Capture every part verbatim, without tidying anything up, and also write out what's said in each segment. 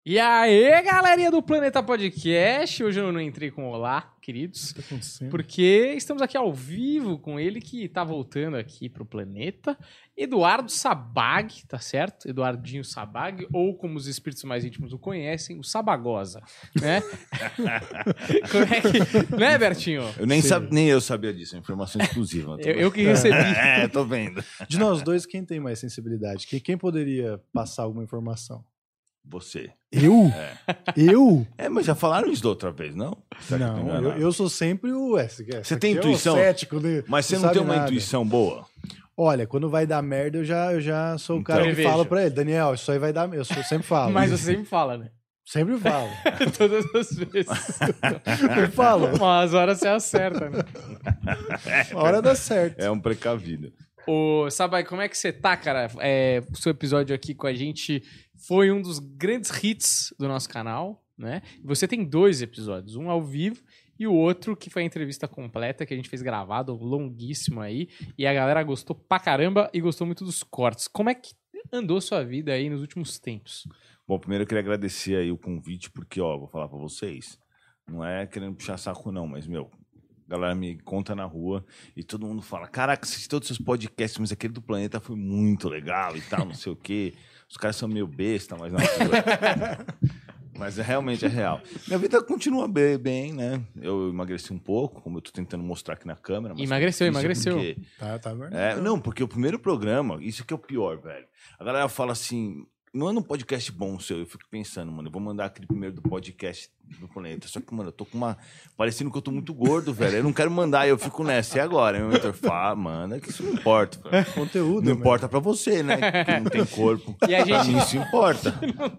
E aí, galerinha do Planeta Podcast, hoje eu não entrei com olá, queridos, O que tá acontecendo? porque estamos aqui ao vivo com ele que tá voltando aqui pro planeta, Eduardo Sabag, tá certo? Eduardinho Sabag, ou como os espíritos mais íntimos o conhecem, o Sabagosa, né? Como é que... Né, Bertinho? Eu nem, sab... nem eu sabia disso, é informação exclusiva. Eu, eu que recebi. É, tô vendo. De nós dois, quem tem mais sensibilidade? Quem, quem poderia passar alguma informação? Você. Eu? É. Eu? É, mas já falaram isso da outra vez, não? Será que eu tô Não, eu, enganado? eu sou sempre o... Esse, esse Você tem aqui intuição? É o cético, né? Mas você não, sabe tem uma nada. intuição boa? Olha, quando vai dar merda, eu já, eu já sou o Então. cara que Prevejo. fala pra ele, Daniel, isso aí vai dar... Eu sou- sempre falo. Mas você sempre fala, né? Sempre falo. Todas as vezes. Eu falo. Umas horas você acerta, né? A hora dá certo. É um precavido. Ô, Sabai, como é que você tá, cara? É, o seu episódio aqui com a gente foi um dos grandes hits do nosso canal, né? Você tem dois episódios, um ao vivo e o outro que foi a entrevista completa que a gente fez gravado, longuíssimo aí, e a galera gostou pra caramba e gostou muito dos cortes. Como é que andou sua vida aí nos últimos tempos? Bom, primeiro eu queria agradecer aí o convite, porque, ó, vou falar pra vocês, não é querendo puxar saco não, mas, meu, a galera me conta na rua e todo mundo fala, caraca, assisti todos os seus podcasts, mas aquele do Planeta foi muito legal e tal, não sei o quê. Os caras são meio besta, mas não. Mas é, realmente é real. Minha vida continua bem, bem, né? Eu emagreci um pouco, como eu tô tentando mostrar aqui na câmera. Mas Emagreceu, isso emagreceu. porque- Tá, tá verdade. É, não, porque o primeiro programa, isso que é o pior, velho. A galera fala assim, não é um podcast bom seu. Eu fico pensando, mano, eu vou mandar aquele primeiro do podcast do Planeta. Só que, mano, eu tô com uma... Parecendo que eu tô muito gordo, velho. Eu não quero mandar, eu fico nessa. E agora? Meu mentor fala, mano, é que isso não importa, velho. Conteúdo, Não né? importa pra você, né? Que não tem corpo. E a Pra gente- mim isso importa.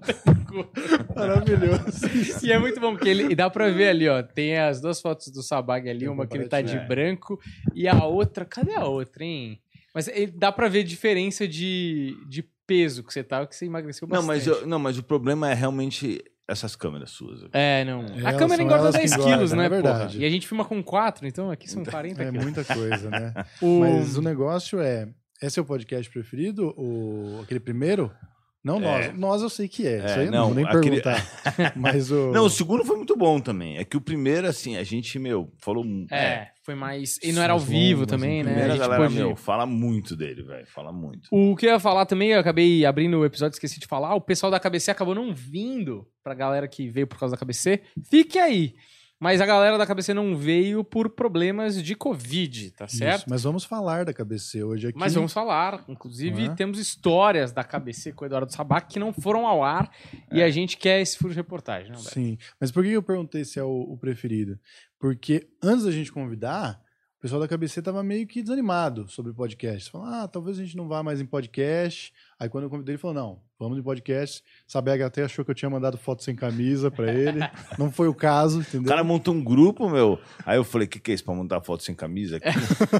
Maravilhoso. E é muito bom, porque ele e dá pra ver ali, ó. Tem as duas fotos do Sabag ali, Tem um uma que ele tá de comparativo. branco e a outra. Cadê a outra, hein? Mas ele, dá pra ver diferença de, de peso que você tá, que você emagreceu Não bastante. mas, eu- não, mas o problema é realmente essas câmeras suas. É, não. É, a elas câmera são engorda elas que dez engordam, quilos, né, é porra? verdade. E a gente filma com quatro, então aqui são quarenta É quilos. muita coisa, né? O- Mas o negócio é... Esse é o podcast preferido? O, aquele primeiro? Não nós. É. Nós eu sei que é. Isso É, aí eu não, não vou nem aquele- perguntar. Mas o... Não, o segundo foi muito bom também. É que o primeiro, assim, a gente, meu, falou... É, foi mais... E não era ao Mas vivo longas, também, né? né? Primeiro A a gente galera, pôde- meu, fala muito dele, velho. Fala muito. O que eu ia falar também, eu acabei abrindo o episódio, esqueci de falar, o pessoal da K B C acabou não vindo pra galera que veio por causa da K B C. Fique aí! Mas a galera da K B C não veio por problemas de Covid, tá Isso, certo? mas vamos falar da K B C hoje aqui. Mas vamos falar. Inclusive, Não é? temos histórias da K B C com o Eduardo Sabac que não foram ao ar e a gente quer esse furo de reportagem, não, Beto? Sim. Mas por que eu perguntei se é o, o preferido? Porque antes da gente convidar, o pessoal da K B C tava meio que desanimado sobre podcast. Falou, ah, talvez a gente não vá mais em podcast. Aí quando eu convidei, ele falou, não, vamos em podcast. Sabega até achou que eu tinha mandado foto sem camisa pra ele. Não foi o caso, O entendeu? cara montou um grupo, meu. Aí eu falei, o que, que é isso? Pra montar foto sem camisa aqui?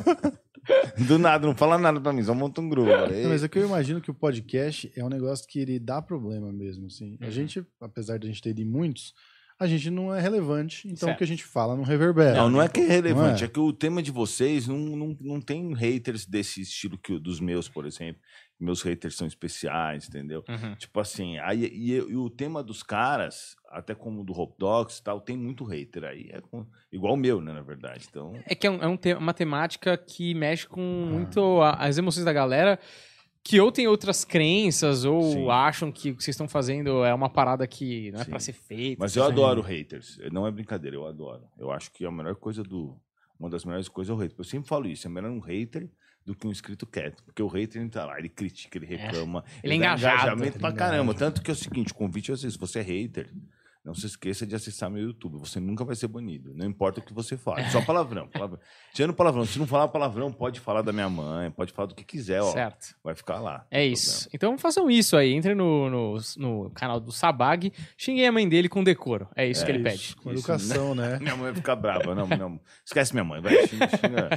Do nada, não fala nada pra mim, só monta um grupo. Eu falei, Não, mas é que eu imagino que o podcast é um negócio que ele dá problema mesmo, assim. A Uhum. gente, apesar de a gente ter ido em muitos, a gente não é relevante, então Certo. o que a gente fala não reverbera. Não, não é que é relevante, Não é. é? que o tema de vocês não, não, não tem haters desse estilo que o dos meus, por exemplo. Meus haters são especiais, entendeu? Uhum. Tipo assim, aí, e, e o tema dos caras, até como o do Hope Dogs e tal, tem muito hater aí. É com- igual o meu, né, na verdade. Então, É que é, um, é um te- uma temática que mexe com muito a- as emoções da galera que ou tem outras crenças ou Sim. acham que o que vocês estão fazendo é uma parada que não é Sim. pra ser feita. mas eu Sim. adoro haters. Não é brincadeira, eu adoro. Eu acho que a melhor coisa do... Uma das melhores coisas é o hater. Eu sempre falo isso, é melhor um hater do que um inscrito quieto. Porque o hater, ele tá lá, ele critica, ele reclama. Ele é dá engajado. engajamento pra Ele caramba. engaja. Tanto que é o seguinte, o convite é assim, se você é hater, não se esqueça de acessar meu YouTube. Você nunca vai ser banido. Não importa o que você fale. Só palavrão. palavrão. Tirando palavrão. Se não falar palavrão, pode falar da minha mãe, pode falar do que quiser, ó. Certo. Vai ficar lá. É isso. Então façam isso aí. Entrem no, no, no canal do Sabag, xinguem a mãe dele com decoro. É isso É que ele Isso, pede. com Isso, educação, né? Minha mãe vai ficar brava. Não, não. Esquece minha mãe. Vai, xinga, xinga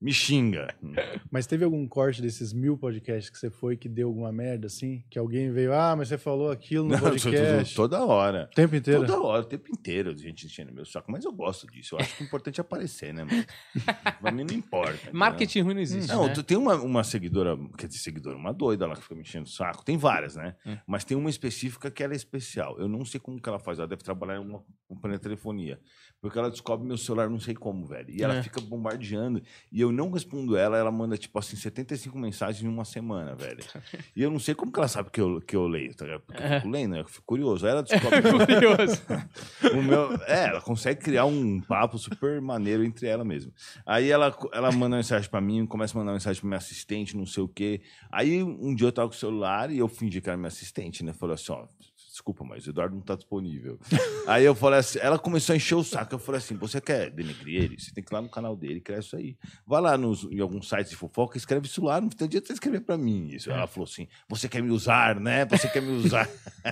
me xinga. Mas teve algum corte desses mil podcasts que você foi que deu alguma merda, assim? Que alguém veio, ah, mas você falou aquilo no Não, podcast. toda hora. O tempo inteiro? Toda hora, o tempo inteiro, a gente enchendo meu saco. Mas eu gosto disso. Eu acho que o importante é aparecer, né, mano? Pra mim não importa. Marketing ruim não existe, Não, né? tem uma, uma seguidora, quer dizer, seguidora, uma doida lá que fica me enchendo o saco. Tem várias, né? Hum. Mas tem uma específica que ela é especial. Eu não sei como que ela faz. Ela deve trabalhar em uma companhia de telefonia. Porque ela descobre meu celular, não sei como, velho. E ela É. fica bombardeando. E eu não respondo ela, ela manda, tipo assim, setenta e cinco mensagens em uma semana, velho. E eu não sei como que ela sabe que eu, que eu leio, tá ligado? Porque eu fico lendo, eu fico curioso. Aí ela descobre que eu- Curioso. o meu, é, ela consegue criar um papo super maneiro entre ela mesma. Aí ela, ela manda mensagem pra mim, começa a mandar mensagem pra minha assistente, não sei o quê. Aí um dia eu tava com o celular e eu fingi que era minha assistente, né? Falei assim, ó, desculpa, mas o Eduardo não tá disponível. Aí eu falei assim, ela começou a encher o saco. Eu falei assim, você quer denegrir ele? Você tem que ir lá no canal dele, criar isso aí. Vai lá nos, em alguns sites de fofoca, escreve isso lá, não tem dia de você escrever pra mim isso. Ela falou assim, você quer me usar, né? Você quer me usar.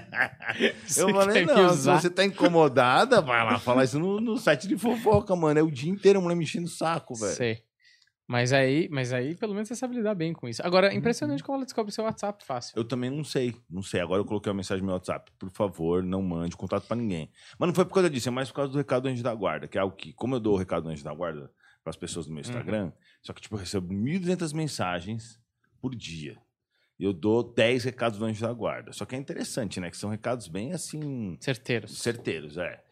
Você Eu falei, quer me não, se usar? você tá incomodada, vai lá falar isso no, no site de fofoca, mano. É o dia inteiro a mulher me enchendo o saco, velho. Sei. Mas aí, mas aí, pelo menos, você sabe lidar bem com isso. Agora, é impressionante como ela descobre seu WhatsApp fácil. Eu também não sei, não sei. Agora eu coloquei uma mensagem no meu WhatsApp. Por favor, não mande contato pra ninguém. Mas não foi por causa disso, é mais por causa do recado do Anjo da Guarda, que é algo que, como eu dou o recado do Anjo da Guarda pras pessoas no meu Instagram, só que, tipo, eu recebo mil e duzentas mensagens por dia. E eu dou dez recados do Anjo da Guarda. Só que é interessante, né? Que são recados bem, assim, Certeiros. certeiros, é.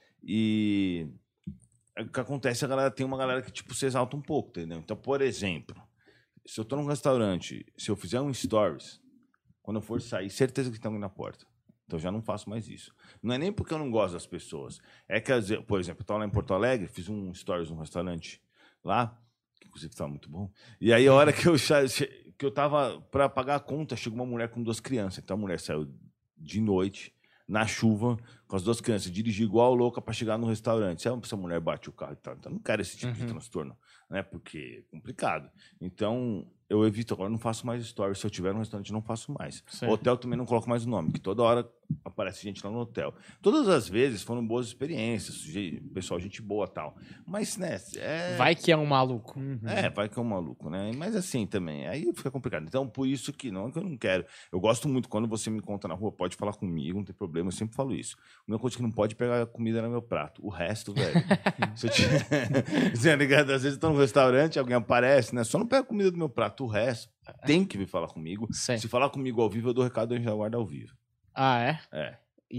E o que acontece, a galera tem uma galera que, tipo, se exalta um pouco, entendeu? Então, por exemplo, se eu tô num restaurante, se eu fizer um stories, quando eu for sair, certeza que tem alguém na porta. Então, eu já não faço mais isso. Não é nem porque eu não gosto das pessoas. É que, às vezes, por exemplo, eu tava lá em Porto Alegre, fiz um stories num restaurante lá, que inclusive estava muito bom. E aí, a hora que eu, cha- che- que eu tava para pagar a conta, chegou uma mulher com duas crianças. Então, a mulher saiu de noite, na chuva, com as duas crianças, dirigiu igual louca para chegar no restaurante. Se essa mulher bate o carro e tal, então eu não quero esse tipo de Uhum. transtorno, né? Porque é complicado. Então, eu evito, agora eu não faço mais stories. Se eu tiver no restaurante, eu não faço mais. Certo. Hotel também não coloco mais o nome, que toda hora aparece gente lá no hotel. Todas as vezes foram boas experiências, ge- pessoal, gente boa e tal. Mas, né, é... Vai que é um maluco. É, vai que é um maluco, né? Mas assim também, aí fica complicado. Então, por isso que não é que eu não quero. Eu gosto muito quando você me encontra na rua, pode falar comigo, não tem problema, eu sempre falo isso. A única coisa que não pode é pegar comida no meu prato. O resto, velho. Se eu tiver... Você é ligado? Às vezes eu tô no restaurante, alguém aparece, né? Só não pega comida do meu prato. O resto tem que vir falar comigo. Sei. Se falar comigo ao vivo, eu dou recado do Anjo da Guarda ao vivo. Ah, é? É.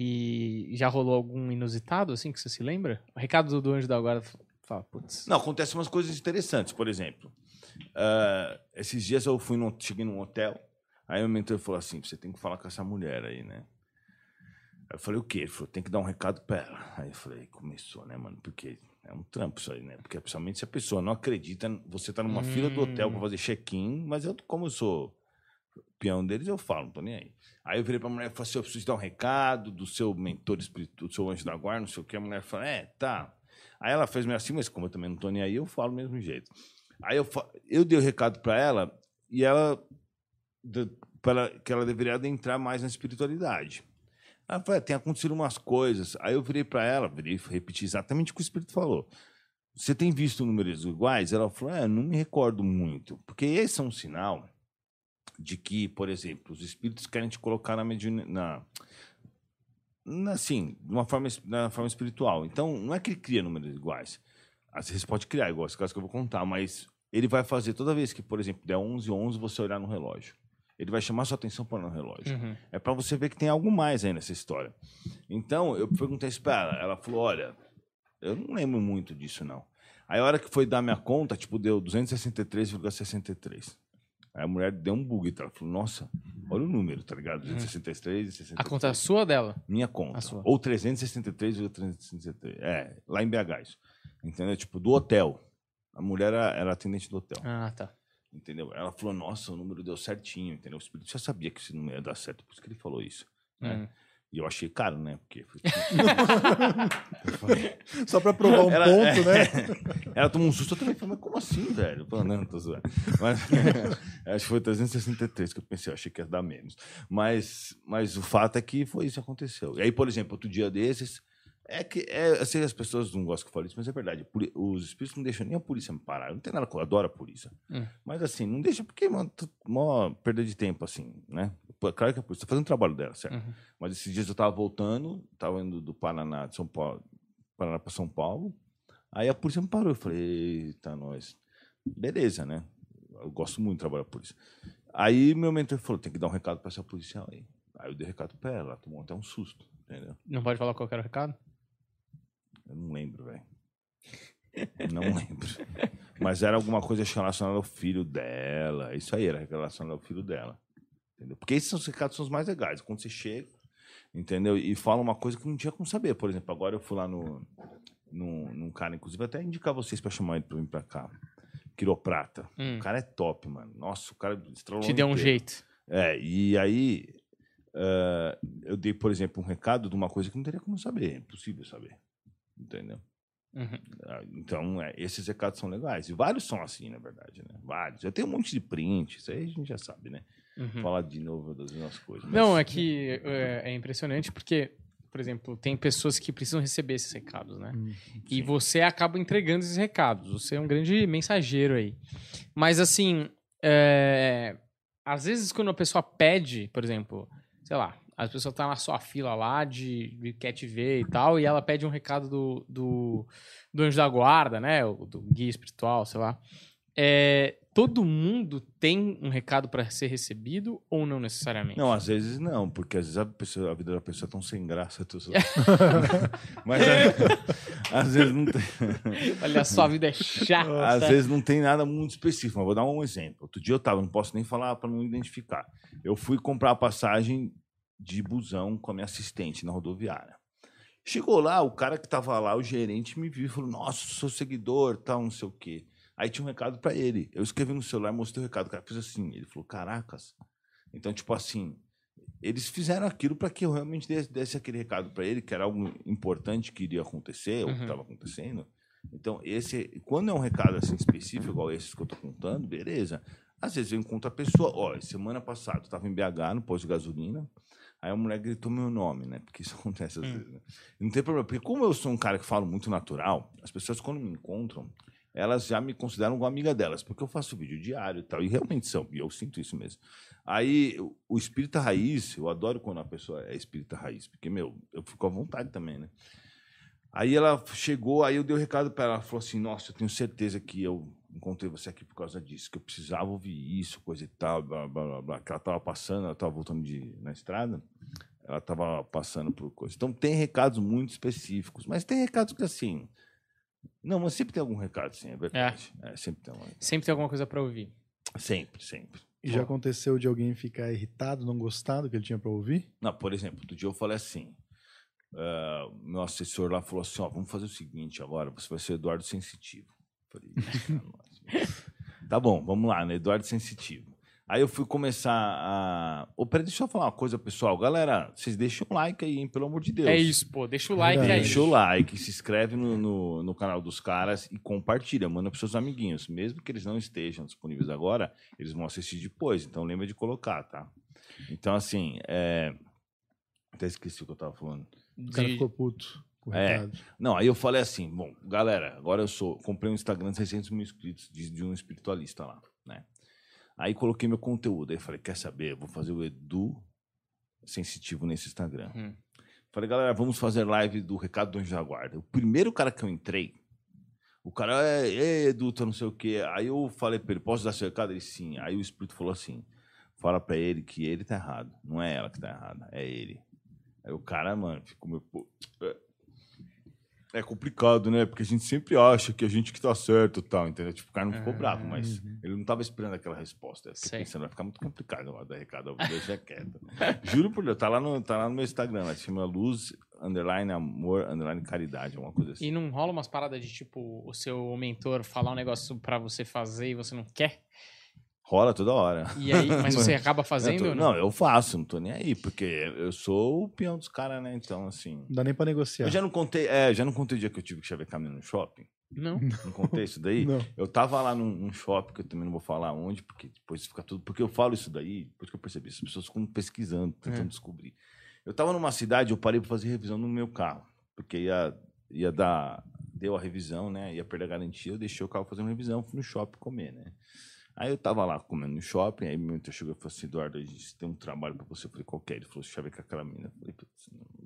E já rolou algum inusitado, assim, que você se lembra? O recado do- do Anjo da Guarda fala, putz. Não, acontecem umas coisas interessantes. Por exemplo, ah, esses dias eu fui num, cheguei num hotel, aí o mentor falou assim, você tem que falar com essa mulher aí, né? Aí eu falei, o quê? Ele falou, tem que dar um recado pra ela. Aí eu falei, começou, né, mano? Porque é um trampo isso aí, né? Porque principalmente se a pessoa não acredita, você tá numa Hum. fila do hotel pra fazer check-in, mas eu, como eu sou peão deles, eu falo, não tô nem aí. Aí eu virei pra mulher e falei assim, eu preciso dar um recado do seu mentor espiritual, do seu anjo da guarda, não sei o que. A mulher falou, é, tá. Aí ela fez meio assim, mas como eu também não tô nem aí, eu falo do mesmo jeito. Aí eu, fa- eu dei o recado pra ela e ela, de- pra ela, que ela deveria adentrar mais na espiritualidade. Ela falou, é, tem acontecido umas coisas. Aí eu virei pra ela, virei, repeti exatamente o que o espírito falou. Você tem visto números iguais? Ela falou, é, não me recordo muito. Porque esse é um sinal de que, por exemplo, os espíritos querem te colocar na mediunidade, na, na, assim, de uma forma, es- na forma espiritual. Então, não é que ele cria números iguais. Às vezes pode criar, igual esse caso que eu vou contar, mas ele vai fazer toda vez que, por exemplo, der onze, onze, você olhar no relógio. Ele vai chamar sua atenção para o relógio. Uhum. É para você ver que tem algo mais aí nessa história. Então, eu perguntei isso para ela. Ela falou, olha, eu não lembro muito disso, não. Aí, a hora que foi dar minha conta, tipo, deu duzentos e sessenta e três vírgula sessenta e três. Aí a mulher deu um bug, tá? Ela falou, nossa, olha o número, tá ligado? duzentos e sessenta e três e sessenta e três. A conta é sua ou dela? Minha conta. A sua. Ou trezentos e sessenta e três vírgula trezentos e sessenta e três. É, lá em B H isso. Entendeu? Tipo, do hotel. A mulher era, era atendente do hotel. Ah, tá. Entendeu? Ela falou, nossa, o número deu certinho, entendeu? O espírito já sabia que esse número ia dar certo, por isso que ele falou isso. Né? Hum. E eu achei caro, né? Porque foi... Eu falei, Só pra provar um Ela- ponto, é. né? ela tomou um susto, eu também falei, mas como assim, velho? Eu falei, não, tô zoando. Mas, acho que foi trezentos e sessenta e três que eu pensei, eu achei que ia dar menos. Mas, mas o fato é que foi isso que aconteceu. E aí, por exemplo, outro dia desses, É que, é, eu sei que as pessoas não gostam que eu fale isso, mas é verdade. Poli- Os espíritos não deixam nem a polícia me parar. Eu não tem nada que eu adoro a polícia. Hum. Mas assim, não deixa porque, mano, tu- mó perda de tempo, assim, né? Pô, claro que a polícia tá fazendo o trabalho dela, certo? Uhum. Mas esses dias eu tava voltando, tava indo do Paraná, de São Paulo, Paraná pra São Paulo. Aí a polícia me parou. Eu falei, eita, nós. Beleza, né? Eu gosto muito de trabalhar com a polícia. Aí meu mentor falou, tem que dar um recado pra essa policial aí. Aí eu dei recado pra ela, ela tomou até um susto, entendeu? Não pode falar qual que era o recado? Eu não lembro, velho. Não lembro. Mas era alguma coisa relacionada ao filho dela. Isso aí, era relacionado ao filho dela. Entendeu? Porque esses são os recados são os mais legais. Quando você chega, entendeu? E fala uma coisa que não tinha como saber. Por exemplo, agora eu fui lá no, no, num cara, inclusive, até indicar vocês pra chamar ele pra vir pra cá. Quiroprata. Hum. O cara é top, mano. Nossa, o cara estralou Te deu um inteiro. jeito. É, e aí eh, eu dei, por exemplo, um recado de uma coisa que não teria como saber. É impossível saber. Entendeu? Uhum. Ah, Então, é, esses recados são legais. E vários são assim, na verdade, né? Vários. Eu tenho um monte de print, isso aí a gente já sabe, né? Uhum. Falar de novo das mesmas coisas. mas- Não, é que é, é impressionante porque, por exemplo, tem pessoas que precisam receber esses recados, né? Hum, E sim. você acaba entregando esses recados. Você é um grande mensageiro aí. Mas, assim, é, às vezes quando a pessoa pede, por exemplo, sei lá, a pessoa tá na sua fila lá de, de quer te ver e tal, e ela pede um recado do, do, do anjo da guarda, né? Ou do guia espiritual, sei lá. É, todo mundo tem um recado para ser recebido ou não necessariamente? Não, às vezes não, porque às vezes a, pessoa- a vida da pessoa é tão sem graça. tô só- Mas é, às vezes não tem. Olha só, a vida é chata. Às vezes não tem nada muito específico, mas vou dar um exemplo. Outro dia eu tava, não posso nem falar para não identificar. Eu fui comprar a passagem de busão com a minha assistente na rodoviária. Chegou lá, o cara que tava lá, o gerente, me viu e falou: Nossa, sou seguidor, tal, não sei o quê. Aí tinha um recado para ele. Eu escrevi no celular, mostrei o recado. O cara fez assim. Ele falou: Caracas. Então, tipo assim, eles fizeram aquilo para que eu realmente desse, desse aquele recado para ele, que era algo importante que iria acontecer, ou que Uhum. estava acontecendo. Então, esse, quando é um recado assim específico, igual esses que eu tô contando, beleza. Às vezes eu encontro a pessoa, ó, semana passada eu estava em B H, no posto de gasolina, aí a mulher gritou meu nome, né? Porque isso acontece às Hum. vezes, né? E não tem problema, porque como eu sou um cara que falo muito natural, as pessoas quando me encontram, elas já me consideram uma amiga delas, porque eu faço vídeo diário e tal, e realmente são, e eu sinto isso mesmo. Aí, o- o espírita raiz, eu adoro quando a pessoa é espírita raiz, porque, meu, eu fico à vontade também, né? Aí ela chegou, aí eu dei o recado para ela, ela falou assim, nossa, eu tenho certeza que eu encontrei você aqui por causa disso, que eu precisava ouvir isso, coisa e tal, blá, blá, blá, blá. Que ela estava passando, ela estava voltando de, na estrada, ela estava passando por coisa. Então, tem recados muito específicos, mas tem recados que, assim... Não, mas sempre tem algum recado, sim, é verdade. É, sempre tem um recado. Sempre tem alguma coisa para ouvir. Sempre, sempre. E já aconteceu de alguém ficar irritado, não gostar do que ele tinha pra ouvir? Não, por exemplo, outro dia eu falei assim, ah, meu assessor lá falou assim, ó, vamos fazer o seguinte agora, você vai ser Eduardo Sensitivo. Eu falei, "Ixi, nossa." Tá bom, vamos lá, né, Eduardo Sensitivo. Aí eu fui começar a... Ô, peraí, deixa eu falar uma coisa, pessoal. Galera, vocês deixem um like aí, hein, pelo amor de Deus. É isso, pô. Deixa o like Verdade. aí. Deixa o like, se inscreve no, no, no canal dos caras e compartilha, manda para seus amiguinhos. Mesmo que eles não estejam disponíveis agora, eles vão assistir depois. Então lembra de colocar, tá? Então, assim, é... até esqueci o que eu tava falando. O cara De- ficou puto com o É. recado. Não, aí eu falei assim, bom, galera, agora eu sou, comprei um Instagram de seiscentos mil inscritos de, de um espiritualista lá, né? Aí coloquei meu conteúdo, aí falei, quer saber, eu vou fazer o Edu Sensitivo nesse Instagram. Hum. Falei, galera, vamos fazer live do Recado do Anjo da Guarda. O primeiro cara que eu entrei, o cara, é, é Edu, tá não sei o quê. Aí eu falei pra ele, posso dar seu recado? Ele, sim. Aí o Espírito falou assim, fala pra ele que ele tá errado, não é ela que tá errada, é ele. Aí o cara, mano, ficou meio... pô, é... É complicado, né? Porque a gente sempre acha que a gente que tá certo e tal, entendeu? Tipo, o cara não ficou Ah, bravo, mas uhum. ele não tava esperando aquela resposta. Eu fiquei Sei. pensando, vai ficar muito complicado lá dar recado, deixa quieto. Juro por Deus, tá lá no, tá lá no meu Instagram, lá, se chama Luz, underline amor, underline caridade, alguma coisa assim. E não rola umas paradas de, tipo, o seu mentor falar um negócio pra você fazer e você não quer? Rola toda hora. E aí, mas você acaba fazendo Eu ou tô- não? não, eu faço, não tô nem aí, porque eu sou o peão dos caras, né? Então, assim... Não dá nem pra negociar. Eu já não contei, é, já não contei o dia que eu tive que chavecar menino no shopping? Não. Não contei isso daí? Não. Eu tava lá num, num shopping, que eu também não vou falar onde, porque depois fica tudo... Porque eu falo isso daí, depois que eu percebi, as pessoas ficam pesquisando, tentando É. descobrir. Eu tava numa cidade, eu parei pra fazer revisão no meu carro. porque ia, ia dar... Deu a revisão, né? Ia perder a garantia, eu deixei o carro fazer uma revisão, fui no shopping comer, né? Aí eu tava lá comendo no shopping, aí meu mentor chegou e falou assim, Eduardo, a gente tem um trabalho pra você. Eu falei, qualquer? Ele falou, deixa eu ver com aquela mina. Eu falei, putz, não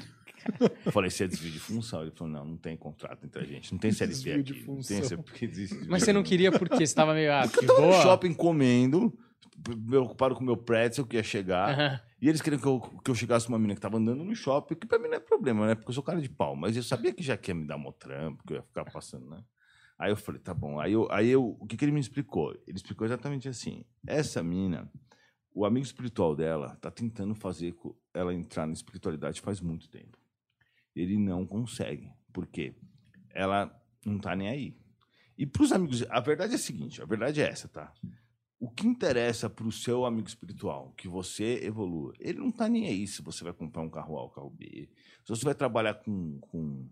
dá. Eu falei, se é desvio de função? Ele falou, não, não tem contrato entre a gente, não tem C L T Desvio aqui. de Não função. tem C L T, existe. Mas você não queria porque você tava meio... Ah, Porque eu que tava boa. no shopping comendo, preocupado com o meu pretzel, que ia chegar. Aham. E eles queriam que eu, que eu chegasse uma menina que tava andando no shopping, que pra mim não é problema, né? Porque eu sou cara de pau. Mas eu sabia que já quer me dar um trampo, que eu ia ficar passando, né? Aí eu falei, tá bom. Aí, eu, aí eu, o que, que ele me explicou? Ele explicou exatamente assim. Essa mina, o amigo espiritual dela tá tentando fazer ela entrar na espiritualidade faz muito tempo. Ele não consegue. Por quê? Ela não tá nem aí. E pros amigos... A verdade é a seguinte, a verdade é essa, tá? O que interessa para o seu amigo espiritual, que você evolua, ele não está nem aí se você vai comprar um carro A ou um carro B, se você vai trabalhar com, com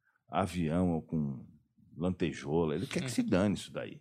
avião ou com lantejola, ele quer que se dane isso daí.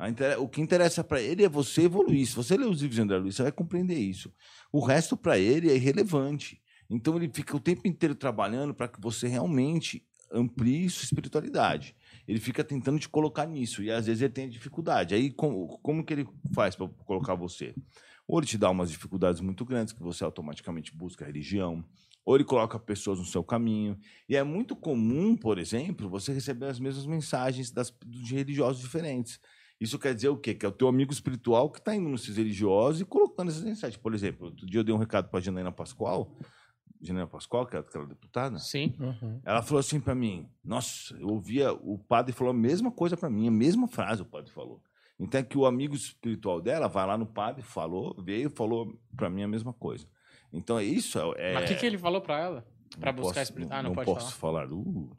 O que interessa para ele é você evoluir. Se você ler os livros de André Luiz, você vai compreender isso. O resto para ele é irrelevante. Então ele fica o tempo inteiro trabalhando para que você realmente amplie sua espiritualidade. Ele fica tentando te colocar nisso, e às vezes ele tem dificuldade. Aí, como, como que ele faz para colocar você? Ou ele te dá umas dificuldades muito grandes, que você automaticamente busca a religião, ou ele coloca pessoas no seu caminho. E é muito comum, por exemplo, você receber as mesmas mensagens das, de religiosos diferentes. Isso quer dizer o quê? Que é o teu amigo espiritual que está indo nesses religiosos e colocando essas mensagens. Por exemplo, outro dia eu dei um recado para a Janaína Pascoal, Janaína Pascoal, que é aquela deputada. Sim. Uhum. Ela falou assim pra mim, nossa, eu ouvia, o padre falou a mesma coisa pra mim, a mesma frase o padre falou. Então é que o amigo espiritual dela vai lá no padre, falou, veio e falou pra mim a mesma coisa. Então é isso. É, Mas o que, que ele falou pra ela? Pra não buscar posso, espiritual? Ah, não, não pode posso falar. falar. Uh.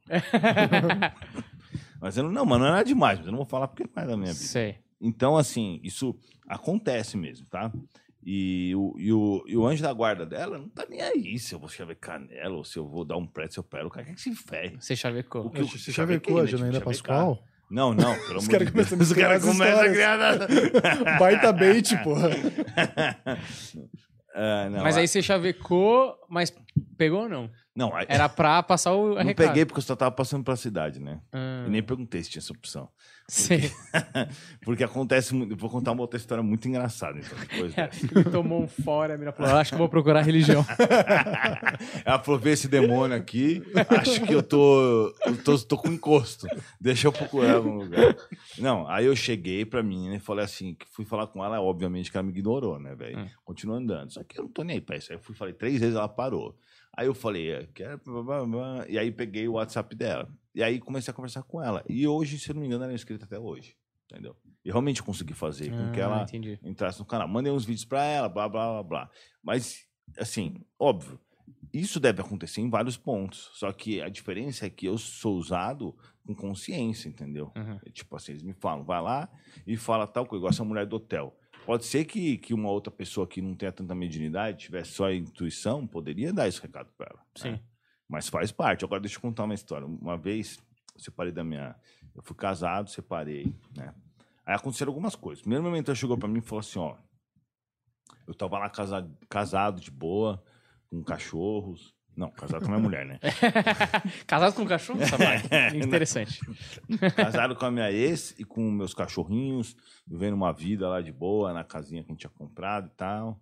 Mas eu não, não, mas não é nada demais, mas eu não vou falar porque não é da minha vida. Sei. Então, assim, isso acontece mesmo, tá? E o, e, o, e o anjo da guarda dela não tá nem aí se eu vou chaver canela ou se eu vou dar um pretzel pra ela. O cara quer que se ferre. Você chavecou. O que eu- Você chavecou a Janaína Tipo, Pascoal? Não, não, pelo Os amor caras de Deus. começam a Os caras misturar as começam a histórias. criar nada. Baita bait, porra. Ah, não, Mas a- aí você chavecou, mas pegou ou não? Não, aí- Era pra passar o não recado. peguei porque eu só tava passando pela cidade, né? Ah, E nem perguntei se tinha essa opção. sei. Porque acontece muito. Eu vou contar uma outra história muito engraçada, então, depois dessa. Ele tomou um fora, a mina falou, acho que eu vou procurar religião. Ela falou: vê esse demônio aqui, acho que eu tô, eu tô, tô com encosto. Deixa eu procurar algum lugar. Não, aí eu cheguei pra menina e falei assim: que fui falar com ela, obviamente que ela me ignorou, né, velho? Hum. Continuou andando. Só que eu não tô nem aí pra isso. Aí eu fui falei três vezes, ela parou. Aí eu falei, é, quero. E aí peguei o WhatsApp dela. E aí comecei a conversar com ela. E hoje, se eu não me engano, ela é inscrita até hoje. Entendeu? E realmente consegui fazer com que Ah, ela entendi. entrasse no canal. Mandei uns vídeos pra ela, blá, blá, blá, blá. Mas, assim, óbvio, isso deve acontecer em vários pontos. Só que a diferença é que eu sou usado com consciência, entendeu? Uhum. Tipo assim, eles me falam, vai lá e fala tal coisa, igual essa mulher do hotel. Pode ser que, que uma outra pessoa que não tenha tanta mediunidade, tivesse só a intuição, poderia dar esse recado pra ela. Sim. Né? Mas faz parte. Agora, deixa eu contar uma história. Uma vez, eu separei da minha... Eu fui casado, separei, né? Aí aconteceram algumas coisas. Primeiro, meu mentor chegou pra mim e falou assim, ó... Eu tava lá casado, casado de boa, com cachorros... Não, casado com a minha mulher, né? Casado com um cachorro? Sabe? Interessante. Casado com a minha ex e com meus cachorrinhos, vivendo uma vida lá de boa, na casinha que a gente tinha comprado e tal.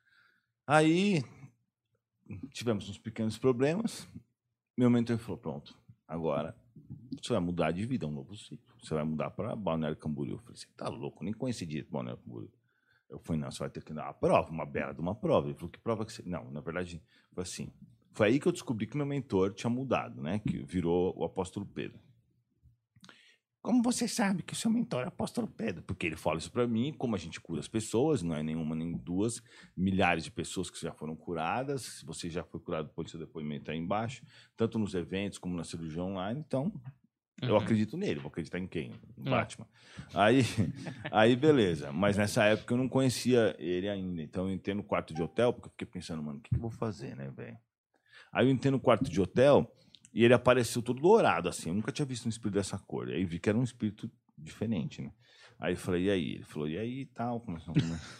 Aí, tivemos uns pequenos problemas. Meu mentor falou, pronto, agora você vai mudar de vida, é um novo ciclo. Você vai mudar para Balneário Camboriú. Eu falei, você tá louco? Eu nem conheci direito Balneário Camboriú. Eu falei, não, você vai ter que dar uma prova, uma bela de uma prova. Ele falou, que prova que você... Não, na verdade, foi assim... Foi aí que eu descobri que meu mentor tinha mudado, né? Que virou o apóstolo Pedro. Como você sabe que o seu mentor é o apóstolo Pedro? Porque ele fala isso para mim, como a gente cura as pessoas, não é nenhuma nem duas, milhares de pessoas que já foram curadas. Se você já foi curado, pode seu depoimento aí embaixo, tanto nos eventos como na cirurgia online. Então, eu Uhum. acredito nele. Vou acreditar em quem? No Não. Batman. Aí, aí, beleza. Mas nessa época eu não conhecia ele ainda. Então eu entrei no quarto de hotel, porque eu fiquei pensando, mano, o que eu vou fazer, né, velho? Aí eu entrei no quarto de hotel e ele apareceu todo dourado, assim. Eu nunca tinha visto um espírito dessa cor. Aí vi que era um espírito diferente, né? Aí eu falei, e aí? Ele falou, e aí e tal? Começou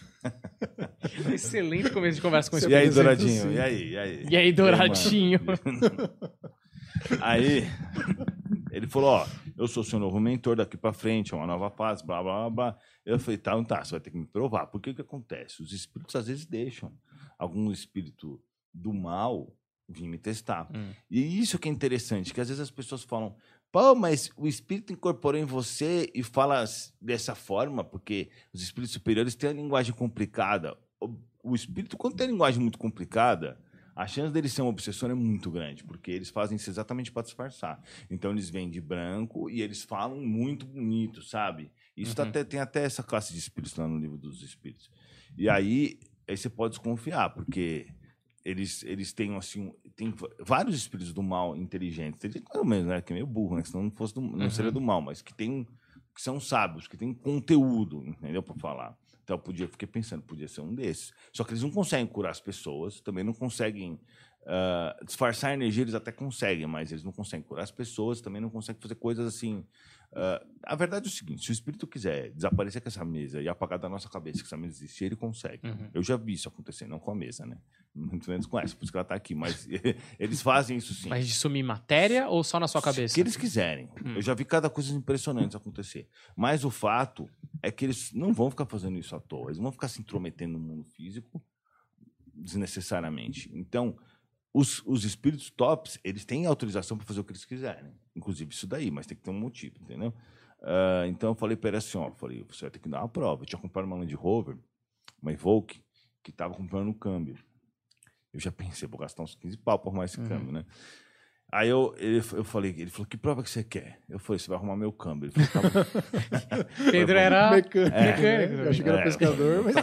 a... Excelente começo de conversa com esse E aí, apresenta Douradinho? assim. E aí? E aí? E aí, Douradinho? Aí, ele falou, ó, eu sou seu novo mentor daqui pra frente, é uma nova fase, blá, blá, blá, blá. Eu falei, tá, não tá, você vai ter que me provar. Porque o que acontece? Os espíritos, às vezes, deixam algum espírito do mal vir me testar. Hum. E isso que é interessante, que às vezes as pessoas falam, pô, mas o espírito incorporou em você e fala dessa forma, porque os espíritos superiores têm a linguagem complicada. O, o espírito, quando tem a linguagem muito complicada, a chance dele ser um obsessor é muito grande, porque eles fazem isso exatamente para disfarçar. Então, eles vêm de branco e eles falam muito bonito, sabe? Isso tá Uhum. até, tem até essa classe de espíritos lá no livro dos espíritos. E aí, aí você pode desconfiar, porque eles, eles têm, assim, tem vários espíritos do mal inteligentes. Tem mais ou menos, né? Que é meio burro, né? Que senão não, fosse do, não Uhum. seria do mal, mas que, tem, que são sábios, que têm conteúdo, entendeu? Para falar. Então, eu podia, fiquei pensando, podia ser um desses. Só que eles não conseguem curar as pessoas, também não conseguem uh, disfarçar a energia, eles até conseguem, mas eles não conseguem curar as pessoas, também não conseguem fazer coisas assim. Uh, a verdade é o seguinte, se o espírito quiser desaparecer com essa mesa e apagar da nossa cabeça que essa mesa existe, ele consegue. Uhum. Eu já vi isso acontecer, não com a mesa, né? Muito menos com essa, por isso que ela está aqui, mas eles fazem isso sim. Mas de sumir matéria ou só na sua cabeça? O que eles quiserem. Hum. Eu já vi cada coisa impressionante acontecer. Mas o fato é que eles não vão ficar fazendo isso à toa. Eles não vão ficar se intrometendo no mundo físico desnecessariamente. Então, os, os espíritos tops, eles têm autorização para fazer o que eles quiserem. Inclusive isso daí, mas tem que ter um motivo, entendeu? Uh, então, eu falei para ele assim, ó, eu falei, você vai ter que dar uma prova. Eu tinha comprado uma Land Rover, uma Evoque, que estava comprando um câmbio. Eu já pensei, vou gastar uns quinze pau para arrumar esse Uhum. câmbio, né? Aí eu, ele, eu falei, ele falou, que prova que você quer? Eu falei, você vai arrumar meu câmbio. Ele falou, tá bom. Pedro era Mecânico. mecânico. Eu achei que era É. pescador, mas...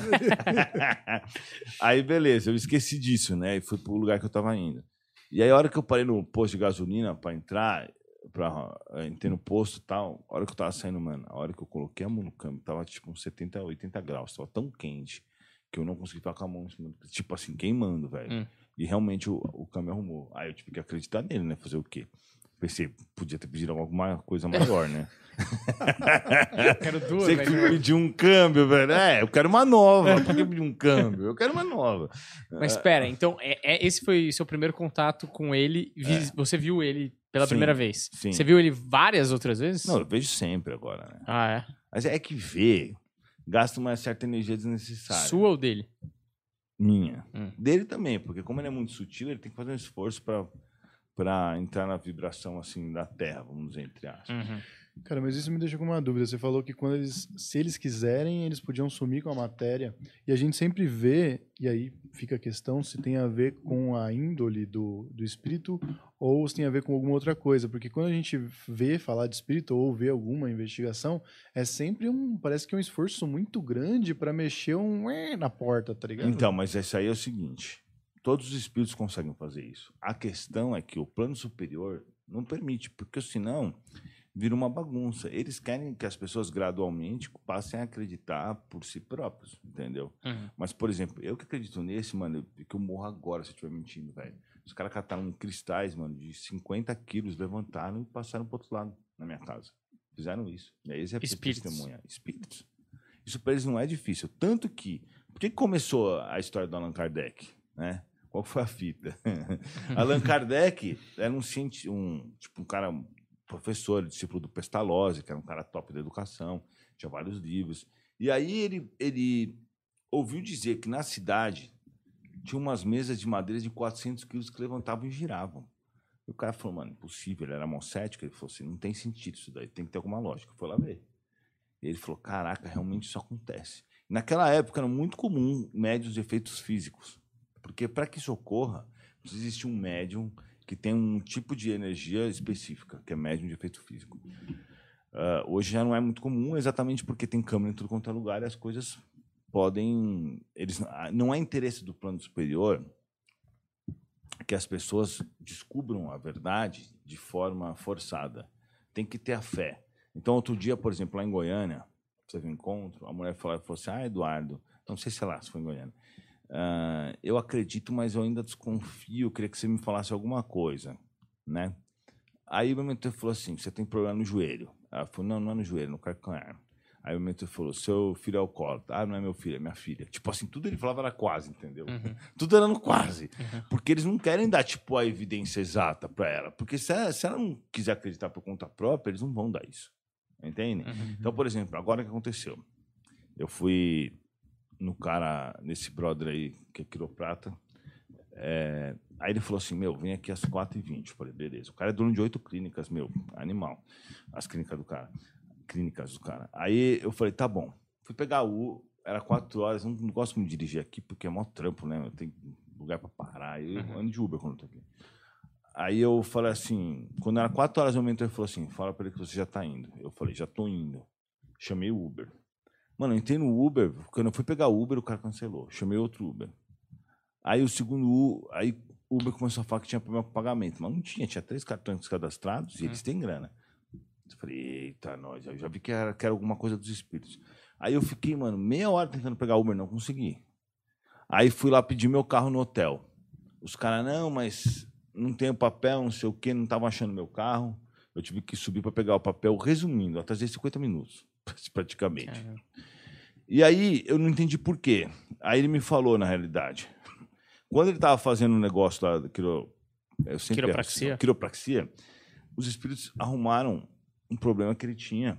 Aí, beleza, eu esqueci disso, né? E fui pro lugar que eu tava indo. E aí, a hora que eu parei no posto de gasolina para entrar, pra, entrei no posto e tal, a hora que eu tava saindo, mano, a hora que eu coloquei a mão no câmbio, tava tipo uns setenta, oitenta graus, tava tão quente que eu não consegui ficar com a mão, tipo assim, queimando, velho. Hum. E realmente o, o câmbio arrumou. Aí eu tive que acreditar nele, né? Fazer o quê? Pensei, podia ter pedido alguma coisa maior, né? Quero duas, Você que velho. pediu um câmbio, velho. É, eu quero uma nova. Por que pedir um câmbio? Eu quero uma nova. Mas espera, então é, é- esse foi seu primeiro contato com ele. vi- Você viu ele pela Sim, primeira vez? sim. Você viu ele várias outras vezes? Não, eu vejo sempre agora, né? Ah, é? Mas é que ver gasta uma certa energia desnecessária. Sua ou dele? Minha. Hum. Dele também, porque como ele é muito sutil, ele tem que fazer um esforço pra, pra entrar na vibração, assim, da Terra, vamos dizer, entre aspas. Uhum. Cara, mas isso me deixa com uma dúvida. Você falou que quando eles, se eles quiserem, eles podiam sumir com a matéria. E a gente sempre vê, e aí fica a questão se tem a ver com a índole do, do espírito ou se tem a ver com alguma outra coisa. Porque quando a gente vê falar de espírito ou vê alguma investigação, é sempre um, parece que é um esforço muito grande para mexer um ué na porta, tá ligado? Então, mas isso aí é o seguinte: todos os espíritos conseguem fazer isso. A questão é que o plano superior não permite, porque senão vira uma bagunça. Eles querem que as pessoas gradualmente passem a acreditar por si próprios, entendeu? Uhum. Mas, por exemplo, eu que acredito nesse, mano, eu, que eu morro agora se eu estiver mentindo, velho. Os caras cataram cristais, mano, de cinquenta quilos, levantaram e passaram pro outro lado, na minha casa. Fizeram isso. E aí eles é Espíritos. testemunha. Espíritos. Isso para eles não é difícil. Tanto que... Por que começou a história do Allan Kardec, né? Qual foi a fita? Allan Kardec era um cientista, um, tipo, um cara... professor, discípulo do Pestalozzi, que era um cara top da educação, tinha vários livros. E aí ele, ele ouviu dizer que na cidade tinha umas mesas de madeira de quatrocentos quilos que levantavam e giravam. E o cara falou, mano, impossível, ele era mó cético, ele falou assim, não tem sentido isso daí, tem que ter alguma lógica. Foi lá ver. E ele falou, caraca, realmente isso acontece. Naquela época era muito comum médios de efeitos físicos, porque para que isso ocorra, precisa existir um médium que tem um tipo de energia específica, que é médium de efeito físico. Uh, hoje já não é muito comum, exatamente porque tem câmera em tudo quanto é lugar e as coisas podem... Eles, não é interesse do plano superior que as pessoas descubram a verdade de forma forçada. Tem que ter a fé. Então, outro dia, por exemplo, lá em Goiânia, teve um encontro, a mulher falou, falou assim, ah, Eduardo, não sei se lá, se foi em Goiânia, Uh, eu acredito, mas eu ainda desconfio, eu queria que você me falasse alguma coisa, né? Aí o meu mentor falou assim, você tem problema no joelho. Ela falou, não, não é no joelho, no calcanhar. Aí o mentor falou, seu filho é alcoólatra. Ah, não é meu filho, é minha filha. Tipo assim, tudo ele falava era quase, entendeu? Uhum. Tudo era no quase. Uhum. Porque eles não querem dar, tipo, a evidência exata pra ela. Porque se ela, se ela não quiser acreditar por conta própria, eles não vão dar isso. Entende? Uhum. Então, por exemplo, agora o que aconteceu? Eu fui no cara, nesse brother aí, que é quiroprata. É, aí ele falou assim, meu, vem aqui às quatro e vinte. Eu falei, beleza. O cara é dono de oito clínicas, meu, animal. As clínicas do cara. Clínicas do cara. Aí eu falei, tá bom. Fui pegar o... Era quatro horas, não, não gosto muito de dirigir aqui, porque é mó trampo, né? Eu tenho lugar pra parar. Eu Uhum. ando de Uber quando eu tô aqui. Aí eu falei assim, quando era quatro horas, o mentor falou assim, fala pra ele que você já tá indo. Eu falei, já tô indo. Chamei o Uber. Mano, eu entrei no Uber, quando eu fui pegar o Uber, o cara cancelou. Chamei outro Uber. Aí o segundo Uber, aí o Uber começou a falar que tinha problema com pagamento. Mas não tinha, tinha três cartões cadastrados e eles têm grana. Eu falei, eita, nós, eu já vi que era, que era alguma coisa dos espíritos. Aí eu fiquei, mano, meia hora tentando pegar Uber, não consegui. Aí fui lá pedir meu carro no hotel. Os caras, não, mas não tenho papel, não sei o quê, não estavam achando meu carro. Eu tive que subir para pegar o papel. Resumindo, eu atrasei cinquenta minutos, praticamente. Caramba. E aí eu não entendi por quê. Aí ele me falou, na realidade. Quando ele estava fazendo um negócio lá, quiro, eu sempre quiropraxia. Erro, quiropraxia, os espíritos arrumaram um problema que ele tinha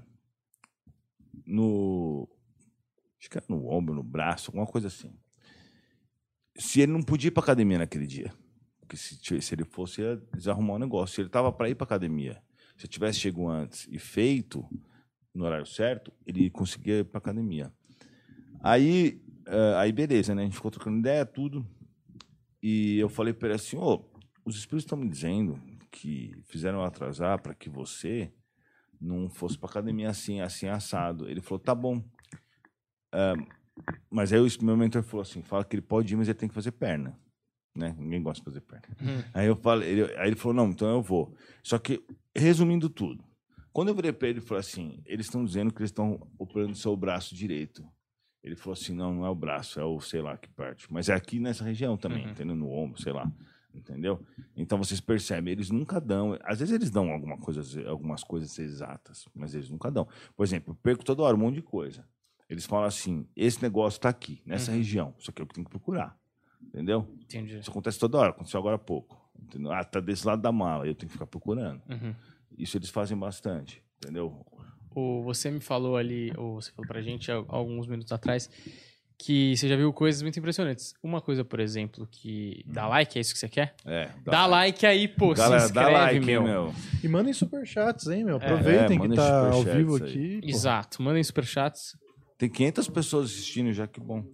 no... Acho que era no ombro, no braço, alguma coisa assim. Se ele não podia ir para academia naquele dia, porque se, se ele fosse, ia desarrumar um negócio. Se ele estava para ir para academia, se eu tivesse chegado antes e feito no horário certo, ele conseguia ir para academia. Aí, uh, aí, beleza, né? A gente ficou trocando ideia, tudo. E eu falei para ele assim, ô, oh, os espíritos estão me dizendo que fizeram eu atrasar para que você não fosse para academia assim, assim, assado. Ele falou, tá bom. Uh, mas aí o meu mentor falou assim, fala que ele pode ir, mas ele tem que fazer perna. Né? Ninguém gosta de fazer perna. Hum. Aí, eu falei, ele, aí ele falou, não, então eu vou. Só que, resumindo tudo, quando eu virei para ele, ele falou assim, eles estão dizendo que eles estão operando o seu braço direito. Ele falou assim, não, não é o braço, é o sei lá que parte. Mas é aqui nessa região também, uhum. entendeu? No ombro, sei lá, entendeu? Então vocês percebem, eles nunca dão, às vezes eles dão alguma coisa, algumas coisas exatas, mas eles nunca dão. Por exemplo, eu perco toda hora um monte de coisa. Eles falam assim, esse negócio está aqui, nessa uhum. região, só que eu tenho que procurar, entendeu? Entendi. Isso acontece toda hora, aconteceu agora há pouco. Entendeu? Ah, tá desse lado da mala, eu tenho que ficar procurando. Uhum. Isso eles fazem bastante, entendeu? O, você me falou ali, ou você falou pra gente há alguns minutos atrás, que você já viu coisas muito impressionantes. Uma coisa, por exemplo, que dá like, é isso que você quer? É. Dá, dá like aí, pô, galera, se inscreve, dá like, meu. meu. E mandem superchats, hein, meu? Aproveitem é, que tá ao vivo aí. aqui. Pô. Exato, mandem superchats. Tem quinhentas pessoas assistindo já, que bom.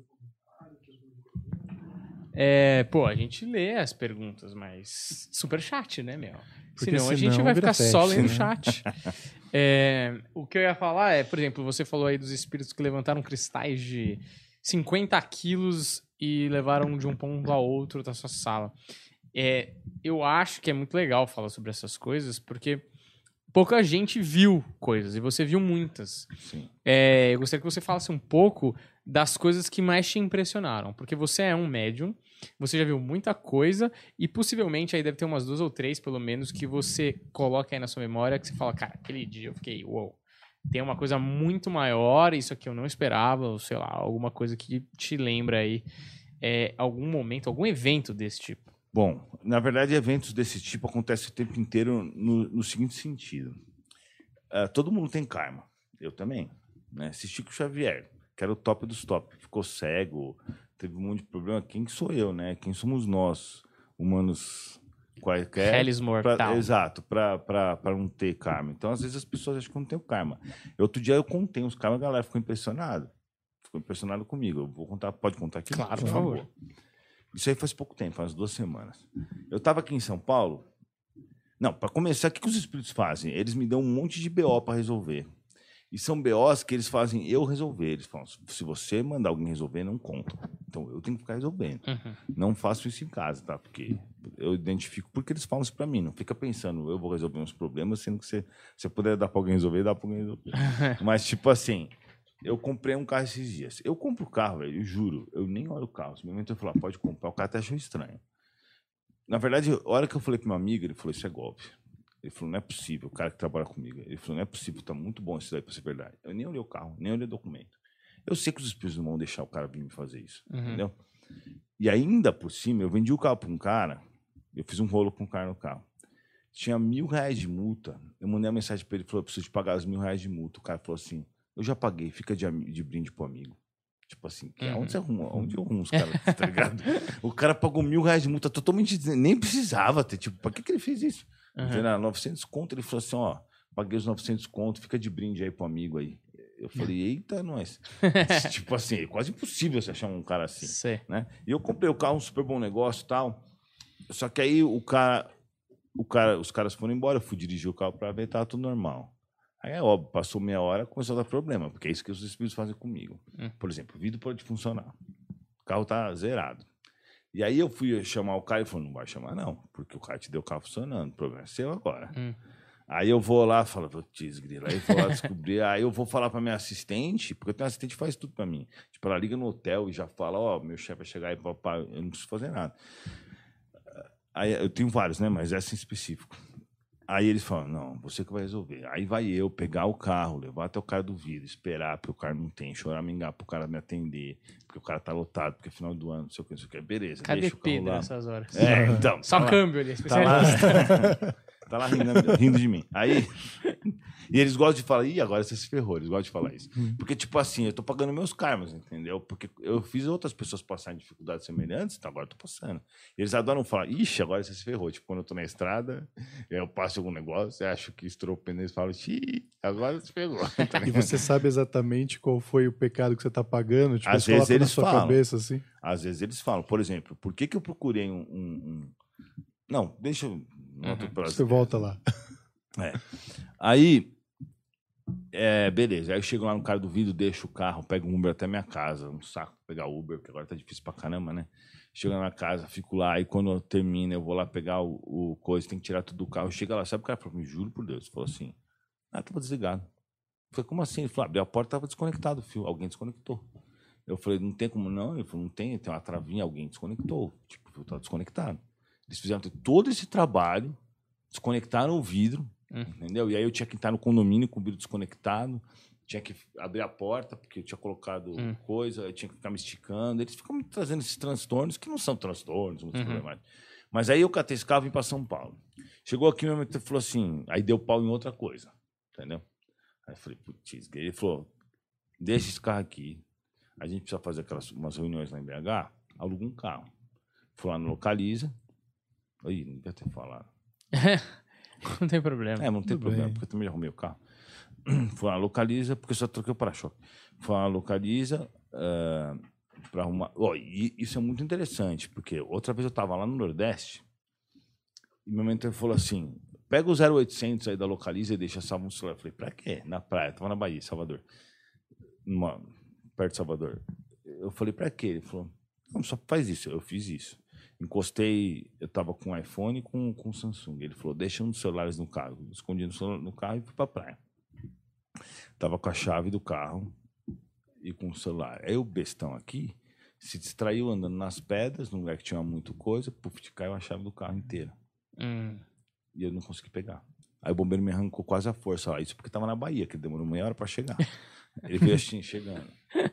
É, pô, a gente lê as perguntas, mas superchat, né, meu? Porque senão, senão a gente vai ficar teste, só lendo o né? chat. É, o que eu ia falar é, por exemplo, você falou aí dos espíritos que levantaram cristais de cinquenta quilos e levaram de um ponto ao outro da sua sala. É, eu acho que é muito legal falar sobre essas coisas, porque pouca gente viu coisas, e você viu muitas. Sim. É, eu gostaria que você falasse um pouco das coisas que mais te impressionaram, porque você é um médium, você já viu muita coisa, e possivelmente aí deve ter umas duas ou três, pelo menos, que você coloca aí na sua memória, que você fala, cara, aquele dia eu fiquei, uou, tem uma coisa muito maior, isso aqui eu não esperava, ou sei lá, alguma coisa que te lembra aí, é, algum momento, algum evento desse tipo. Bom, na verdade, eventos desse tipo acontecem o tempo inteiro no, no seguinte sentido. Uh, todo mundo tem karma. Eu também. Né? Esse Chico Xavier, que era o top dos top, ficou cego, teve um monte de problema. Quem sou eu, né? Quem somos nós, humanos quaisquer? Hellis mortal. Pra, exato, para não ter karma. Então, às vezes, as pessoas acham que não tem o karma. Outro dia eu contei uns karma, a galera ficou impressionada. Ficou impressionado comigo. Eu vou contar, pode contar aqui? Claro, por favor. Isso aí faz pouco tempo, faz duas semanas. Eu estava aqui em São Paulo. Não, para começar, o que, que os espíritos fazem? Eles me dão um monte de B O para resolver. E são B Os que eles fazem eu resolver. Eles falam, se você mandar alguém resolver, não conta. Então, eu tenho que ficar resolvendo. Uhum. Não faço isso em casa, tá? Porque eu identifico porque eles falam isso para mim. Não fica pensando, eu vou resolver uns problemas, sendo que você, se eu puder dar para alguém resolver, dá para alguém resolver. Mas, tipo assim... Eu comprei um carro esses dias. Eu compro o carro, velho, eu juro. Eu nem olho o carro. Se meu mentor falar, pode comprar, o cara até achou estranho. Na verdade, a hora que eu falei para meu amigo, ele falou, isso é golpe. Ele falou, não é possível, o cara que trabalha comigo. Ele falou, não é possível, tá muito bom isso daí pra ser verdade. Eu nem olhei o carro, nem olhei o documento. Eu sei que os espíritos não vão deixar o cara vir me fazer isso, uhum. entendeu? E ainda por cima, eu vendi o carro pra um cara, eu fiz um rolo com um cara no carro. Tinha mil reais de multa. Eu mandei uma mensagem pra ele, falou, eu preciso de pagar os mil reais de multa. O cara falou assim, eu já paguei, fica de, de brinde pro amigo. Tipo assim, uhum. onde você arruma? Onde eu arrumo os caras, tá ligado? O cara pagou mil reais de multa totalmente, nem precisava ter, tipo, pra que, que ele fez isso? Uhum. Entendeu? novecentos conto, ele falou assim, ó, paguei os novecentos conto, fica de brinde aí pro amigo aí. Eu falei, eita, nós. Tipo assim, é quase impossível você achar um cara assim, Sim. né? E eu comprei o carro, um super bom negócio e tal, só que aí o cara, o cara, os caras foram embora, eu fui dirigir o carro pra ver, tava tudo normal. Aí é óbvio, passou meia hora, começou a dar problema, porque é isso que os espíritos fazem comigo. Hum. Por exemplo, o vidro pode funcionar, o carro tá zerado. E aí eu fui chamar o cara e falou, não vai chamar não, porque o cara te deu o carro funcionando, o problema é seu agora. Hum. Aí eu vou lá e falo, putz, grila, aí eu vou lá descobrir, aí eu vou falar pra minha assistente, porque eu tenho uma assistente que faz tudo pra mim. Tipo, ela liga no hotel e já fala, ó, oh, meu chefe vai chegar aí, papai, eu não preciso fazer nada. Aí eu tenho vários, né, mas essa em específico. Aí eles falam, não, você que vai resolver. Aí vai eu pegar o carro, levar até o cara do vidro, esperar, porque o cara não tem, chorar, mingar pro cara me atender, porque o cara tá lotado, porque é final do ano, não sei o que, não sei o que, beleza. Cadê deixa o carro Pedro lá. nessas horas? É, então. Só tá câmbio lá, ali, especialista. Tá lá, tá lá rindo, rindo de mim. Aí, e eles gostam de falar, ih, agora você se ferrou, eles gostam de falar isso. Porque, tipo assim, eu tô pagando meus karmas, entendeu? Porque eu fiz outras pessoas passarem dificuldades semelhantes, então agora eu tô passando. Eles adoram falar, ixi, agora você se ferrou. Tipo, quando eu tô na estrada, eu passo algum negócio, eu acho que estourou o pneu, eles falam, ixi, agora você ferrou. E você sabe exatamente qual foi o pecado que você tá pagando? Tipo, às vezes eles na sua falam. Cabeça, assim? Às vezes eles falam, por exemplo, por que que eu procurei um... um, um... Não, deixa eu... Não, uhum. Você volta lá. É. Aí, é, beleza. Aí eu chego lá no cara do vidro, deixo o carro, pego um Uber até minha casa. Um saco pra pegar Uber, porque agora tá difícil pra caramba, né? Chego na minha casa, fico lá, aí quando eu termino, eu vou lá pegar o, o coisa, tem que tirar tudo do carro. Chega lá, sabe o cara falou? Me juro por Deus. Ele falou assim, ah, tava desligado. Eu falei, como assim? Ele falou, abriu a porta, tava desconectado o fio. Alguém desconectou. Eu falei, não tem como não? Ele falou, não tem, tem uma travinha, alguém desconectou. Tipo, o fio tava desconectado. Eles fizeram todo esse trabalho, desconectaram o vidro, hum. entendeu? E aí eu tinha que estar no condomínio com o vidro desconectado, tinha que abrir a porta, porque eu tinha colocado hum. coisa, eu tinha que ficar me esticando. Eles ficam me trazendo esses transtornos, que não são transtornos, muito uhum. problemáticos. Mas aí eu catei esse carro e vim para São Paulo. Chegou aqui, meu amigo falou assim, aí deu pau em outra coisa, entendeu? Aí eu falei, putz, ele falou, deixa esse carro aqui, a gente precisa fazer aquelas umas reuniões lá em B H, aluga um carro. Fui lá no Localiza, aí não devia ter falado. Não tem problema. É, não tem Tudo problema, bem. porque eu também arrumei o carro. Fui lá, Localiza, porque eu só troquei o para-choque. Fui lá, Localiza, uh, para arrumar... Oh, e isso é muito interessante, porque outra vez eu estava lá no Nordeste, e meu mentor falou assim, pega o zero oitocentos aí da Localiza e deixa salvo no celular. Eu falei, pra quê? Na praia, estava na Bahia, Salvador. Numa, perto de Salvador. Eu falei, pra quê? Ele falou, não, só faz isso. Eu fiz isso. Encostei, eu tava com o iPhone e com o Samsung. Ele falou, deixa um dos celulares no carro. Eu escondi no, celular, no carro e fui pra praia. Tava com a chave do carro e com o celular. Aí o bestão aqui se distraiu andando nas pedras, num lugar que tinha muito coisa, puf, caiu a chave do carro inteira. Hum. E eu não consegui pegar. Aí o bombeiro me arrancou quase a força lá. Isso porque tava na Bahia, que demorou meia hora pra chegar. Ele veio assim, chegando.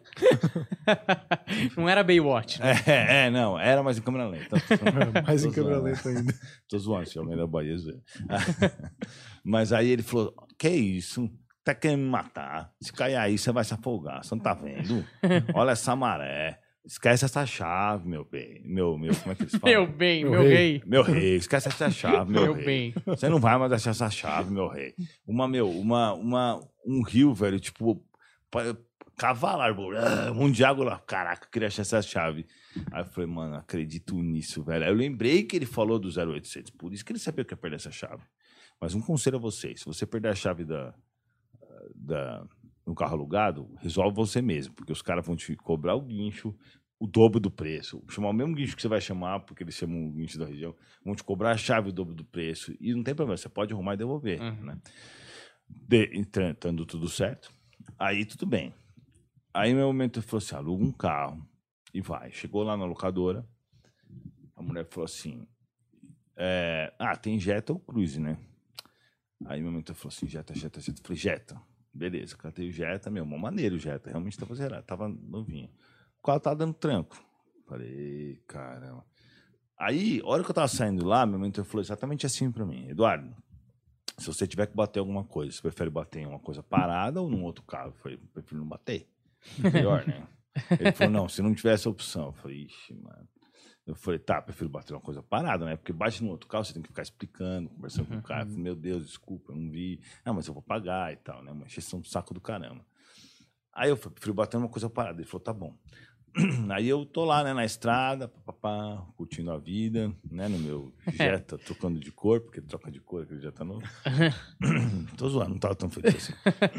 Não era Baywatch. Né? É, é, não. Era mais em câmera lenta. Tô, mais em câmera lenta ainda. Tô zoando, esse homem da Bahia. Mas aí ele falou, que isso? Tá querendo me matar? Se cair aí, você vai se afogar. Você não tá vendo? Olha essa maré. Esquece essa chave, meu bem. Meu, meu, como é que eles falam? Meu bem, meu, meu rei. rei. Meu rei, esquece essa chave, meu, meu rei. Bem. Você não vai mais achar essa chave, meu rei. Uma, meu, uma, uma, um rio, velho, tipo, cavalar, um monte de água lá. Caraca, eu queria achar essa chave. Aí eu falei, mano, acredito nisso, velho. Aí eu lembrei que ele falou do zero oitocentos, por isso que ele sabia que ia perder essa chave. Mas um conselho a vocês, se você perder a chave da... da no carro alugado, resolve você mesmo, porque os caras vão te cobrar o guincho, o dobro do preço, chamar o mesmo guincho que você vai chamar, porque eles chamam o guincho da região, vão te cobrar a chave o dobro do preço, e não tem problema, você pode arrumar e devolver, uhum. né? De, estando tudo certo, aí tudo bem. Aí, no meu momento, ele falou assim, aluga um carro e vai. Chegou lá na locadora, a mulher falou assim, é, ah, tem Jetta ou Cruze, né? Aí meu mentor falou assim, Jetta, Jetta, Jetta. Eu falei, Jetta. Beleza, catei o Jetta, meu, uma maneira o Jetta. Realmente tava zerado, tava novinho. O carro tava dando tranco. Falei, caramba. Aí, a hora que eu tava saindo lá, meu mentor falou exatamente assim pra mim. Eduardo, se você tiver que bater alguma coisa, você prefere bater em uma coisa parada ou num outro carro? Eu falei, prefiro não bater. Melhor, né? Ele falou, não, se não tivesse a opção. Eu falei, ixi, mano. Eu falei, tá, prefiro bater uma coisa parada, né? Porque bate no outro carro, você tem que ficar explicando, conversando uhum. com o cara. Eu falei, meu Deus, desculpa, eu não vi. Não, mas eu vou pagar e tal, né? Uma exceção do saco do caramba. Aí eu falei, prefiro bater uma coisa parada. Ele falou, tá bom. Aí eu tô lá, né, na estrada, papapá, curtindo a vida, né, no meu Jetta, trocando de cor, porque troca de cor, aquele Jetta novo. Tô zoando, não tava tão feliz assim.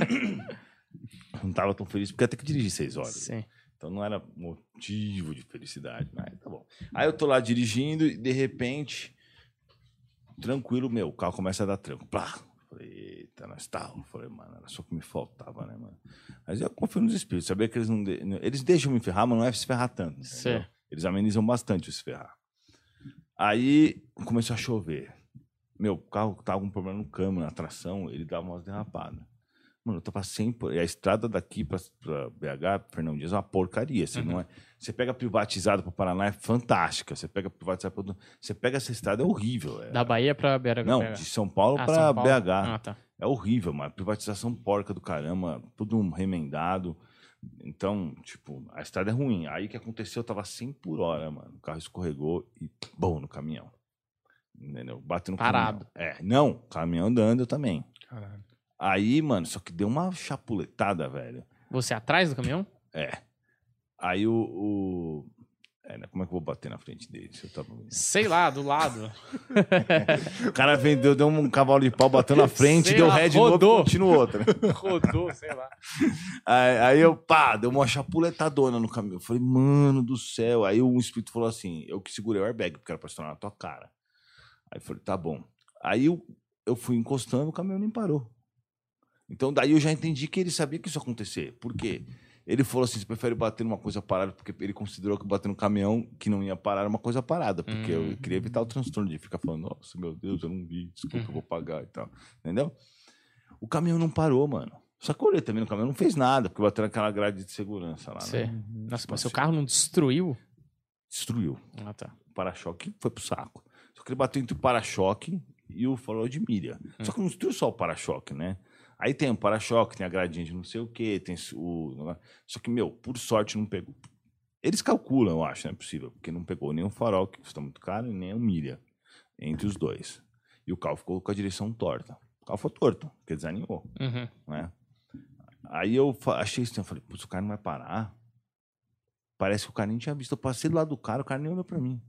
Não tava tão feliz, porque ia ter que dirigir seis horas. Sim. Então não era motivo de felicidade. Mas tá bom. Aí eu tô lá dirigindo e, de repente, tranquilo, meu, o carro começa a dar tranco. Plá! Falei, eita, nós tá. Falei, mano, era só o que me faltava, né, mano? Mas eu confio nos espíritos, sabia que eles não... De... Eles deixam me ferrar, mas não é se ferrar tanto. Eles amenizam bastante o se ferrar. Aí começou a chover. Meu, o carro tava com um problema no câmbio, na tração, ele dava umas derrapadas. Mano, eu tava sempre... E a estrada daqui pra, pra B H, Fernão Dias, é uma porcaria. Você, uhum. não é... você pega privatizado pro Paraná, é fantástica. Você pega privatizado pro... Você pega essa estrada, é horrível. É... Da Bahia pra B H? Não, de São Paulo ah, pra São Paulo? B H. Ah, tá. É horrível, mano. Privatização porca do caramba, tudo remendado. Então, tipo, a estrada é ruim. Aí o que aconteceu? Eu tava cem por hora, mano. O carro escorregou e, bom, no caminhão. Entendeu? Bateu no Parado. caminhão. É, não, caminhão andando eu também. Caralho. Aí, mano, só que deu uma chapuletada, velho. Você atrás do caminhão? É. Aí o... o... É, né? Como é que eu vou bater na frente dele? Se eu tava... Sei lá, do lado. O cara vendeu, deu um cavalo de pau, bateu na frente, sei deu lá, ré de novo e continuou. Tá? Rodou, sei lá. Aí, aí eu, pá, deu uma chapuletadona no caminho. Eu falei, mano do céu. Aí um espírito falou assim, eu que segurei o airbag, porque era pra estourar na tua cara. Aí eu falei, tá bom. Aí eu, eu fui encostando, o caminhão nem parou. Então daí eu já entendi que ele sabia que isso ia acontecer. Por quê? Ele falou assim, você prefere bater numa coisa parada, porque ele considerou que bater no caminhão que não ia parar era uma coisa parada, porque uhum. eu queria evitar o transtorno de ficar falando, nossa, meu Deus, eu não vi, desculpa, uhum. eu vou pagar e tal. Entendeu? O caminhão não parou, mano. Só que eu olhei também no caminhão, não fez nada, porque bateu naquela grade de segurança lá, né? Uhum. Nossa, mas seu carro não destruiu? Destruiu. Ah, tá. O para-choque foi pro saco. Só que ele bateu entre o para-choque e o farol de milha. Uhum. Só que não destruiu só o para-choque, né? Aí tem o para-choque, tem a gradinha de não sei o quê, tem o... Só que, meu, por sorte não pegou. Eles calculam, eu acho, não é possível, porque não pegou nem o farol, que custa muito caro, e nem o milha, entre os dois. E o carro ficou com a direção torta. O carro foi torto, porque desanimou, uhum. né? Aí eu achei isso, eu falei, putz, o cara não vai parar? Parece que o cara nem tinha visto. Eu passei do lado do cara, o cara nem olhou pra mim.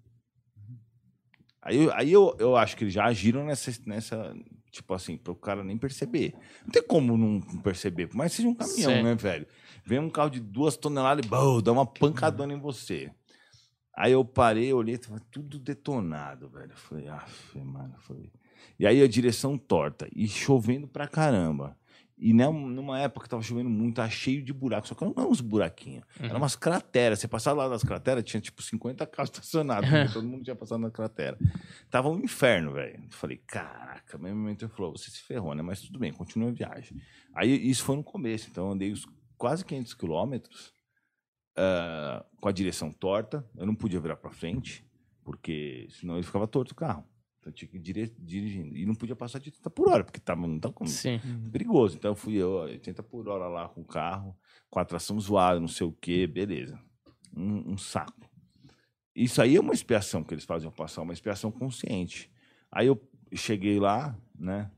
Aí, aí eu, eu acho que eles já agiram nessa, nessa... Tipo assim, para o cara nem perceber. Não tem como não perceber, por mais que seja um caminhão, Sim. né, velho? Vem um carro de duas toneladas e bom, dá uma pancadona em você. Aí eu parei, olhei, tava tudo detonado, velho. Eu falei, ah, mano. Falei... E aí a direção torta e chovendo pra caramba. E né, numa época que tava chovendo muito, tava cheio de buracos. Só que não eram uns buraquinhos, uhum. eram umas crateras. Você passava lá nas crateras, tinha tipo cinquenta carros estacionados, porque todo mundo tinha passado na cratera. Tava um inferno, velho. Falei, caraca, meu mentor falou, você se ferrou, né? Mas tudo bem, continua a viagem. Aí isso foi no começo, então eu andei os quase quinhentos quilômetros uh, com a direção torta. Eu não podia virar pra frente, porque senão ele ficava torto o carro. Então eu tinha que ir dire... dirigindo. E não podia passar de oitenta por hora, porque tava, não tava como... Sim. perigoso. Então eu fui eu, oitenta por hora lá com o carro, com a tração zoada, não sei o quê, beleza. Um, um saco. Isso aí é uma expiação que eles faziam passar, uma expiação consciente. Aí eu cheguei lá, né?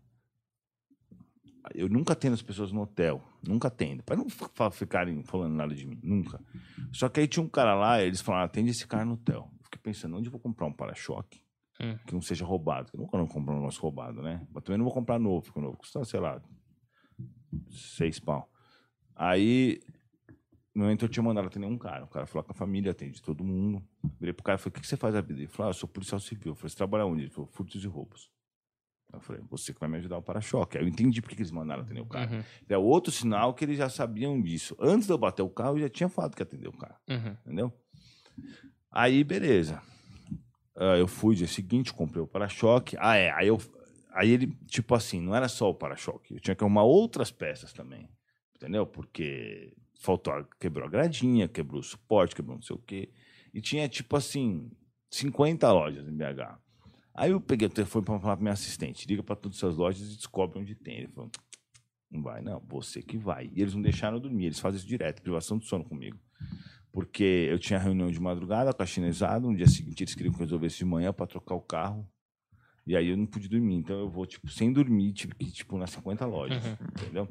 Eu nunca atendo as pessoas no hotel. Nunca atendo. Para não ficarem falando nada de mim. Nunca. Só que aí tinha um cara lá, eles falaram, atende esse cara no hotel. Eu fiquei pensando, onde eu vou comprar um para-choque? Hum. Que não seja roubado. Eu nunca não compro um negócio roubado, né? Mas também não vou comprar novo, porque o novo custa, sei lá, seis pau. Aí, no momento eu tinha mandado atender um cara. O cara falou com a família, atende todo mundo. Virei pro cara e falei, o que você faz a vida? Ele falou, ah, eu sou policial civil. Eu falei, você trabalha onde? Ele falou, furtos e roubos. Eu falei, você que vai me ajudar o para-choque. Aí eu entendi por que eles mandaram atender o cara. Uhum. É outro sinal que eles já sabiam disso. Antes de eu bater o carro, eu já tinha falado que ia atender o cara. Uhum. Entendeu? Aí, beleza. Uh, eu fui dia seguinte, comprei o para-choque. Ah, é. Aí eu, aí ele, tipo assim, não era só o para-choque. Eu tinha que arrumar outras peças também. Entendeu? Porque faltou, quebrou a gradinha, quebrou o suporte, quebrou não sei o quê. E tinha, tipo assim, cinquenta lojas em B H. Aí eu peguei o telefone para falar para minha assistente, liga para todas essas lojas e descobre onde tem. Ele falou, não vai, não, você que vai. E eles não deixaram eu dormir, eles fazem isso direto, privação de sono comigo. Porque eu tinha reunião de madrugada com a chinesada, no dia seguinte eles queriam que eu resolvesse de manhã para trocar o carro. E aí eu não pude dormir, então eu vou, tipo, sem dormir, tive que, tipo, nas cinquenta lojas, uhum. Entendeu?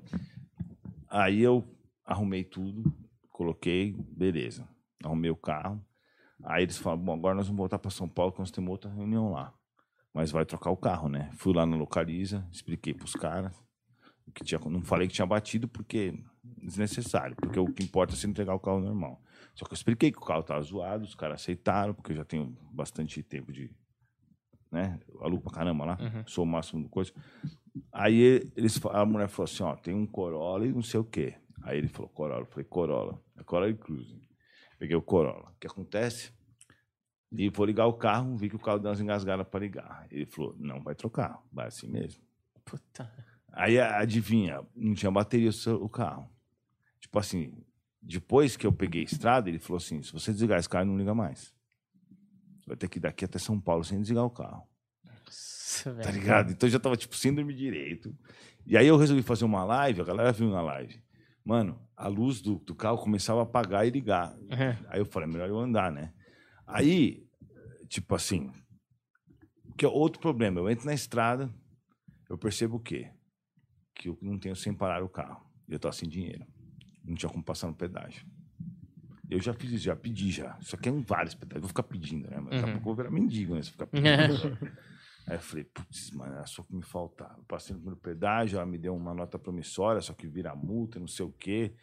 Aí eu arrumei tudo, coloquei, beleza. Arrumei o carro. Aí eles falaram, bom, agora nós vamos voltar para São Paulo, que nós temos outra reunião lá. Mas vai trocar o carro, né? Fui lá na Localiza, expliquei pros caras. Que tinha, não falei que tinha batido porque desnecessário, porque o que importa é você entregar o carro normal. Só que eu expliquei que o carro estava zoado, os caras aceitaram, porque eu já tenho bastante tempo de... né? Eu alugo pra caramba lá, uhum. Sou o máximo de coisa. Aí eles, a mulher falou assim, ó, tem um Corolla e não sei o quê. Aí ele falou Corolla, eu falei Corolla, é Corolla e Cruze. Peguei o Corolla. O que acontece? E vou ligar o carro, vi que o carro deu umas engasgadas para ligar. Ele falou, não vai trocar, vai assim mesmo. Puta. Aí, adivinha, não tinha bateria o carro. Tipo assim, depois que eu peguei a estrada, ele falou assim, se você desligar esse carro, não liga mais. Vai ter que ir daqui até São Paulo sem desligar o carro. Nossa, tá ligado? Então eu já tava, tipo, sem dormir direito. E aí eu resolvi fazer uma live, a galera viu na live. Mano, a luz do, do carro começava a apagar e ligar. Uhum. Aí eu falei, melhor eu andar, né? Aí, tipo assim, que é outro problema. Eu entro na estrada, eu percebo o quê? Que eu não tenho sem parar o carro. E eu tô sem dinheiro. Não tinha como passar no pedágio. Eu já fiz isso, já pedi já. Só que é em vários pedágios. Eu vou ficar pedindo, né? Mas daqui a pouco eu vou virar mendigo, né? Se ficar pedindo. Aí eu falei, putz, mano, era só que me faltava. Eu passei no primeiro pedágio, ela me deu uma nota promissória, só que vira multa, não sei o quê.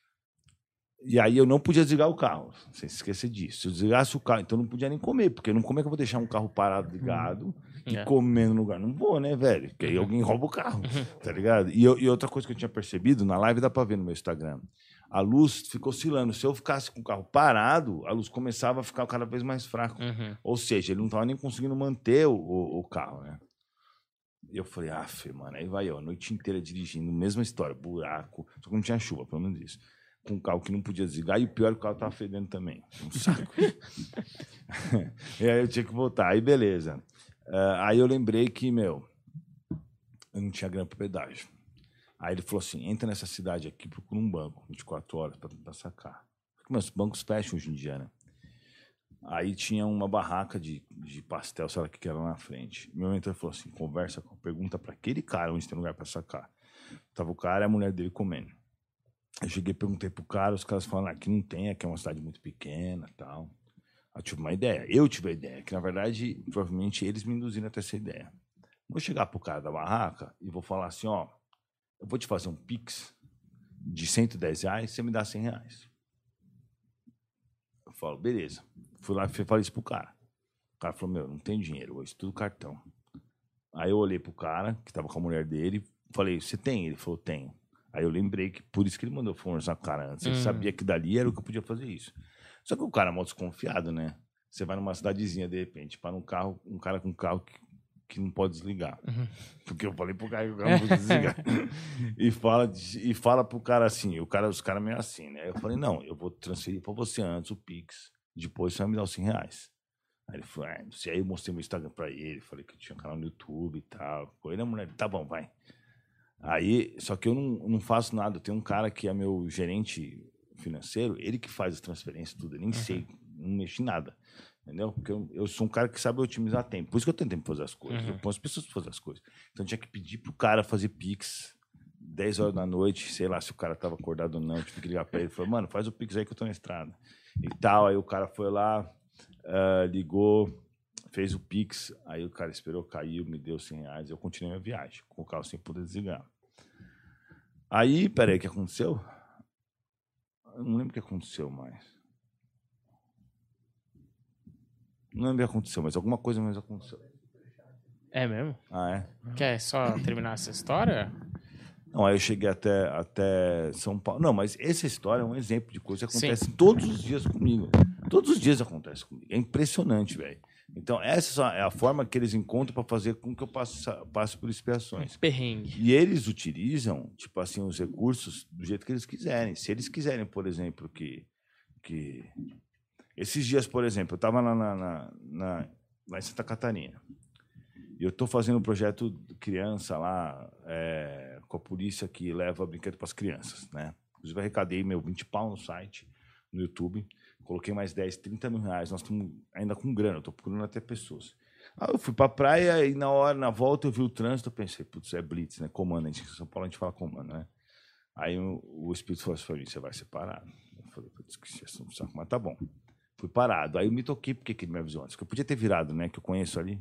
E aí eu não podia desligar o carro, sem se esquecer disso. Se eu desligasse o carro, então eu não podia nem comer, porque não, como é que eu vou deixar um carro parado, ligado, uhum. e é. comer no lugar? Não vou, né, velho? Porque aí alguém rouba o carro, tá ligado? E, eu, e outra coisa que eu tinha percebido, na live dá pra ver no meu Instagram, a luz ficou oscilando. Se eu ficasse com o carro parado, a luz começava a ficar cada vez mais fraca. Uhum. Ou seja, ele não tava nem conseguindo manter o, o, o carro, né? E eu falei, ah, fê, mano, aí vai eu, a noite inteira dirigindo, mesma história, buraco, só que não tinha chuva, pelo menos isso. Com um carro que não podia desligar, e o pior é que o carro tava fedendo também. Um saco. E aí eu tinha que voltar. Aí, beleza. Uh, aí eu lembrei que, meu, eu não tinha grana pro pedágio. Aí ele falou assim, entra nessa cidade aqui, procura um banco, vinte e quatro horas, pra tentar sacar. Porque, meus bancos fecham hoje em dia, né? Aí tinha uma barraca de, de pastel, sei lá o que era lá na frente. Meu mentor falou assim, conversa, pergunta pra aquele cara onde tem lugar pra sacar. Tava o cara e a mulher dele comendo. Eu cheguei, perguntei pro cara, os caras falaram, aqui não tem, aqui é uma cidade muito pequena e tal. Eu tive uma ideia, eu tive a ideia, que na verdade, provavelmente eles me induziram até essa ideia. Vou chegar pro cara da barraca e vou falar assim, ó, eu vou te fazer um Pix de cento e dez reais, você me dá cem reais. Eu falo, beleza. Fui lá e falei isso pro cara. O cara falou, meu, não tem dinheiro hoje, tudo cartão. Aí eu olhei pro cara, que tava com a mulher dele, falei, você tem? Ele falou, tenho. Aí eu lembrei que por isso que ele mandou forçar o cara antes. Ele hum. sabia que dali era o que eu podia fazer isso. Só que o cara é mal desconfiado, né? Você vai numa cidadezinha, de repente, para um carro, um cara com um carro que, que não pode desligar. Uhum. Porque eu falei pro cara que o carro não pode desligar. e, fala, e fala pro cara assim, o cara, os caras meio assim, né? Eu falei, não, eu vou transferir para você antes o Pix, depois você vai me dar os cem reais. Aí ele falou, ah, não sei. Aí eu mostrei meu Instagram para ele, falei que eu tinha um canal no YouTube e tal. Aí a mulher, tá bom, vai. Aí, só que eu não, não faço nada. Tem um cara que é meu gerente financeiro, ele que faz as transferências, tudo. Eu nem uhum. sei, não mexo em nada. Entendeu? Porque eu, eu sou um cara que sabe otimizar tempo. Por isso que eu tenho tempo pra fazer as coisas. Uhum. Eu ponho as pessoas pra fazer as coisas. Então eu tinha que pedir pro cara fazer Pix dez horas da noite, sei lá se o cara tava acordado ou não. Eu tive que ligar pra ele e falei, mano, faz o Pix aí que eu tô na estrada. E tal. Aí o cara foi lá, uh, ligou, fez o Pix, aí o cara esperou, caiu, me deu cem reais, eu continuei a viagem, com o carro sem poder desligar. Aí, peraí, o que aconteceu? Eu não lembro o que aconteceu mais. Não lembro o que aconteceu, mas alguma coisa mais aconteceu. É mesmo? Ah, é? Quer só terminar essa história? Não, aí eu cheguei até, até São Paulo. Não, mas essa história é um exemplo de coisa que acontece Sim. todos os dias comigo. Todos os dias acontece comigo. É impressionante, velho. Então, essa é a forma que eles encontram para fazer com que eu passe, passe por expiações. Perrengue. E eles utilizam, tipo assim, os recursos do jeito que eles quiserem. Se eles quiserem, por exemplo, que... que... Esses dias, por exemplo, eu estava lá, na, na, na, lá em Santa Catarina. E eu estou fazendo um projeto de criança lá, é, com a polícia que leva brinquedo para as crianças, né? Inclusive, arrecadei meu vinte pau no site, no YouTube. Coloquei mais dez, trinta mil reais. Nós estamos ainda com grana, estou procurando até pessoas. Aí eu fui para a praia e na hora, na volta, eu vi o trânsito, eu pensei, putz, é blitz, né? Comando, a gente, em São Paulo a gente fala comando, né? Aí o, o Espírito falou assim para mim, você vai ser parado. Eu falei, putz, que isso, mas tá bom. Fui parado. Aí eu me toquei, porque que ele me avisou antes? Porque eu podia ter virado, né? Que eu conheço ali.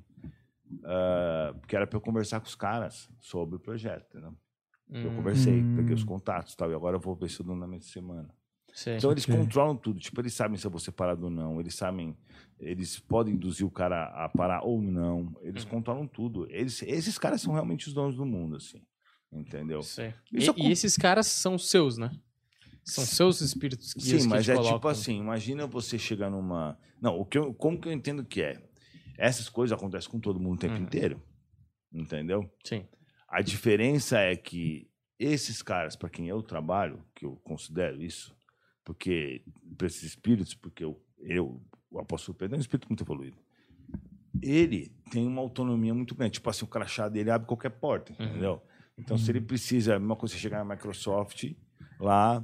Uh, porque era para eu conversar com os caras sobre o projeto, né? Hum. Eu conversei, peguei os contatos e tal. E agora eu vou ver se eu dou na minha semana. Sim, então eles sim. controlam tudo, tipo, eles sabem se eu vou ser parado ou não, eles sabem, eles podem induzir o cara a parar ou não, eles uhum. controlam tudo. Eles, esses caras são realmente os donos do mundo, assim, entendeu? Sim. E, é... e esses caras são seus, né? São seus espíritos que Sim, mas que é colocam. Tipo assim, imagina você chegar numa... Não, o que eu, como que eu entendo que é? Essas coisas acontecem com todo mundo o tempo uhum. inteiro, entendeu? Sim. A diferença é que esses caras, para quem eu trabalho, que eu considero isso, porque para esses espíritos, porque eu, eu o apóstolo Pedro é um espírito muito evoluído. Ele tem uma autonomia muito grande. Tipo assim, o crachá dele abre qualquer porta, uhum. entendeu? Então, uhum. se ele precisa, a mesma coisa, você chegar na Microsoft lá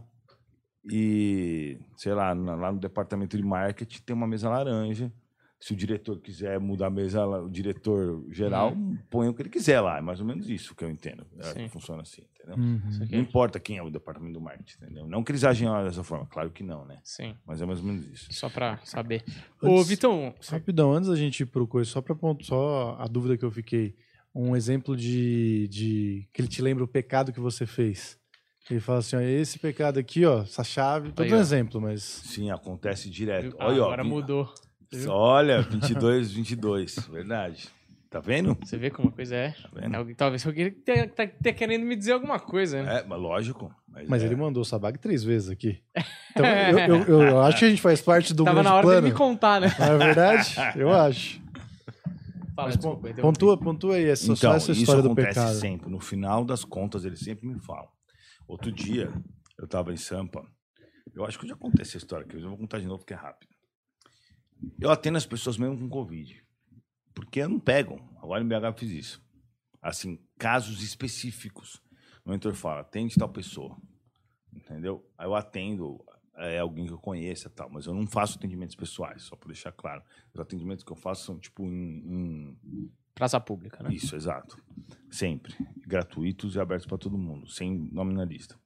e, sei lá, lá no departamento de marketing tem uma mesa laranja. Se o diretor quiser mudar a mesa, o diretor geral uhum. põe o que ele quiser lá. É mais ou menos isso que eu entendo. É, funciona assim, entendeu? Uhum. Não importa quem é o departamento do marketing, entendeu? Não que eles agem dessa forma, claro que não, né? Sim. Mas é mais ou menos isso. Só pra saber. Antes, Ô, Vitão... Rapidão, antes da gente ir pro coisa, só, pra, só a dúvida que eu fiquei. Um exemplo de, de... que ele te lembra o pecado que você fez. Ele fala assim, ó, esse pecado aqui, ó, essa chave... Tô dando um exemplo, mas... Sim, acontece direto. Ah, Olha, agora ó, mudou. Viu? Olha, vinte e dois, vinte e dois, verdade. Tá vendo? Você vê como a coisa é. Tá vendo? Talvez alguém tenha tá, tá querendo me dizer alguma coisa, né? É, mas lógico. Mas, mas é. ele mandou o Sabag três vezes aqui. Então, eu, eu, eu, eu acho que a gente faz parte do Tava grande na hora plano. dele me contar, né? Não é verdade? Eu acho. Fala, mas, desculpa, então. pontua, pontua aí essa, então, só essa história do pecado. Isso acontece sempre. No final das contas, eles sempre me falam. Outro dia, eu tava em Sampa. Eu acho que já contei essa história aqui. Eu vou contar de novo porque é rápido. Eu atendo as pessoas mesmo com Covid. Porque eu não pego. Agora em B H eu fiz isso. Assim, casos específicos. O mentor fala, atende tal pessoa. Entendeu? Aí eu atendo é, alguém que eu conheça e tal. Mas eu não faço atendimentos pessoais, só para deixar claro. Os atendimentos que eu faço são tipo em... em... praça pública, né? Isso, exato. Sempre. Gratuitos e abertos para todo mundo. Sem nome na lista.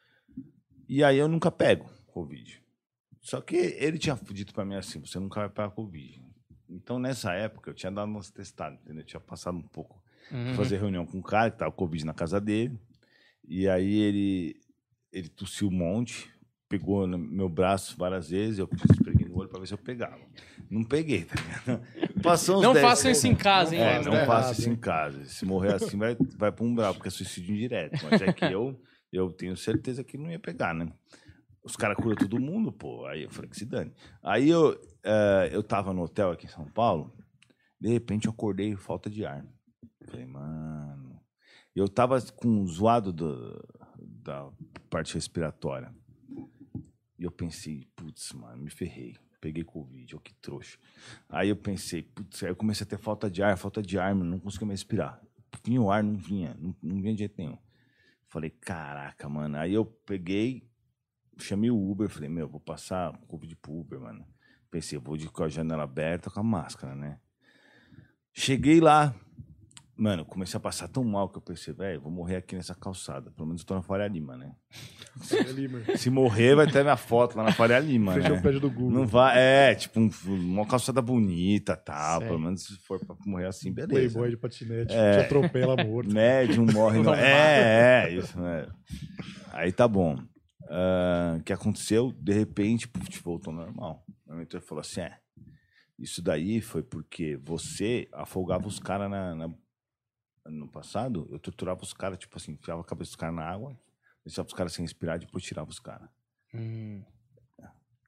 E aí eu nunca pego Covid. Só que ele tinha dito para mim assim, você nunca vai pegar Covid. Então, nessa época, eu tinha dado umas testadas, entendeu? Eu tinha passado um pouco, uhum. fazer reunião com um cara que tava com Covid na casa dele. E aí ele, ele tossiu um monte, pegou no meu braço várias vezes, eu esfreguei no olho para ver se eu pegava. Não peguei, tá ligado? Passou uns não dez, façam isso em casa, hein? É, não é faça errado, isso hein? em casa. Se morrer assim, vai, vai para um bravo, porque é suicídio indireto. Mas é que eu, eu tenho certeza que não ia pegar, né? Os caras curam todo mundo, pô. Aí eu falei que se dane. Aí eu, uh, eu tava no hotel aqui em São Paulo, de repente eu acordei falta de ar. Falei, mano... Eu tava com um zoado do, da parte respiratória. E eu pensei, putz, mano, me ferrei. Peguei Covid, ó, que trouxa. Aí eu pensei, putz, aí eu comecei a ter falta de ar, falta de ar, mano, não conseguia mais respirar. Vinha o ar, não vinha, não, não vinha de jeito nenhum. Falei, caraca, mano. Aí eu peguei... Chamei o Uber, falei, meu, vou passar Covid pro Uber, mano. Pensei, vou de, com a janela aberta, com a máscara, né? Cheguei lá, mano, comecei a passar tão mal que eu pensei, velho, vou morrer aqui nessa calçada. Pelo menos eu tô na Faria Lima, né? Faria Lima. Se morrer, vai ter minha foto lá na Faria Lima, Fechou né? o prédio do Google. Não vai, é, tipo, um, uma calçada bonita, tal. Sei. Pelo menos se for pra morrer assim, beleza. Playboy de patinete, É. te atropela morto. Médium morre no... É, é, isso, né? Aí tá bom. O uh, que aconteceu, de repente, puf, voltou ao normal. O mentor falou assim, é, isso daí foi porque você afogava os caras na, na, no passado, eu torturava os caras, tipo assim, enfiava a cabeça dos caras na água, deixava os caras sem respirar, depois tirava os caras. Hum.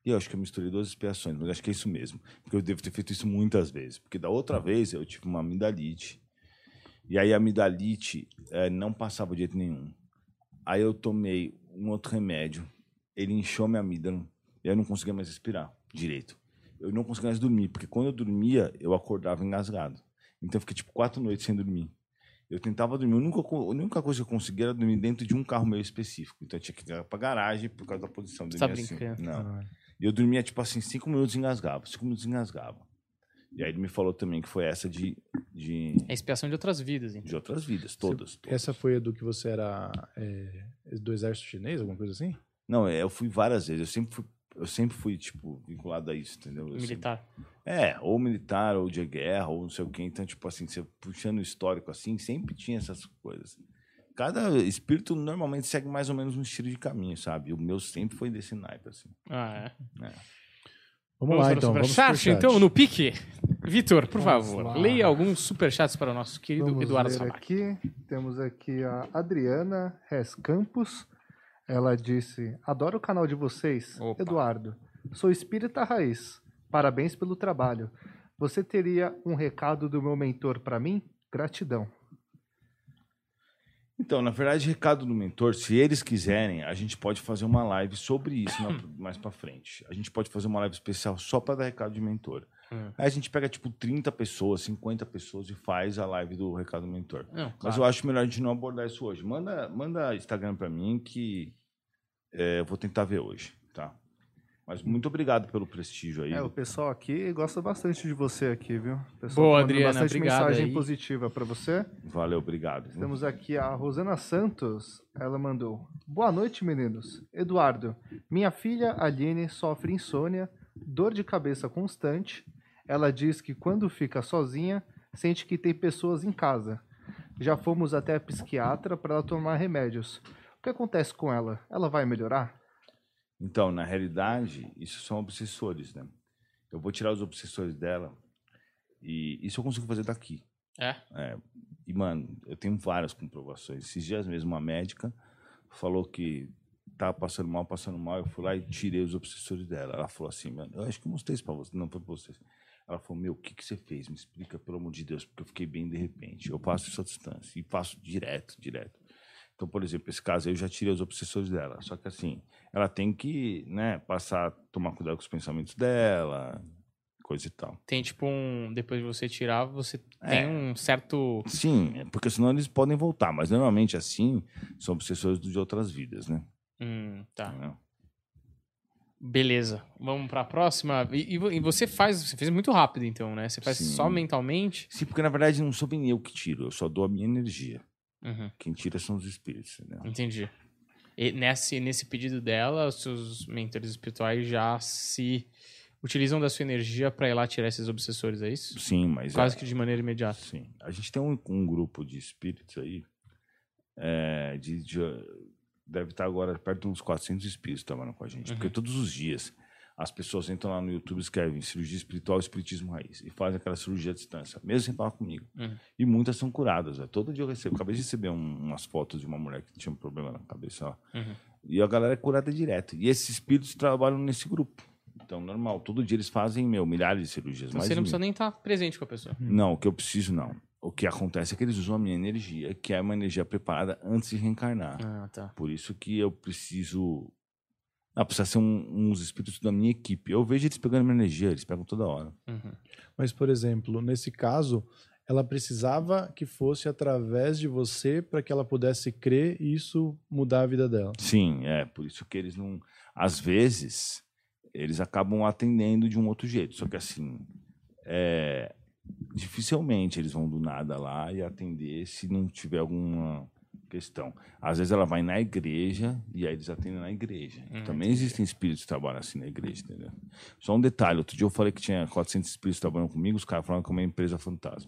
E eu acho que eu misturei duas expiações, mas acho que é isso mesmo. Porque eu devo ter feito isso muitas vezes. Porque da outra vez eu tive uma amidalite. E aí a amidalite é, não passava de jeito nenhum. Aí eu tomei um outro remédio. Ele inchou minha amígdala. E aí eu não conseguia mais respirar direito. Eu não conseguia mais dormir. Porque quando eu dormia, eu acordava engasgado. Então eu fiquei tipo quatro noites sem dormir. Eu tentava dormir. A única, a única coisa que eu conseguia era dormir dentro de um carro meio específico. Então eu tinha que ir pra garagem por causa da posição. Você tá Dormia assim. brincando? Não. E eu dormia, tipo assim, cinco minutos e engasgava. Cinco minutos e engasgava. E aí ele me falou também que foi essa de... de... É expiação de outras vidas, então. De outras vidas, todas. Você, todas. essa foi a do que você era é, do exército chinês, alguma coisa assim? Não, eu fui várias vezes. Eu sempre fui, eu sempre fui tipo, vinculado a isso, entendeu? Eu Militar. Sempre... É, ou militar, ou de guerra, ou não sei o quê. Então, tipo assim, você puxando o histórico assim, sempre tinha essas coisas. Cada espírito normalmente segue mais ou menos um estilo de caminho, sabe? O meu sempre foi desse naipe, assim. Ah, é. É. Vamos, lá, então. Vamos superchat, superchat. então, no pique. Vitor, por Vamos favor, lá. leia alguns superchats para o nosso querido Vamos Eduardo ler Samar. aqui. Temos aqui a Adriana Res Campos. Ela disse: adoro o canal de vocês. Opa. Eduardo, sou espírita raiz. Parabéns pelo trabalho. Você teria um recado do meu mentor para mim? Gratidão. Então, na verdade, recado do mentor, se eles quiserem, a gente pode fazer uma live sobre isso na- mais pra frente. A gente pode fazer uma live especial só pra dar recado de mentor. Hum. Aí a gente pega, tipo, trinta pessoas, cinquenta pessoas e faz a live do recado do mentor. Não, Mas claro. eu acho melhor a gente não abordar isso hoje. Manda, manda Instagram pra mim que é, eu vou tentar ver hoje, tá? Mas muito obrigado pelo prestígio aí. É, o pessoal aqui gosta bastante de você aqui, viu? O pessoal Boa, tá mandando Adriana, bastante obrigado mensagem aí. positiva para você. Valeu, obrigado. Temos aqui a Rosana Santos. Ela mandou: boa noite, meninos. Eduardo, minha filha Aline sofre insônia, dor de cabeça constante. Ela diz que quando fica sozinha, sente que tem pessoas em casa. Já fomos até a psiquiatra para ela tomar remédios. O que acontece com ela? Ela vai melhorar? Então, na realidade, isso são obsessores, né? Eu vou tirar os obsessores dela e isso eu consigo fazer daqui. É? É, e, mano, eu tenho várias comprovações. Esses dias mesmo, uma médica falou que tava passando mal, passando mal. Eu fui lá e tirei os obsessores dela. Ela falou assim, mano, eu acho que eu mostrei isso pra você. Não, foi pra vocês. Ela falou, meu, o que, que você fez? Me explica, pelo amor de Deus, porque eu fiquei bem de repente. Eu passo isso à distância e faço direto, direto. Então, por exemplo, esse caso aí eu já tirei os obsessores dela. Só que assim, ela tem que, né, passar, tomar cuidado com os pensamentos dela, coisa e tal. Tem tipo um. Depois de você tirar, você É. tem um certo. Sim, é porque senão eles podem voltar. Mas normalmente assim, são obsessores de outras vidas, né? Hum, tá. Entendeu? Beleza. Vamos pra próxima. E, e você faz. Você fez muito rápido, então, né? Você faz Sim. só mentalmente. Sim, porque na verdade não sou bem eu que tiro, eu só dou a minha energia. Uhum, Quem tira são os espíritos, entendeu? entendi. E nesse, nesse pedido dela, os seus mentores espirituais já se utilizam da sua energia pra ir lá tirar esses obsessores, é isso? Sim, mas... Quase é- que de maneira imediata. Sim. A gente tem um, um grupo de espíritos aí, é, de, de- deve estar agora perto de uns quatrocentos espíritos trabalhando com a gente. Porque todos os dias as pessoas entram lá no YouTube e escrevem cirurgia espiritual, espiritismo raiz, e fazem aquela cirurgia à distância, mesmo sem falar comigo. Uhum. E muitas são curadas. Véio. Todo dia eu recebo. Acabei de receber um- umas fotos de uma mulher que tinha um problema na cabeça. Ó. Uhum. E a galera é curada direto. E esses espíritos trabalham nesse grupo. Então, normal. Todo dia eles fazem, meu, milhares de cirurgias. Então mais você de não mil. precisa nem estar presente com a pessoa. Não, o que eu preciso não. O que acontece é que eles usam a minha energia, que é uma energia preparada antes de reencarnar. Ah, tá. Por isso que eu preciso... Ah, precisa ser um- uns espíritos da minha equipe. Eu vejo eles pegando minha energia, eles pegam toda hora. Uhum. Mas, por exemplo, nesse caso, ela precisava que fosse através de você para que ela pudesse crer e isso mudar a vida dela. Sim, é. Por isso que eles não... Às vezes, eles acabam atendendo de um outro jeito. Só que assim, é, dificilmente eles vão do nada lá e atender se não tiver alguma questão. Às vezes ela vai na igreja e aí eles atendem na igreja. Hum, Também existem espíritos que trabalham assim na igreja, entendeu? Só um detalhe. Outro dia eu falei que tinha quatrocentos espíritos trabalhando comigo, os caras falaram que é uma empresa fantasma.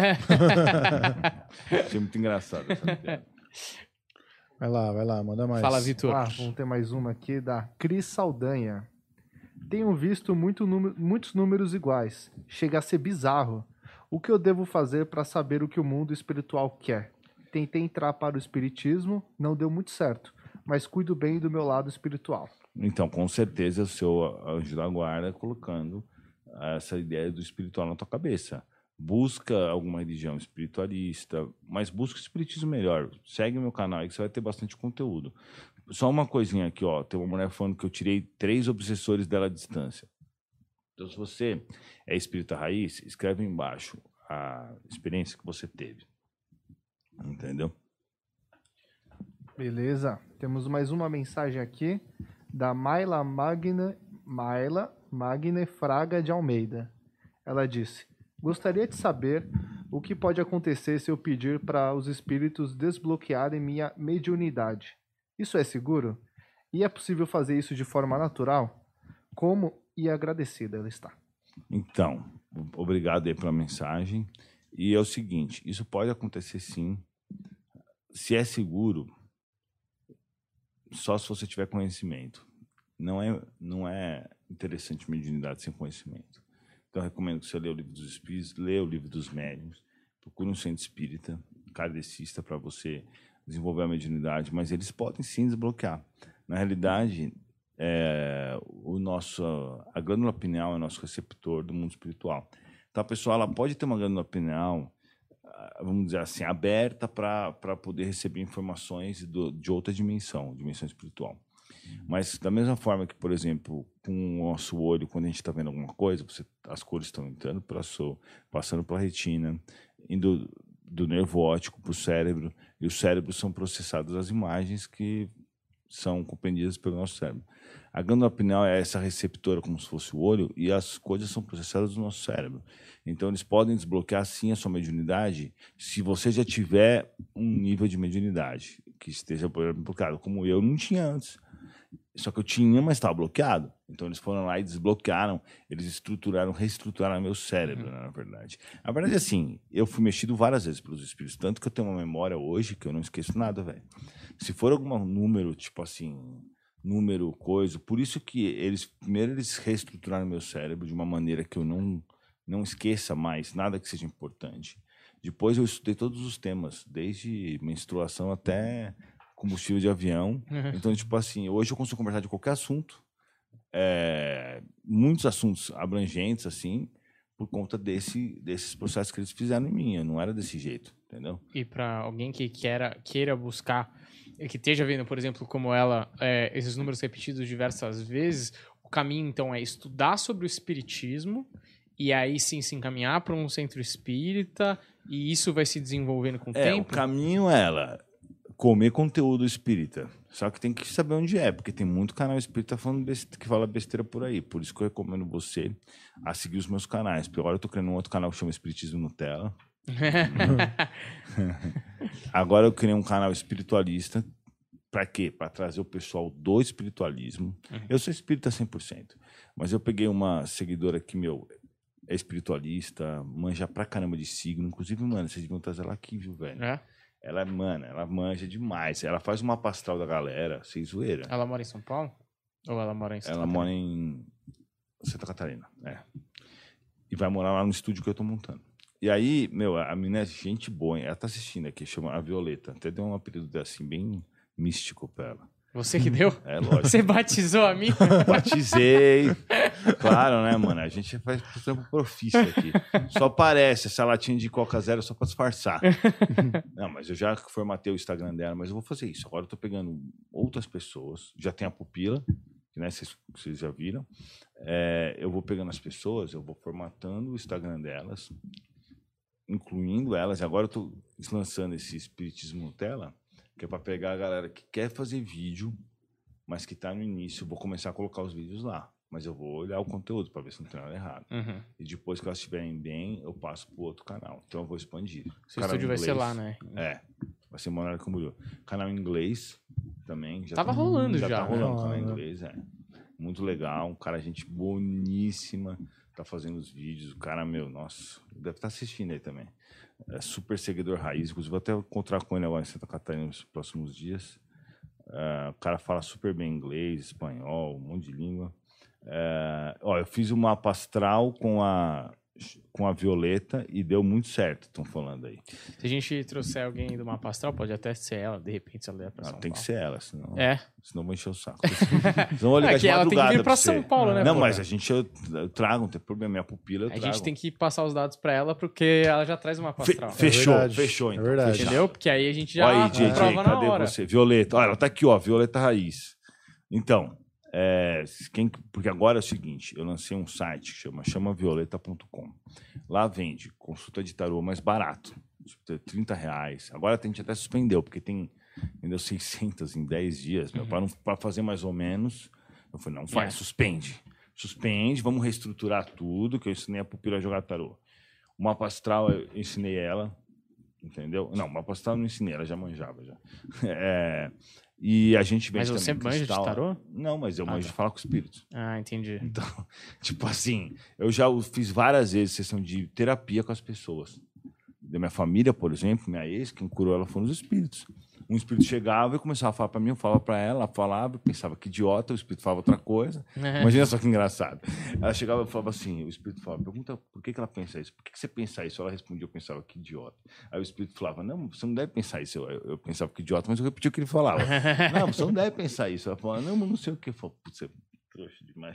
Achei muito engraçado essa piada. Vai lá, vai lá, manda mais. Fala, Vitor. Ah, vamos ter mais uma aqui da Cris Saldanha. Tenho visto muito número- muitos números iguais. Chega a ser bizarro. O que eu devo fazer para saber o que o mundo espiritual quer? Tentei entrar para o espiritismo, não deu muito certo, mas cuido bem do meu lado espiritual. Então, com certeza, o seu anjo da guarda colocando essa ideia do espiritual na tua cabeça. Busca alguma religião espiritualista, mas busca o espiritismo melhor. Segue o meu canal aí que você vai ter bastante conteúdo. Só uma coisinha aqui, ó. Tem uma mulher falando que eu tirei três obsessores dela à distância. Então, se você é espírita raiz, escreve embaixo a experiência que você teve. Entendeu? Beleza. Temos mais uma mensagem aqui da Maila Magne, Maila Magne Fraga de Almeida. Ela disse: gostaria de saber o que pode acontecer se eu pedir para os espíritos desbloquearem minha mediunidade. Isso é seguro? E é possível fazer isso de forma natural? Como e agradecida ela está. Então, obrigado aí pela mensagem. E é o seguinte, isso pode acontecer sim. Se é seguro, só se você tiver conhecimento. Não é, não é interessante mediunidade sem conhecimento. Então, eu recomendo que você leia o livro dos espíritos, leia o livro dos médiuns, procure um centro espírita, kardecista, para você desenvolver a mediunidade, mas eles podem sim desbloquear. Na realidade, é, o nosso, a glândula pineal é o nosso receptor do mundo espiritual. Então, a pessoa ela pode ter uma glândula pineal, vamos dizer assim, aberta para poder receber informações do, de outra dimensão, dimensão espiritual. Mas da mesma forma que, por exemplo, com o nosso olho, quando a gente está vendo alguma coisa, você, as cores estão entrando para o passando pela retina, indo do nervo óptico para o cérebro, e o cérebro são processadas as imagens que são compreendidas pelo nosso cérebro. A glândula pineal é essa receptora como se fosse o olho, e as coisas são processadas no nosso cérebro. Então, eles podem desbloquear, sim, a sua mediunidade, se você já tiver um nível de mediunidade que esteja bloqueado, como eu não tinha antes. Só que eu tinha, mas estava bloqueado. Então, eles foram lá e desbloquearam, eles estruturaram, reestruturaram meu cérebro, uhum. né, na verdade. A verdade é assim, eu fui mexido várias vezes pelos espíritos, tanto que eu tenho uma memória hoje que eu não esqueço nada, velho. Se for algum número, tipo assim, número, coisa, por isso que eles, primeiro eles reestruturaram meu cérebro de uma maneira que eu não, não esqueça mais nada que seja importante. Depois eu estudei todos os temas, desde menstruação até combustível de avião. Uhum. Então, tipo assim, hoje eu consigo conversar de qualquer assunto, é, muitos assuntos abrangentes, assim, por conta desse, desses processos que eles fizeram em mim. Eu não era desse jeito, entendeu? E para alguém que queira, queira buscar, que esteja vendo, por exemplo, como ela, é, esses números repetidos diversas vezes, o caminho, então, é estudar sobre o espiritismo e aí sim se encaminhar para um centro espírita e isso vai se desenvolvendo com o é, tempo? O caminho é ela comer conteúdo espírita. Só que tem que saber onde é, porque tem muito canal espírita falando besteira, que fala besteira por aí. Por isso que eu recomendo você a seguir os meus canais. Porque agora eu tô criando um outro canal que chama Espiritismo Nutella. Agora eu criei um canal espiritualista. Pra quê? Pra trazer o pessoal do espiritualismo. Uhum. Eu sou espírita cem por cento. Mas eu peguei uma seguidora que, meu, é espiritualista, manja pra caramba de signo. Inclusive, mano, vocês deviam trazer ela aqui, viu, velho? É? Ela, mano, ela manja demais. Ela faz uma pastral da galera, sem zoeira. Ela mora em São Paulo? Ou ela mora em Santa Ela Catarina? mora em Santa Catarina, é. E vai morar lá no estúdio que eu tô montando. E aí, meu, a menina é gente boa, hein? Ela tá assistindo aqui, chama a Violeta. Até deu um apelido assim, bem místico pra ela. Você que deu? É, lógico. Você batizou a mim? Batizei. Claro, né, mano? A gente faz trampo profício aqui. Só parece essa latinha de Coca Zero só pra disfarçar. Não, mas eu já formatei o Instagram dela, mas eu vou fazer isso. Agora eu tô pegando outras pessoas. Já tem a pupila, que né, vocês, vocês já viram. É, eu vou pegando as pessoas, eu vou formatando o Instagram delas, incluindo elas. Agora eu tô lançando esse Espiritismo Nutella, que é para pegar a galera que quer fazer vídeo, mas que está no início. Eu vou começar a colocar os vídeos lá, mas eu vou olhar o conteúdo para ver se não tem nada errado. Uhum. E depois que elas estiverem bem, eu passo para o outro canal. Então eu vou expandir. Seu estúdio vai ser lá, né? É, vai ser Monarca Camboriú. Canal em inglês também. Já Tava tá, rolando já. Já tá rolando né? canal em inglês, é. Muito legal, um cara, gente boníssima, tá fazendo os vídeos. O cara, meu, nossa, deve estar assistindo aí também. É super seguidor raiz, inclusive vou até encontrar com ele agora em Santa Catarina nos próximos dias. Uh, o cara fala super bem inglês, espanhol, um monte de língua. Uh, ó, eu fiz uma mapa astral com a com a Violeta e deu muito certo, estão falando aí. Se a gente trouxer alguém do mapa astral, pode até ser ela, de repente, se ela der pra Não, São tem que Paulo. ser ela, senão, É. senão eu vou encher o saco. Senão eu vou ligar É de que ela tem que madrugada vir pra você. São Paulo, né? Não, pô? mas a gente, eu, eu trago, não tem problema, minha pupila eu A trago. gente tem que passar os dados pra ela, porque ela já traz o mapa Fe- astral. fechou, verdade, fechou, é então. verdade. fechado. Entendeu? Porque aí a gente já Olha aí, J J, prova na cadê hora. você? Violeta, olha, ela tá aqui, ó, Violeta Raiz. Então, é, quem, porque agora é o seguinte, eu lancei um site que chama chama violeta ponto com. Lá vende consulta de tarô mais barato, tipo, trinta reais. Agora a gente até suspendeu, porque tem vendeu seiscentos em dez dias, Uhum. para fazer mais ou menos. Eu falei, não faz, É. suspende. Suspende, vamos reestruturar tudo, que eu ensinei a pupila a jogar tarô. O mapa astral eu ensinei ela, entendeu? Não, o mapa astral eu não ensinei, ela já manjava já. É, e a gente vende Mas você também manja de cristal. tarô? Não, mas eu Ah, manjo tá. de falar com espíritos. Ah, entendi. Então, tipo assim, eu já fiz várias vezes sessão de terapia com as pessoas. Da minha família, por exemplo, minha ex, quem curou ela foram os espíritos. Um espírito chegava e começava a falar pra mim, eu falava pra ela, ela falava, eu pensava que idiota, o espírito falava outra coisa. Imagina só que engraçado. Ela chegava e falava assim, o espírito falava, pergunta por que, que ela pensa isso? Por que, que você pensa isso? Ela respondia, eu pensava que idiota. Aí o espírito falava, não, você não deve pensar isso. Eu, eu pensava que idiota, mas eu repeti o que ele falava. Não, você não deve pensar isso. Ela falava, não, mas não sei o que. Eu falava, putz, você é trouxa demais.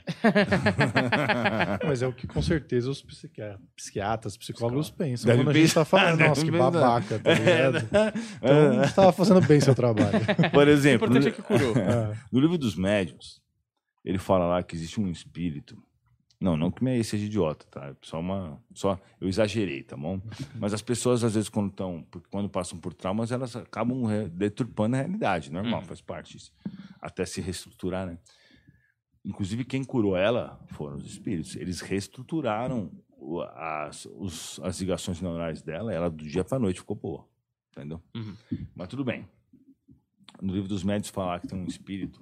Mas é o que com certeza os psiquiatras, psiquiatras psicólogos pensam Deve quando a gente pensar, tá falando, deve nossa, que pensar. babaca, tá ligado? É. Então você estava fazendo bem seu trabalho. Por O exemplo, importante no, é que curou. É. no livro dos médiuns, ele fala lá que existe um espírito. Não, não que minha ex seja idiota, tá? Só uma, só eu exagerei, tá bom? Mas as pessoas às vezes quando estão, quando passam por traumas, elas acabam re- deturpando a realidade, normal, faz parte disso. Até se reestruturar, né? Inclusive quem curou ela foram os espíritos. Eles reestruturaram o- as, os- as ligações neurais dela. Ela do dia para noite ficou boa, entendeu? Uhum. Mas tudo bem. No livro dos médiuns fala que tem um espírito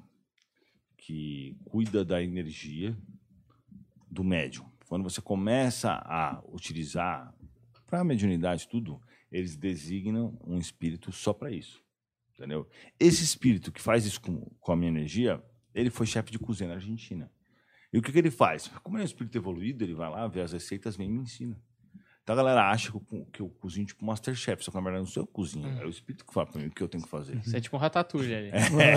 que cuida da energia do médium. Quando você começa a utilizar para a mediunidade tudo, eles designam um espírito só para isso, entendeu? Esse espírito que faz isso com, com a minha energia, ele foi chefe de cozinha na Argentina. E o que, que ele faz? Como ele é um espírito evoluído, ele vai lá, vê as receitas, vem e me ensina. Então a galera acha que eu, que eu cozinho tipo Masterchef, só que na verdade não sou eu que cozinho, é o espírito que fala para mim o que eu tenho que fazer. Isso é tipo um ratatouille ali.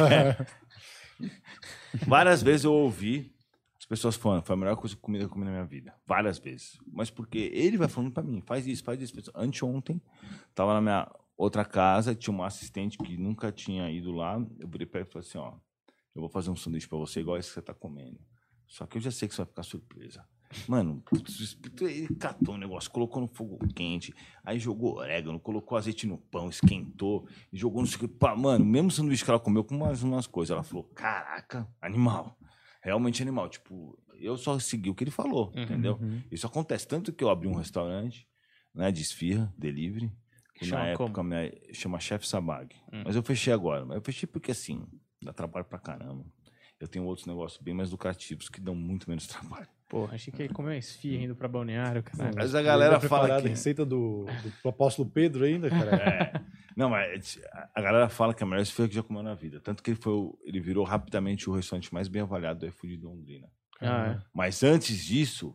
Várias vezes eu ouvi as pessoas falando, foi a melhor coisa que comida que eu comi na minha vida. Várias vezes. Mas porque ele vai falando pra mim, faz isso, faz isso. Anteontem, tava na minha outra casa, tinha uma assistente que nunca tinha ido lá. Eu virei pra ela e falei assim, ó, eu vou fazer um sanduíche pra você igual esse que você tá comendo. Só que eu já sei que você vai ficar surpresa. Mano, putz, o espírito, ele catou um negócio, colocou no fogo quente, aí jogou orégano, colocou azeite no pão, esquentou, e jogou no suco. Pá, mano, o mesmo sanduíche que ela comeu com umas, umas coisas. Ela falou, caraca, animal. Realmente animal. Tipo, eu só segui o que ele falou, Uhum, entendeu? uhum. Isso acontece. Tanto que eu abri um restaurante, né, de esfirra, delivery, que Chama na como? época minha, chama Chef Sabag. Hum. Mas eu fechei agora. Mas eu fechei porque, assim, dá trabalho pra caramba. Eu tenho outros negócios bem mais lucrativos que dão muito menos trabalho. Porra, achei que ele comeu uma esfirra indo pra balneário, cara. Mas a galera fala preparado que... a receita do, do apóstolo Pedro ainda, cara. É. Não, mas a galera fala que é a melhor esfirra que já comeu na vida. Tanto que ele, foi, o- ele virou rapidamente o restaurante mais bem avaliado do iFood de Londrina. Ah, é. Mas antes disso,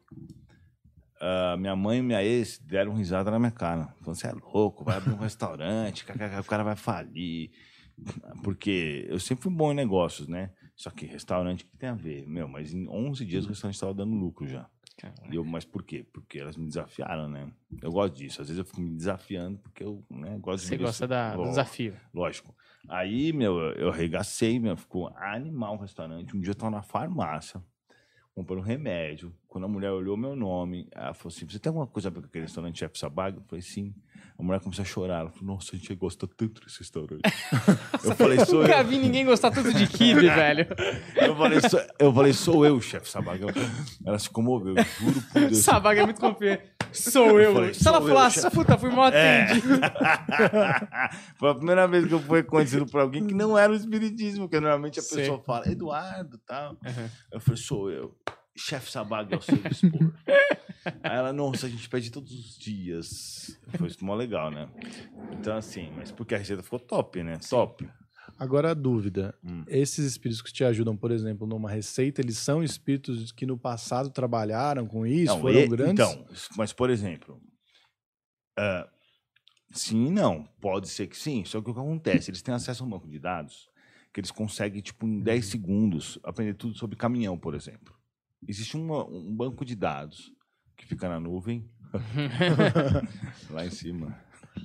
ah, minha mãe e minha ex deram risada na minha cara. Falando, você é louco, vai abrir um restaurante, kkk, o cara vai falir. Porque eu sempre fui bom em negócios, né? Só que restaurante, o que tem a ver? Meu, mas em onze dias o restaurante estava dando lucro já. E eu, mas por quê? Porque elas me desafiaram, né? Eu gosto disso. Às vezes eu fico me desafiando porque eu, né, gosto Você de... gosta da, do Ó, desafio. Lógico. Aí, meu, eu eu arregacei, meu, ficou animal o restaurante. Um dia eu tava na farmácia, comprando um remédio. Quando a mulher olhou meu nome, ela falou assim, você tem alguma coisa a ver com aquele restaurante Chef Sabag? Eu falei, sim. A mulher começou a chorar. Ela falou, nossa, a gente gosta tanto desse restaurante. Eu falei, sou Nunca eu. vi ninguém gostar tanto de kibe, velho. Eu falei, sou, eu falei, sou eu, Chef Sabag. Ela se comoveu, eu juro por Deus. Sabaga é muito confiante. Sou eu. falei, Se ela sou eu, falasse, chefe. puta, fui mal É. atendido. Foi a primeira vez que eu fui reconhecido por alguém que não era o espiritismo, porque normalmente a Sei. pessoa fala, Eduardo, tal. Uhum. Eu falei, sou eu. Chef Sabag ao seu dispor. Aí ela, nossa, a gente pede todos os dias. Foi isso mó legal, né? Então, assim, mas porque a receita ficou top, né? Top. Agora a dúvida. Hum. Esses espíritos que te ajudam, por exemplo, numa receita, eles são espíritos que no passado trabalharam com isso, Não, foram e- grandes? Então, mas por exemplo, ah, sim e não. Pode ser que sim. Só que o que acontece? Eles têm acesso a um banco de dados que eles conseguem, tipo, em dez segundos, aprender tudo sobre caminhão, por exemplo. Existe uma- um banco de dados que fica na nuvem, lá em cima,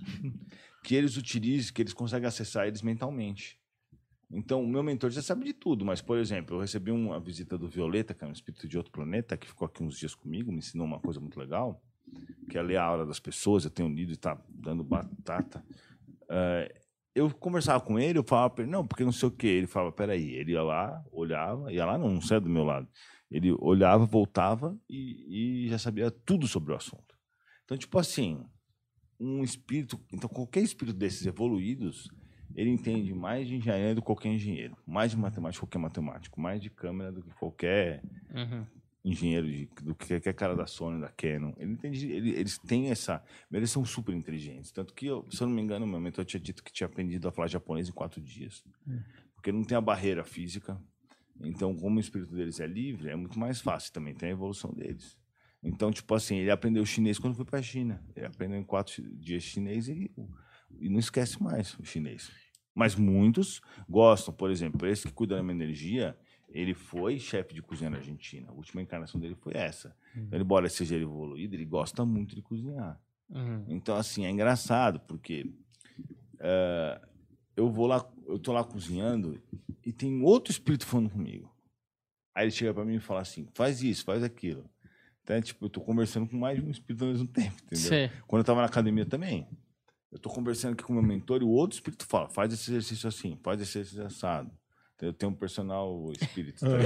que eles utilizam, que eles conseguem acessar eles mentalmente. Então, o meu mentor já sabe de tudo, mas, por exemplo, eu recebi uma visita do Violeta, que é um espírito de outro planeta, que ficou aqui uns dias comigo, me ensinou uma coisa muito legal, que é ler a aura das pessoas. Eu tenho lido e está dando batata. Eh, eu conversava com ele, eu falava para ele, não, porque não sei o quê. Ele falava, peraí. Ele ia lá, olhava, ia lá não, não sai do meu lado. Ele olhava, voltava e, e já sabia tudo sobre o assunto. Então, tipo assim, um espírito... Então, qualquer espírito desses evoluídos, ele entende mais de engenharia do que qualquer engenheiro, mais de matemática do que qualquer matemático, mais de câmera do que qualquer Uhum. engenheiro, de, do que qualquer cara da Sony, da Canon. Ele entende, ele, eles têm essa... Eles são super inteligentes. Tanto que, eu, se eu não me engano, meu mentor tinha dito que tinha aprendido a falar japonês em quatro dias. Hum. Porque não tem a barreira física. Então, como o espírito deles é livre, é muito mais fácil. Também tem a evolução deles. Então, tipo assim, ele aprendeu chinês quando foi para a China. Ele aprendeu em quatro dias chinês e, e não esquece mais o chinês. Mas muitos gostam. Por exemplo, esse que cuida da minha energia, ele foi chefe de cozinha na Argentina. A última encarnação dele foi essa. Então, ele, embora seja evoluído, ele gosta muito de cozinhar. Uhum. Então, assim, é engraçado, porque eh, eu vou lá, eu tô lá cozinhando e tem outro espírito falando comigo. Aí ele chega para mim e fala assim, faz isso, faz aquilo. Então, tipo, eu tô conversando com mais de um espírito ao mesmo tempo, entendeu? Sei. Quando eu tava na academia também, eu tô conversando aqui com o meu mentor e o outro espírito fala, faz esse exercício assim, faz esse exercício assado. Eu tenho um personal espírito, tá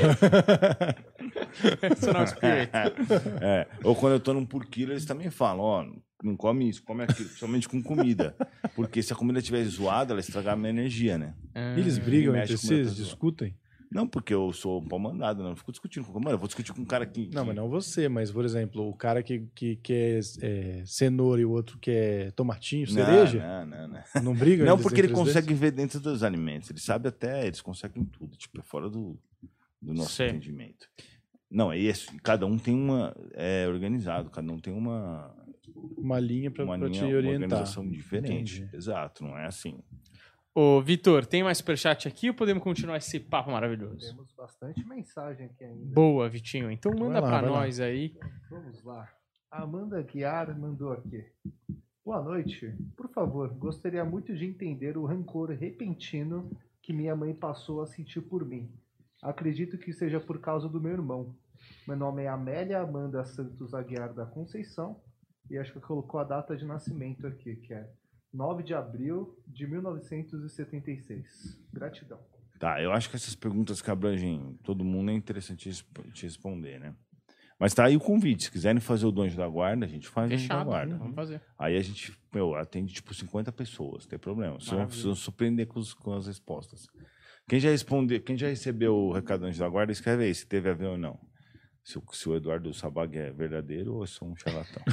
ligado? Personal Spirit. É, ou quando eu tô num por quilo, eles também falam, ó, não come isso, come aquilo, principalmente com comida. Porque se a comida estiver zoada, ela estragar a minha energia, né? Ah, Eles brigam mexe entre com si, o meu eles pessoal. discutem? Não, porque eu sou um pau mandado, não fico discutindo com... Mano, eu vou discutir com um cara que... Não, que- mas não você, mas, por exemplo, o cara que, que quer é, cenoura e o outro quer tomatinho, Não, cereja, Não, não, não. não, brigam Não, eles porque ele entre os dois? consegue ver dentro dos alimentos. Ele sabe até, eles conseguem tudo. Tipo, é fora do, do nosso Sei. entendimento. Não, é isso. Cada um tem uma... É organizado. Cada um tem uma... Uma linha pra, uma pra linha, te uma orientar. organização diferente. Entendi. Exato, não é assim. Ô, Vitor, tem mais superchat aqui ou podemos continuar esse papo maravilhoso? Temos bastante mensagem aqui ainda. Boa, Vitinho. Então manda lá, pra vai lá. nós aí. Vamos lá. A Amanda Guiar mandou aqui. Boa noite. Por favor, gostaria muito de entender o rancor repentino que minha mãe passou a sentir por mim. Acredito que seja por causa do meu irmão. Meu nome é Amélia Amanda Santos Aguiar da Conceição e acho que colocou a data de nascimento aqui, que é nove de abril de mil novecentos e setenta e seis. Gratidão. Tá, eu acho que essas perguntas que abrangem todo mundo é interessante resp- te responder, né? Mas tá aí o convite. Se quiserem fazer o do Anjo da Guarda, a gente faz o Anjo da Fechado. Guarda. Vamos fazer. Aí a gente, meu, atende tipo cinquenta pessoas, não tem problema. Vocês vão Maravilha. vocês vão surpreender com, os- com as respostas. Quem já respondeu, quem já recebeu o recado do Anjo da Guarda, escreve aí se teve a ver ou não. Se o, se o Eduardo Sabag é verdadeiro ou é só um charlatão.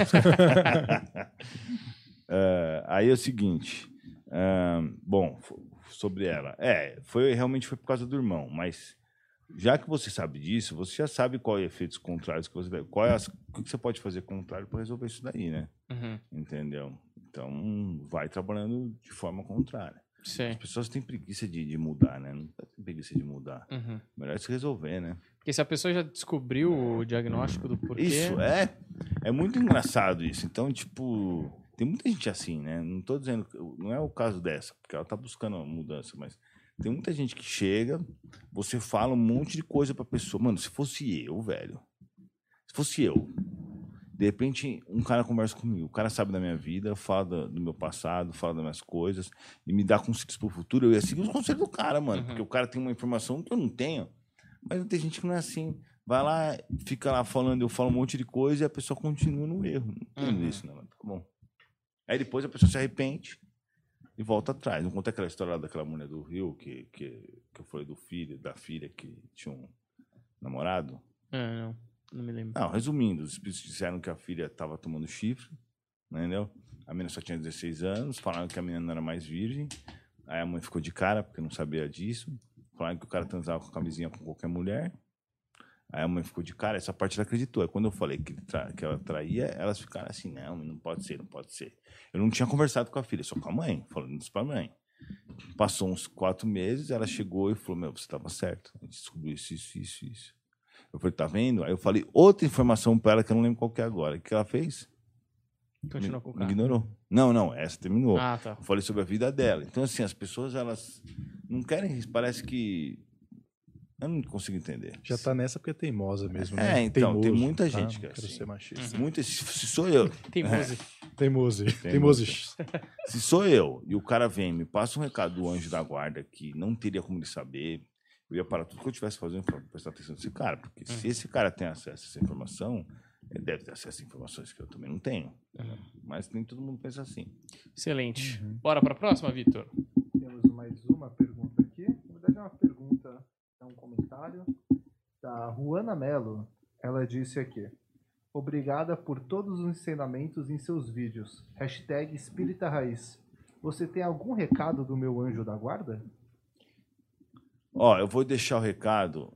É, aí é o seguinte, é, bom, fo- sobre ela. É, foi, realmente foi por causa do irmão, mas já que você sabe disso, você já sabe qual é efeitos contrários que você deve, qual é as, o que você pode fazer contrário para resolver isso daí, né? Uhum. Entendeu? Então, vai trabalhando de forma contrária. Sei. As pessoas têm preguiça de, de mudar, né? Não tem preguiça de mudar. Uhum. Melhor se resolver, né? Porque se a pessoa já descobriu o diagnóstico do porquê... Isso, é. É muito engraçado isso. Então, tipo, tem muita gente assim, né? Não tô dizendo, não é o caso dessa, porque ela tá buscando uma mudança, mas tem muita gente que chega, você fala um monte de coisa pra pessoa. Mano, se fosse eu, velho, se fosse eu, de repente um cara conversa comigo, o cara sabe da minha vida, fala do, do meu passado, fala das minhas coisas, e me dá conselhos pro futuro, eu ia seguir os conselhos do cara, mano, Uhum. porque o cara tem uma informação que eu não tenho. Mas tem gente que não é assim. Vai lá, fica lá falando, eu falo um monte de coisa e a pessoa continua no erro. Não entendo Uhum. isso, não. Tá bom. Aí depois a pessoa se arrepende e volta atrás. Não conta aquela história lá daquela mulher do Rio, que, que, que eu falei do filho, da filha que tinha um namorado? Ah, não. Não me lembro. Não, resumindo, os espíritos disseram que a filha estava tomando chifre, entendeu? A menina só tinha dezesseis anos, falaram que a menina não era mais virgem. Aí a mãe ficou de cara, porque não sabia disso. Falaram que o cara transava com camisinha com qualquer mulher. Aí a mãe ficou de cara, essa parte ela acreditou. Aí quando eu falei que, tra... que ela traía, elas ficaram assim, não, não pode ser, não pode ser. Eu não tinha conversado com a filha, só com a mãe, falando isso pra mãe. Passou uns quatro meses, ela chegou e falou, meu, você estava certo. A gente descobriu isso, isso, isso, isso. Eu falei, tá vendo? Aí eu falei outra informação pra ela que eu não lembro qual que é agora. O que ela fez? Continuou com o Me cara. ignorou. Não, não, essa terminou. Ah, tá. Eu falei sobre a vida dela. Então, assim, as pessoas, elas não querem, parece que... Eu não consigo entender. Já tá nessa porque é teimosa mesmo, É, né? então, tem Teimoso, muita tá? gente Não que é quero assim. ser machista. Muita, se se sou eu, Teimoso. Teimoso. Teimoso. Teimosos. se sou eu e o cara vem, me passa um recado do anjo da guarda que não teria como ele saber, eu ia parar tudo que eu estivesse fazendo para prestar atenção nesse cara. Porque Uhum. se esse cara tem acesso a essa informação, ele deve ter acesso a informações que eu também não tenho. Uhum. Mas nem todo mundo pensa assim. Excelente. Uhum. Bora pra próxima, Vitor? Temos mais uma pergunta aqui. Na verdade é uma pergunta, é um comentário da Juana Mello. Ela disse aqui: obrigada por todos os ensinamentos em seus vídeos. Hashtag Espírita Raiz. Você tem algum recado do meu anjo da guarda? Ó, eu vou deixar o recado.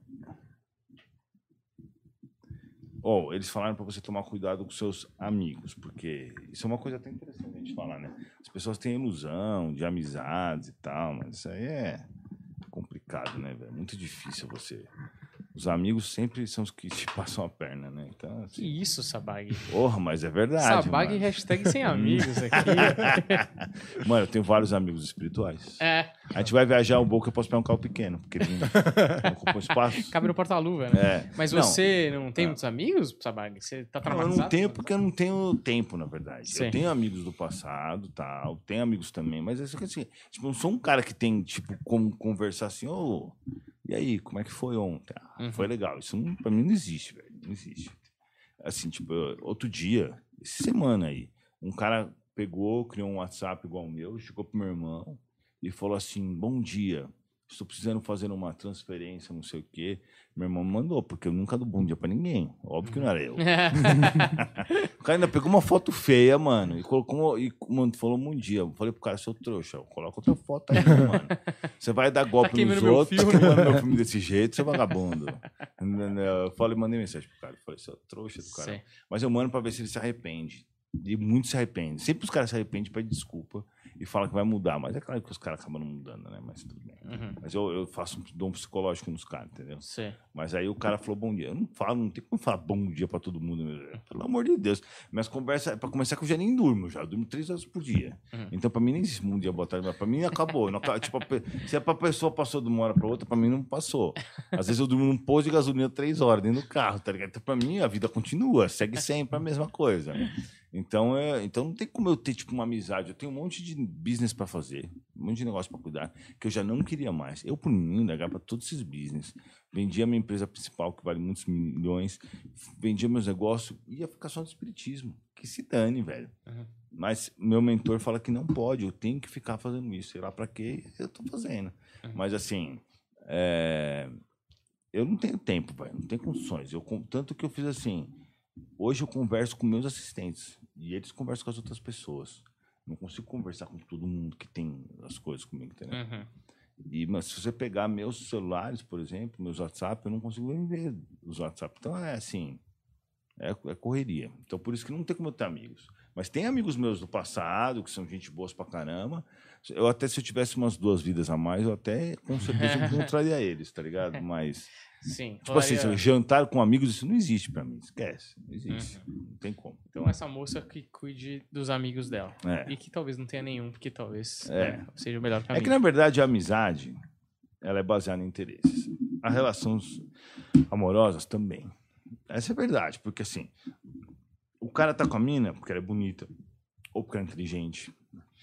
Ó, eles falaram para você tomar cuidado com seus amigos, porque isso é uma coisa até interessante a gente falar, né? As pessoas têm ilusão de amizades e tal, mas isso aí é complicado, né, velho? Muito difícil você. Os amigos sempre são os que te passam a perna, né? Então, Que assim, isso, Sabag? porra, mas é verdade. Sabag mano. hashtag sem amigos aqui. Mano, eu tenho vários amigos espirituais. É, A gente vai viajar um pouco, eu posso pegar um carro pequeno, porque ele não não ocupa espaço. cabe no porta-luva, né? É. Mas Não. você não tem Ah. muitos amigos, Sabag? Você tá Não, eu traumatizado? não tenho porque eu não tenho tempo, na verdade. Sim. Eu tenho amigos do passado, tal, tenho amigos também, mas é só que assim, tipo, eu não sou um cara que tem, tipo, como conversar assim, ô, e aí, como é que foi ontem? Ah, Uhum. foi legal. Isso não, pra mim não existe, velho, não existe. Assim, tipo, eu- outro dia, essa semana aí, um cara pegou, criou um WhatsApp igual o meu, chegou pro meu irmão e falou assim, bom dia, estou precisando fazer uma transferência, não sei o quê. Meu irmão me mandou, porque eu nunca dou bom dia pra ninguém. Óbvio que não era eu. O cara ainda pegou uma foto feia, mano, e colocou e mano, falou um dia. Eu falei pro cara, seu trouxa, coloca outra foto aí, mano. Você vai dar golpe Tá queimando nos meu outros, filme. tá queimando meu filme desse jeito, seu vagabundo. Eu falei, mandei mensagem pro cara, falei, seu trouxa do cara. Sim. Mas eu mando pra ver se ele se arrepende. E muito se arrepende. Sempre os caras se arrependem, pedem desculpa e falam que vai mudar. Mas é claro que os caras acabam não mudando, né? Mas tudo bem. Uhum. Mas eu, eu faço um dom psicológico nos caras, entendeu? Sim. Mas aí o cara falou bom dia. Eu não falo, não tem como falar bom dia pra todo mundo. meu Deus. Pelo amor de Deus. Minhas conversas, pra começar, que eu já nem durmo já. Eu durmo três horas por dia. Uhum. Então pra mim nem existe bom dia, boa tarde. Mas pra mim acabou. Não acaba- tipo, a pe- se a pra pessoa passou de uma hora pra outra, pra mim não passou. Às vezes eu durmo num posto de gasolina três horas dentro do carro, tá ligado? Então pra mim a vida continua. Segue sempre a mesma coisa. Então, é, então não tem como eu ter tipo uma amizade. Eu tenho um monte de business pra fazer, um monte de negócio pra cuidar, que eu já não queria mais. Eu, por mim, negar pra todos esses business. Vendia minha empresa principal, que vale muitos milhões, vendia meus negócios e ia ficar só no espiritismo. Que se dane, velho. Uhum. Mas meu mentor fala que não pode, eu tenho que ficar fazendo isso. Sei lá pra quê, eu tô fazendo. Uhum. Mas assim, é, eu não tenho tempo, velho, não tenho condições. Eu, con- tanto que eu fiz assim. Hoje eu converso com meus assistentes e eles conversam com as outras pessoas. Não consigo conversar com todo mundo que tem as coisas comigo, entendeu? Uhum. E, mas se você pegar meus celulares, por exemplo, meus WhatsApp, eu não consigo nem ver os WhatsApp. Então é assim, é, é correria. Então por isso que não tem como eu ter amigos. Mas tem amigos meus do passado, que são gente boas pra caramba. Eu até, se eu tivesse umas duas vidas a mais, eu até com certeza encontraria eles, tá ligado? Mas... Sim. Tipo assim, Rolaria- jantar com amigos, isso não existe pra mim. Esquece. Não existe. Uhum. Não tem como. Então essa moça que cuide dos amigos dela. É. E que talvez não tenha nenhum, porque talvez É. né, seja o melhor É caminho. que, na verdade, a amizade, ela é baseada em interesses. As relações amorosas também. Essa é verdade, porque assim, o cara tá com a mina porque ela é bonita, ou porque ela é inteligente,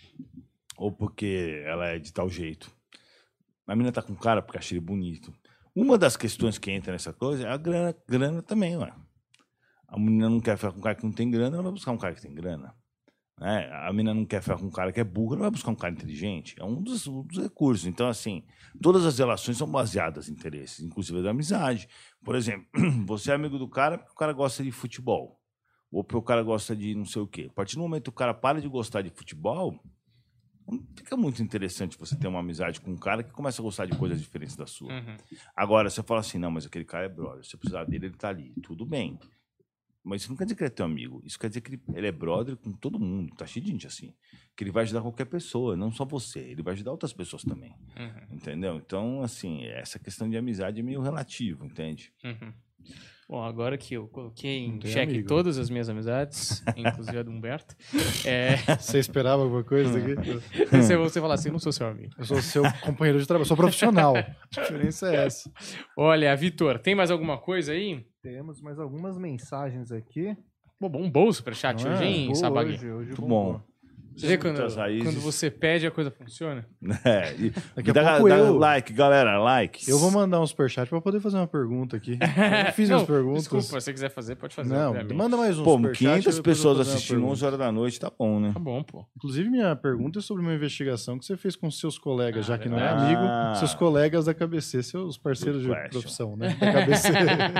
ou porque ela é de tal jeito. A mina tá com o cara porque acha ele bonito. Uma das questões que entra nessa coisa é a grana, grana também, ué. A menina não quer ficar com um cara que não tem grana, ela vai buscar um cara que tem grana. Né? A menina não quer ficar com um cara que é burro, ela vai buscar um cara inteligente. É um dos, um dos recursos. Então, assim, todas as relações são baseadas em interesses, inclusive a da amizade. Por exemplo, você é amigo do cara porque o cara gosta de futebol. Ou porque o cara gosta de não sei o quê. A partir do momento que o cara para de gostar de futebol, Não fica muito interessante você ter uma amizade com um cara que começa a gostar de coisas diferentes da sua. Uhum. Agora, você fala assim, não, mas aquele cara é brother, se você precisar dele, ele tá ali. Tudo bem. Mas isso não quer dizer que ele é teu amigo. Isso quer dizer que ele, ele é brother com todo mundo. Tá cheio de gente assim. Que ele vai ajudar qualquer pessoa, não só você. Ele vai ajudar outras pessoas também. Uhum. Entendeu? Então, assim, essa questão de amizade é meio relativo, entende? Uhum. Bom, agora que eu coloquei Não em tem xeque amigo. todas as minhas amizades, inclusive a do Humberto, é, Você esperava alguma coisa aqui? você, você falar assim, eu não sou seu amigo. Eu sou seu companheiro de trabalho, sou profissional. A diferença é essa. Olha, Vitor, tem mais alguma coisa aí? Temos mais algumas mensagens aqui. Pô, bom, um bom superchat Não é? hoje, hein, Boa Sabagui? hoje, hoje Muito bombou. bom. Você vê quando, Muitas raízes. quando você pede, a coisa funciona? É, e Daqui a dá, pouco dá eu- like, galera, like. Eu vou mandar um superchat pra poder fazer uma pergunta aqui. Eu não fiz Não, as perguntas. Desculpa, se você quiser fazer, pode fazer. Não, obviamente. manda mais um Pô, superchat. quinhentas eu depois pessoas vou fazer uma assistindo pergunta. onze horas da noite, tá bom, né? Tá bom, pô. Inclusive, minha pergunta é sobre uma investigação que você fez com seus colegas, Ah, já que não é verdade. amigo, Ah. seus colegas da K B C, seus parceiros Good de question. profissão, né? Da K B C.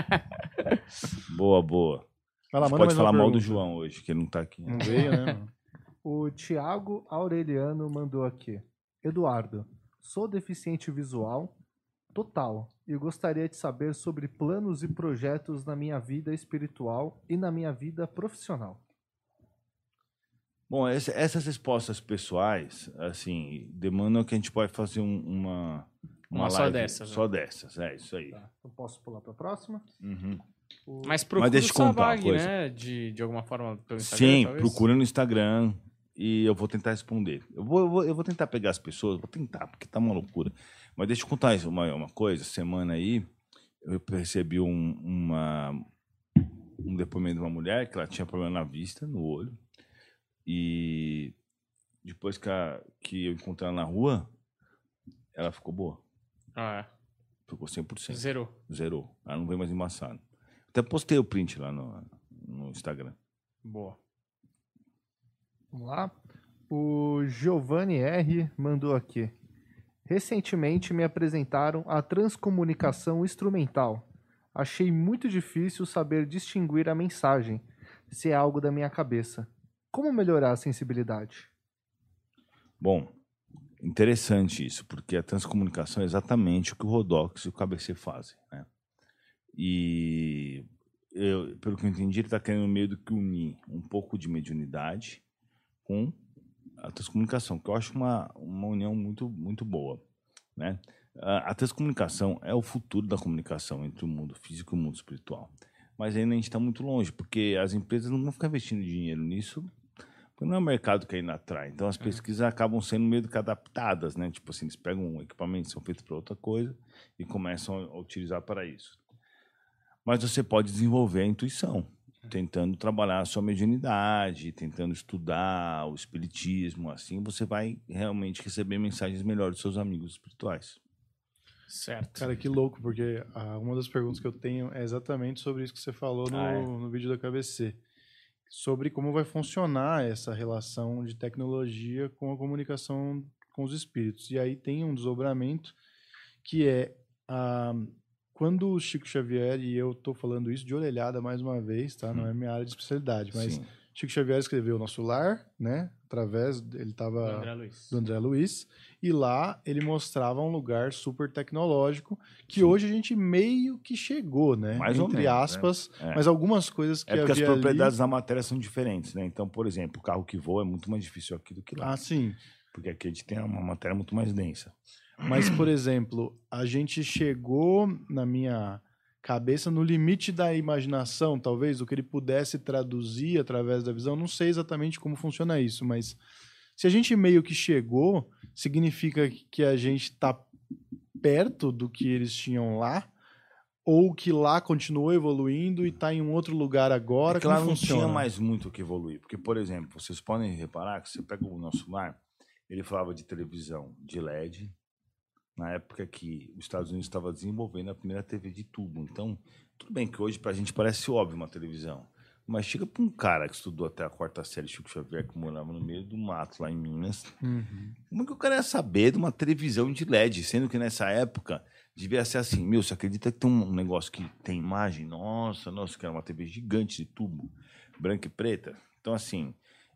Boa, boa. Vai lá, Você manda pode mais falar uma mal do pergunta. João hoje, que ele não tá aqui. Não veio, né? mano? O Thiago Aureliano mandou aqui. Eduardo, sou deficiente visual total e gostaria de saber sobre planos e projetos na minha vida espiritual e na minha vida profissional. Bom, essa- essas respostas pessoais, assim, demandam que a gente pode fazer um- uma... Uma só dessas, né? Só dessas, é isso aí. Tá, eu posso pular para a próxima? Uhum. O- Mas procura deixa eu o contar uma Sabag, coisa. né? De, de alguma forma pelo Instagram, Sim, talvez? procura no Instagram e eu vou tentar responder. Eu vou, eu vou, eu vou tentar pegar as pessoas, vou tentar, porque tá uma loucura. Mas deixa eu contar isso, uma, uma coisa. Semana aí, eu recebi um, uma, um depoimento de uma mulher que ela tinha problema na vista, no olho. E depois que, a, que eu encontrei ela na rua, ela ficou boa. Ah, Ficou cem por é. cento. Zerou. Zerou. Ela não veio mais embaçada. Até postei o print lá no, no Instagram. Boa. Vamos lá. O Giovanni R. mandou aqui. Recentemente me apresentaram a transcomunicação instrumental. Achei muito difícil saber distinguir a mensagem, se é algo da minha cabeça. Como melhorar a sensibilidade? Bom, interessante isso, porque a transcomunicação é exatamente o que o Rodox e o K B C fazem, né? E, eu, pelo que eu entendi, ele está querendo meio do que unir um pouco de mediunidade com a transcomunicação, que eu acho uma, uma união muito, muito boa, né? A, a transcomunicação é o futuro da comunicação entre o mundo físico e o mundo espiritual. Mas ainda a gente está muito longe, porque as empresas não vão ficar investindo dinheiro nisso, porque não é o mercado que ainda atrai. Então, as pesquisas acabam sendo meio que adaptadas, né? Tipo assim, eles pegam um equipamento que são feitos para outra coisa e começam a utilizar para isso. Mas você pode desenvolver a intuição, tentando trabalhar a sua mediunidade, tentando estudar o espiritismo, assim você vai realmente receber mensagens melhores dos seus amigos espirituais. Certo. Cara, que louco, porque ah, uma das perguntas que eu tenho é exatamente sobre isso que você falou no, Ah, é? no vídeo da K B C. Sobre como vai funcionar essa relação de tecnologia com a comunicação com os espíritos. E aí tem um desdobramento que é ah, quando o Chico Xavier, e eu estou falando isso de orelhada mais uma vez, tá? Não é minha área de especialidade, mas Sim. Chico Xavier escreveu O Nosso Lar, né? Através, ele Do estava André Luiz. do André Luiz, e lá ele mostrava um lugar super tecnológico que hoje a gente meio que chegou, né? Mais ou Entre menos, né? aspas, É. mas algumas coisas que É porque as havia propriedades da matéria são diferentes, né? Então, por exemplo, o carro que voa é muito mais difícil aqui do que ali... lá. Ah, sim. Porque aqui a gente tem uma matéria muito mais densa. Mas, por exemplo, a gente chegou, na minha cabeça, no limite da imaginação, talvez, do que ele pudesse traduzir através da visão. Não sei exatamente como funciona isso, mas se a gente meio que chegou, significa que a gente está perto do que eles tinham lá, ou que lá continuou evoluindo e está em um outro lugar agora. É que lá Como não funciona? tinha mais muito o que evoluir. Porque, por exemplo, vocês podem reparar que você pega o nosso lar, ele falava de televisão de L E D, na época que os Estados Unidos estava desenvolvendo a primeira T V de tubo. Então, tudo bem que hoje pra gente parece óbvio uma televisão, mas chega pra um cara que estudou até a quarta série, Chico Xavier, que morava no meio do mato lá em Minas, Uhum. como é que o cara ia saber de uma televisão de L E D, sendo que nessa época devia ser assim, meu, você acredita que tem um negócio que tem imagem? Nossa, nossa, que era uma T V gigante de tubo, branca e preta. Então, assim,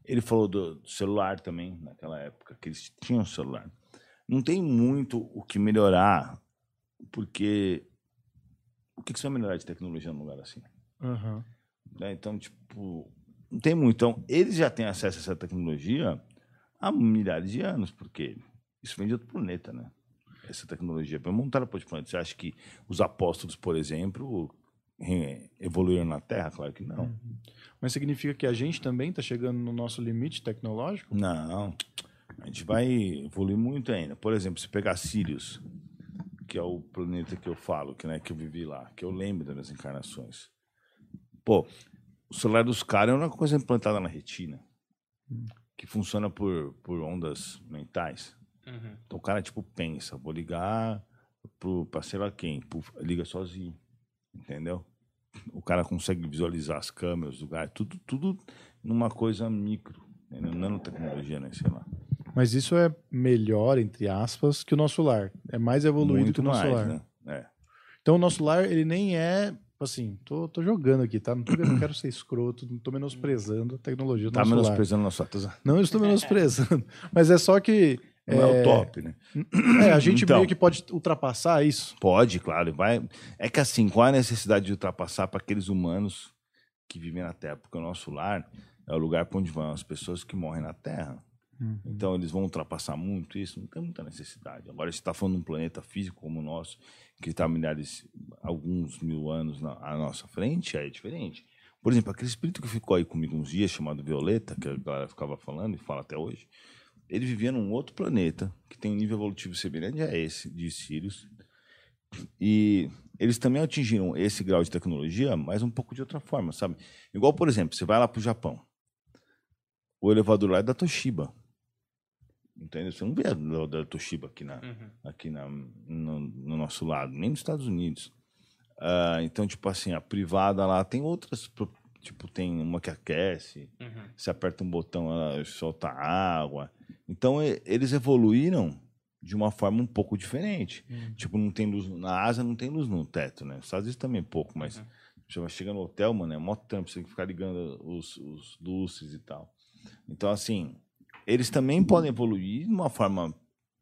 Ele falou do, do celular também, naquela época, que eles tinham celular. Não tem muito o que melhorar, porque o que, que você vai melhorar de tecnologia num lugar assim? Uhum. Né? Então, tipo, não tem muito. Então, eles já têm acesso a essa tecnologia há milhares de anos, porque isso vem de outro planeta, né? Essa tecnologia foi montada para outro planeta. Você acha que os apóstolos, por exemplo, evoluíram na Terra? Claro que não. Uhum. Mas significa que a gente também está chegando no nosso limite tecnológico? Não. A gente vai evoluir muito ainda. Por exemplo, se pegar Sirius, que é o planeta que eu falo, que, né, que eu vivi lá, que eu lembro das minhas encarnações. Pô, o celular dos caras é uma coisa implantada na retina, hum. que funciona por, por ondas mentais. Uhum. Então o cara, tipo, pensa, vou ligar pro, pra sei lá quem, pro, liga sozinho, entendeu? O cara consegue visualizar as câmeras, o lugar, tudo, tudo numa coisa micro, entendeu? Nanotecnologia, né, sei lá. Mas isso é melhor, entre aspas, que o nosso lar. É mais evoluído Muito que o nosso mais, lar. Né? É. Então o nosso lar, ele nem é, assim, tô, tô jogando aqui, tá? Não, tô, não quero ser escroto, não tô menosprezando a tecnologia do tá nosso lar. Tá menosprezando nosso lar. Não, eu estou menosprezando. Mas é só que... Não é, é o top, né? É, a gente então, meio que pode ultrapassar isso. Pode, claro. Vai... É que assim, qual a necessidade de ultrapassar para aqueles humanos que vivem na Terra? Porque o nosso lar é o lugar para onde vão as pessoas que morrem na Terra. Uhum. Então eles vão ultrapassar muito isso, não tem muita necessidade. Agora a gente está falando de um planeta físico como o nosso, que está milhares, alguns mil anos na, à nossa frente, aí é diferente. Por exemplo, aquele espírito que ficou aí comigo uns dias, chamado Violeta, que a galera ficava falando e fala até hoje, ele vivia num outro planeta, que tem um nível evolutivo semelhante a esse, de Sirius, e eles também atingiram esse grau de tecnologia, mas um pouco de outra forma, sabe? Igual, por exemplo, você vai lá para o Japão, o elevador lá é da Toshiba. Entendeu? Você não vê a da Toshiba aqui, na, uhum. aqui na, no, no nosso lado, nem nos Estados Unidos. Uh, então, tipo assim, a privada lá tem outras, tipo, tem uma que aquece, uhum. você aperta um botão, ela solta água. Então, e, eles evoluíram de uma forma um pouco diferente. Uhum. Tipo, não tem luz, na Ásia não tem luz no teto, né? Nos Estados Unidos também pouco, mas uhum. chega no hotel, mano, é mó trampo, você tem que ficar ligando os, os luzes e tal. Então, assim... Eles também podem evoluir de uma forma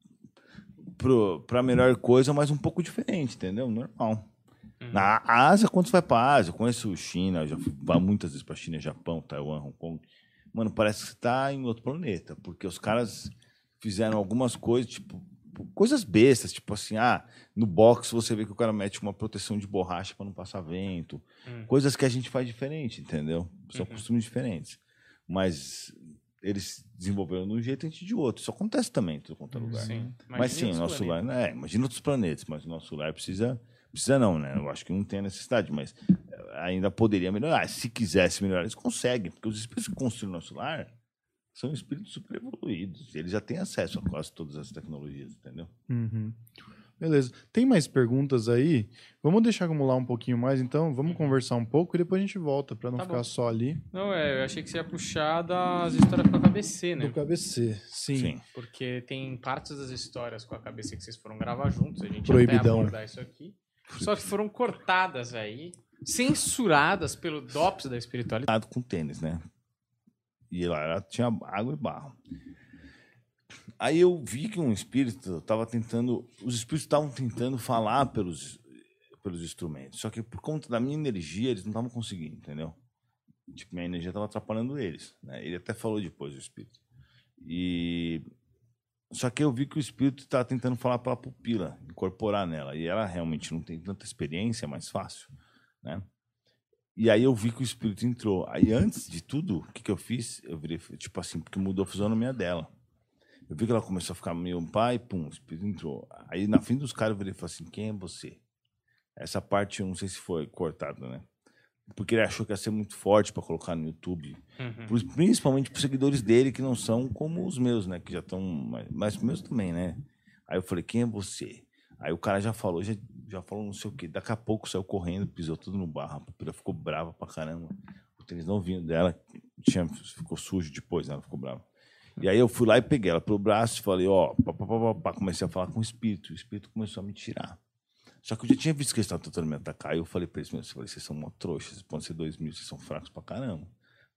para melhor coisa, mas um pouco diferente, entendeu? Normal. Uhum. Na Ásia, quando você vai para a Ásia, eu conheço China, já fui muitas vezes para China, Japão, Taiwan, Hong Kong. Mano, parece que você está em outro planeta, porque os caras fizeram algumas coisas, tipo, coisas bestas, tipo assim, ah, no box você vê que o cara mete uma proteção de borracha para não passar vento. Uhum. Coisas que a gente faz diferente, entendeu? São uhum. costumes diferentes. Mas... eles desenvolveram de um jeito e a gente de outro. Isso acontece também em todo quanto é lugar. Sim. Mas sim, o nosso lar... É, imagina outros planetas, mas o nosso lar precisa... Precisa não, né? Eu acho que não tem a necessidade, mas ainda poderia melhorar. Se quisesse melhorar, eles conseguem. Porque os espíritos que construíram o nosso lar são espíritos super evoluídos. Eles já têm acesso a quase todas as tecnologias, entendeu? Uhum. Beleza. Tem mais perguntas aí? Vamos deixar acumular um pouquinho mais, então? Vamos conversar um pouco e depois a gente volta, para não tá ficar bom. Só ali. Não, é, eu achei que você ia puxar das histórias com a K B C, né? Do K B C, sim. sim. Porque tem partes das histórias com a K B C que vocês foram gravar juntos, a gente Proibidão. Até abordar isso aqui. Só que foram cortadas aí, censuradas pelo D O P S da espiritualidade. Com tênis, né? E lá ela tinha água e barro. Aí eu vi que um espírito estava tentando... Os espíritos estavam tentando falar pelos, pelos instrumentos. Só que por conta da minha energia, eles não estavam conseguindo, entendeu? Tipo, minha energia estava atrapalhando eles. Né? Ele até falou depois, o espírito. E... Só que eu vi que o espírito estava tentando falar pela pupila, incorporar nela. E ela realmente não tem tanta experiência, é mais fácil, né? E aí eu vi que o espírito entrou. Aí antes de tudo, o que, que eu fiz? Eu virei, tipo assim, porque mudou a fisionomia dela. Eu vi que ela começou a ficar meio pai, pum, o espírito entrou. Aí na frente dos caras eu virei e falei assim, quem é você? Essa parte eu não sei se foi cortada, né? Porque ele achou que ia ser muito forte para colocar no YouTube. Uhum. Principalmente para os seguidores dele, que não são como os meus, né? Que já estão... Mas os meus também, né? Aí eu falei, quem é você? Aí o cara já falou, já, já falou não sei o quê. Daqui a pouco saiu correndo, pisou tudo no barro. A pupila ficou brava pra caramba. O tênis não vinha dela, tinha, ficou sujo depois, né? Ela ficou brava. E aí eu fui lá e peguei ela pelo braço e falei, ó... Pá, pá, pá, pá, comecei a falar com o espírito. O espírito começou a me tirar. Só que eu já tinha visto que eles estavam tentando me atacar. E eu falei pra eles, eu falei, vocês são mó trouxas, vocês podem ser dois mil, vocês são fracos pra caramba.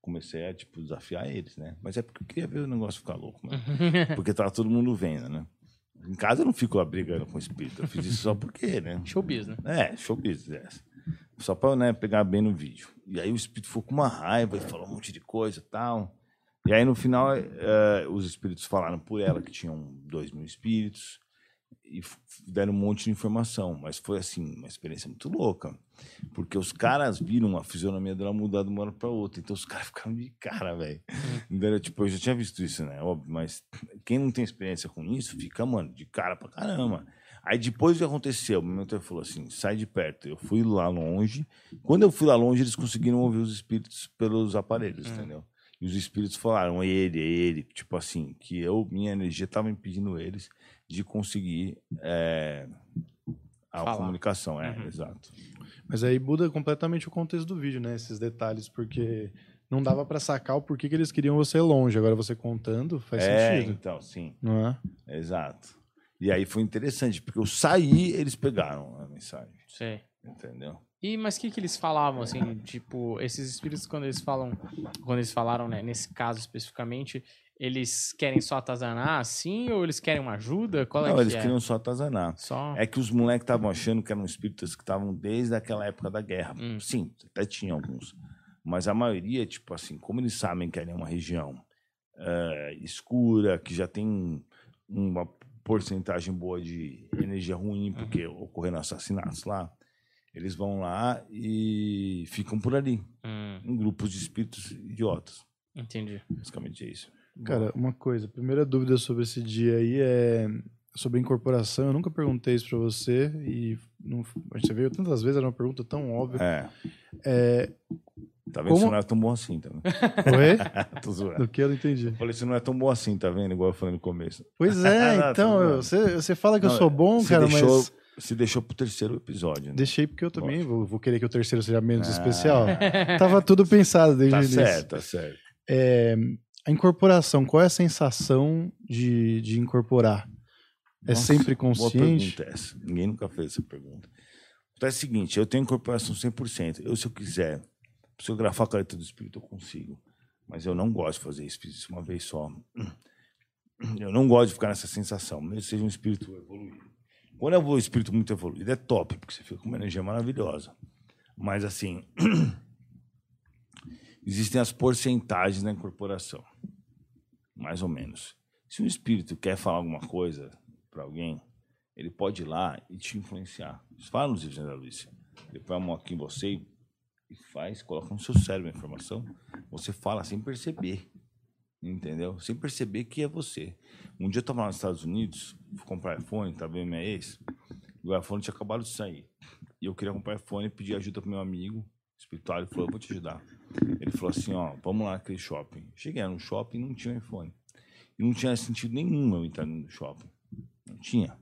comecei a, tipo, desafiar eles, né? Mas é porque eu queria ver o negócio ficar louco, mano. Porque tava todo mundo vendo, né? Em casa eu não fico lá brigando com o espírito. Eu fiz isso só porque, né? Showbiz, né? É, showbiz, é. Só pra, né, pegar bem no vídeo. E aí o espírito ficou com uma raiva e falou um monte de coisa e tal. E aí, no final, uh, os espíritos falaram por ela que tinham dois mil espíritos e deram um monte de informação. Mas foi, assim, uma experiência muito louca. Porque os caras viram a fisionomia dela mudar de uma hora para outra. Então, os caras ficaram de cara, velho. Uhum. Tipo, eu já tinha visto isso, né? Óbvio, mas quem não tem experiência com isso, fica, mano, de cara pra caramba. Aí, depois o que aconteceu, o meu mentor falou assim, sai de perto. Eu fui lá longe. Quando eu fui lá longe, eles conseguiram ouvir os espíritos pelos aparelhos, uhum. entendeu? E os espíritos falaram, é ele, é ele. Tipo assim, que eu, minha energia estava impedindo eles de conseguir é, a Falar. comunicação. É, uhum. exato. Mas aí muda completamente o contexto do vídeo, né? Esses detalhes, porque não dava para sacar o porquê que eles queriam você longe. Agora você contando, faz é, sentido. Então, sim. Não é? Exato. E aí foi interessante, porque eu saí, eles pegaram a mensagem. Sim. Entendeu? E, mas o que, que eles falavam, assim, tipo, esses espíritos, quando eles falam, quando eles falaram, né, nesse caso especificamente, eles querem só atazanar, assim, ou eles querem uma ajuda? Qual Não, é que eles é? queriam só atazanar. Só... É que os moleques estavam achando que eram espíritas que estavam desde aquela época da guerra. Hum. Sim, até tinha alguns. Mas a maioria, tipo assim, como eles sabem que ali é uma região uh, escura, que já tem uma porcentagem boa de energia ruim, porque uhum. ocorreram assassinatos lá, eles vão lá e ficam por ali, hum. em grupos de espíritos idiotas. Entendi. Basicamente é isso. Cara, uma coisa, a primeira dúvida sobre esse dia aí é sobre a incorporação. Eu nunca perguntei isso pra você e não, você veio tantas vezes, era uma pergunta tão óbvia. É. é tá vendo? Como... Isso não é tão bom assim, tá vendo? Oi? Tô zoando. Do que eu não entendi. Eu falei, isso não é tão bom assim, tá vendo? Igual eu falei no começo. Pois é, não, então, eu, você, você fala que não, eu sou bom, cara, deixou... mas... Você deixou pro terceiro episódio, né? Deixei porque eu também vou, vou querer que o terceiro seja menos ah. especial. Tava tudo pensado desde tá o início. Tá certo, tá certo. É, a incorporação, qual é a sensação de, de incorporar? É Nossa, sempre consciente? Boa pergunta essa. Ninguém nunca fez essa pergunta. Então é o seguinte, eu tenho incorporação cem por cento. Eu, se eu quiser, se eu grafar a carta do espírito, eu consigo. Mas eu não gosto de fazer isso. Fiz isso uma vez só. Eu não gosto de ficar nessa sensação, mesmo que seja um espírito evoluído. Quando eu vou um espírito muito evoluído, é top, porque você fica com uma energia maravilhosa. Mas, assim, existem as porcentagens na incorporação. Mais ou menos. Se um espírito quer falar alguma coisa para alguém, ele pode ir lá e te influenciar. Isso fala nos livros da Lúcia. Ele põe a mão aqui em você e faz, coloca no seu cérebro a informação. Você fala sem perceber. Entendeu? Sem perceber que é você. Um dia eu estava lá nos Estados Unidos, fui comprar iPhone, estava vendo minha ex, e o iPhone tinha acabado de sair. E eu queria comprar iPhone e pedi ajuda pro meu amigo espiritual. Ele falou, eu vou te ajudar. Ele falou assim, ó, vamos lá naquele shopping. Cheguei no shopping e não tinha iPhone. E não tinha sentido nenhum eu entrar no shopping. Não tinha.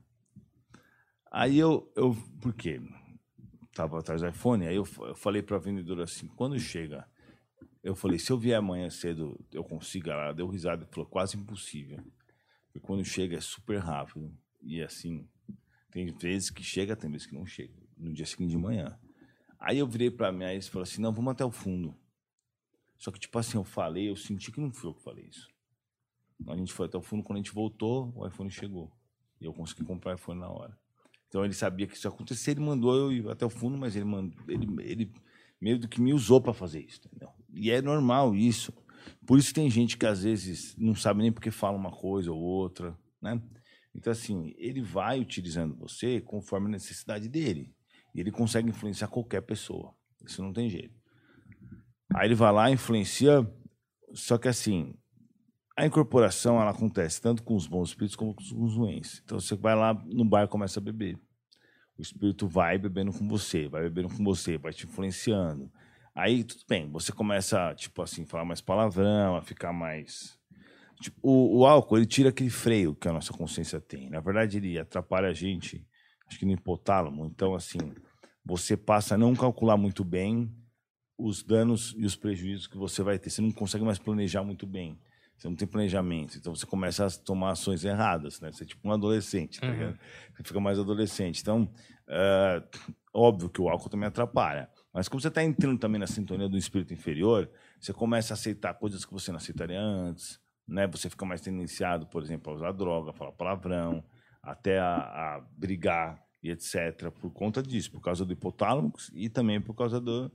Aí eu, eu por quê? Tava atrás do iPhone, aí eu, eu falei pra vendedora assim, quando chega... Eu falei, se eu vier amanhã cedo, eu consigo. Ela deu risada e falou, quase impossível. Porque quando chega é super rápido. E assim, tem vezes que chega, tem vezes que não chega. No dia seguinte de manhã. Aí eu virei pra minha ex e falei assim, não, vamos até o fundo. Só que tipo assim, eu falei, eu senti que não fui eu que falei isso. A gente foi até o fundo, quando a gente voltou, o iPhone chegou. E eu consegui comprar o iPhone na hora. Então ele sabia que isso ia acontecer, ele mandou eu ir até o fundo, mas ele mandou... Ele, ele meio do que me usou para fazer isso, entendeu? E é normal isso. Por isso tem gente que às vezes não sabe nem porque fala uma coisa ou outra, né? Então, assim, ele vai utilizando você conforme a necessidade dele. E ele consegue influenciar qualquer pessoa. Isso não tem jeito. Aí ele vai lá, influencia, só que assim, a incorporação, ela acontece tanto com os bons espíritos como com os ruins. Então, você vai lá no bar e começa a beber. O espírito vai bebendo com você, vai bebendo com você, vai te influenciando. Aí, tudo bem, você começa, tipo assim, falar mais palavrão, a ficar mais... Tipo, o, o álcool, ele tira aquele freio que a nossa consciência tem. Na verdade, ele atrapalha a gente, acho que no hipotálamo. Então, assim, você passa a não calcular muito bem os danos e os prejuízos que você vai ter. Você não consegue mais planejar muito bem. Você não tem planejamento. Então, você começa a tomar ações erradas, né? Você é tipo um adolescente, tá ligado? Uhum. Você fica mais adolescente. Então, uh, óbvio que o álcool também atrapalha. Mas como você está entrando também na sintonia do espírito inferior, você começa a aceitar coisas que você não aceitaria antes, né? Você fica mais tendenciado, por exemplo, a usar droga, a falar palavrão, até a, a brigar e etcétera, por conta disso, por causa do hipotálamo e também por causa do,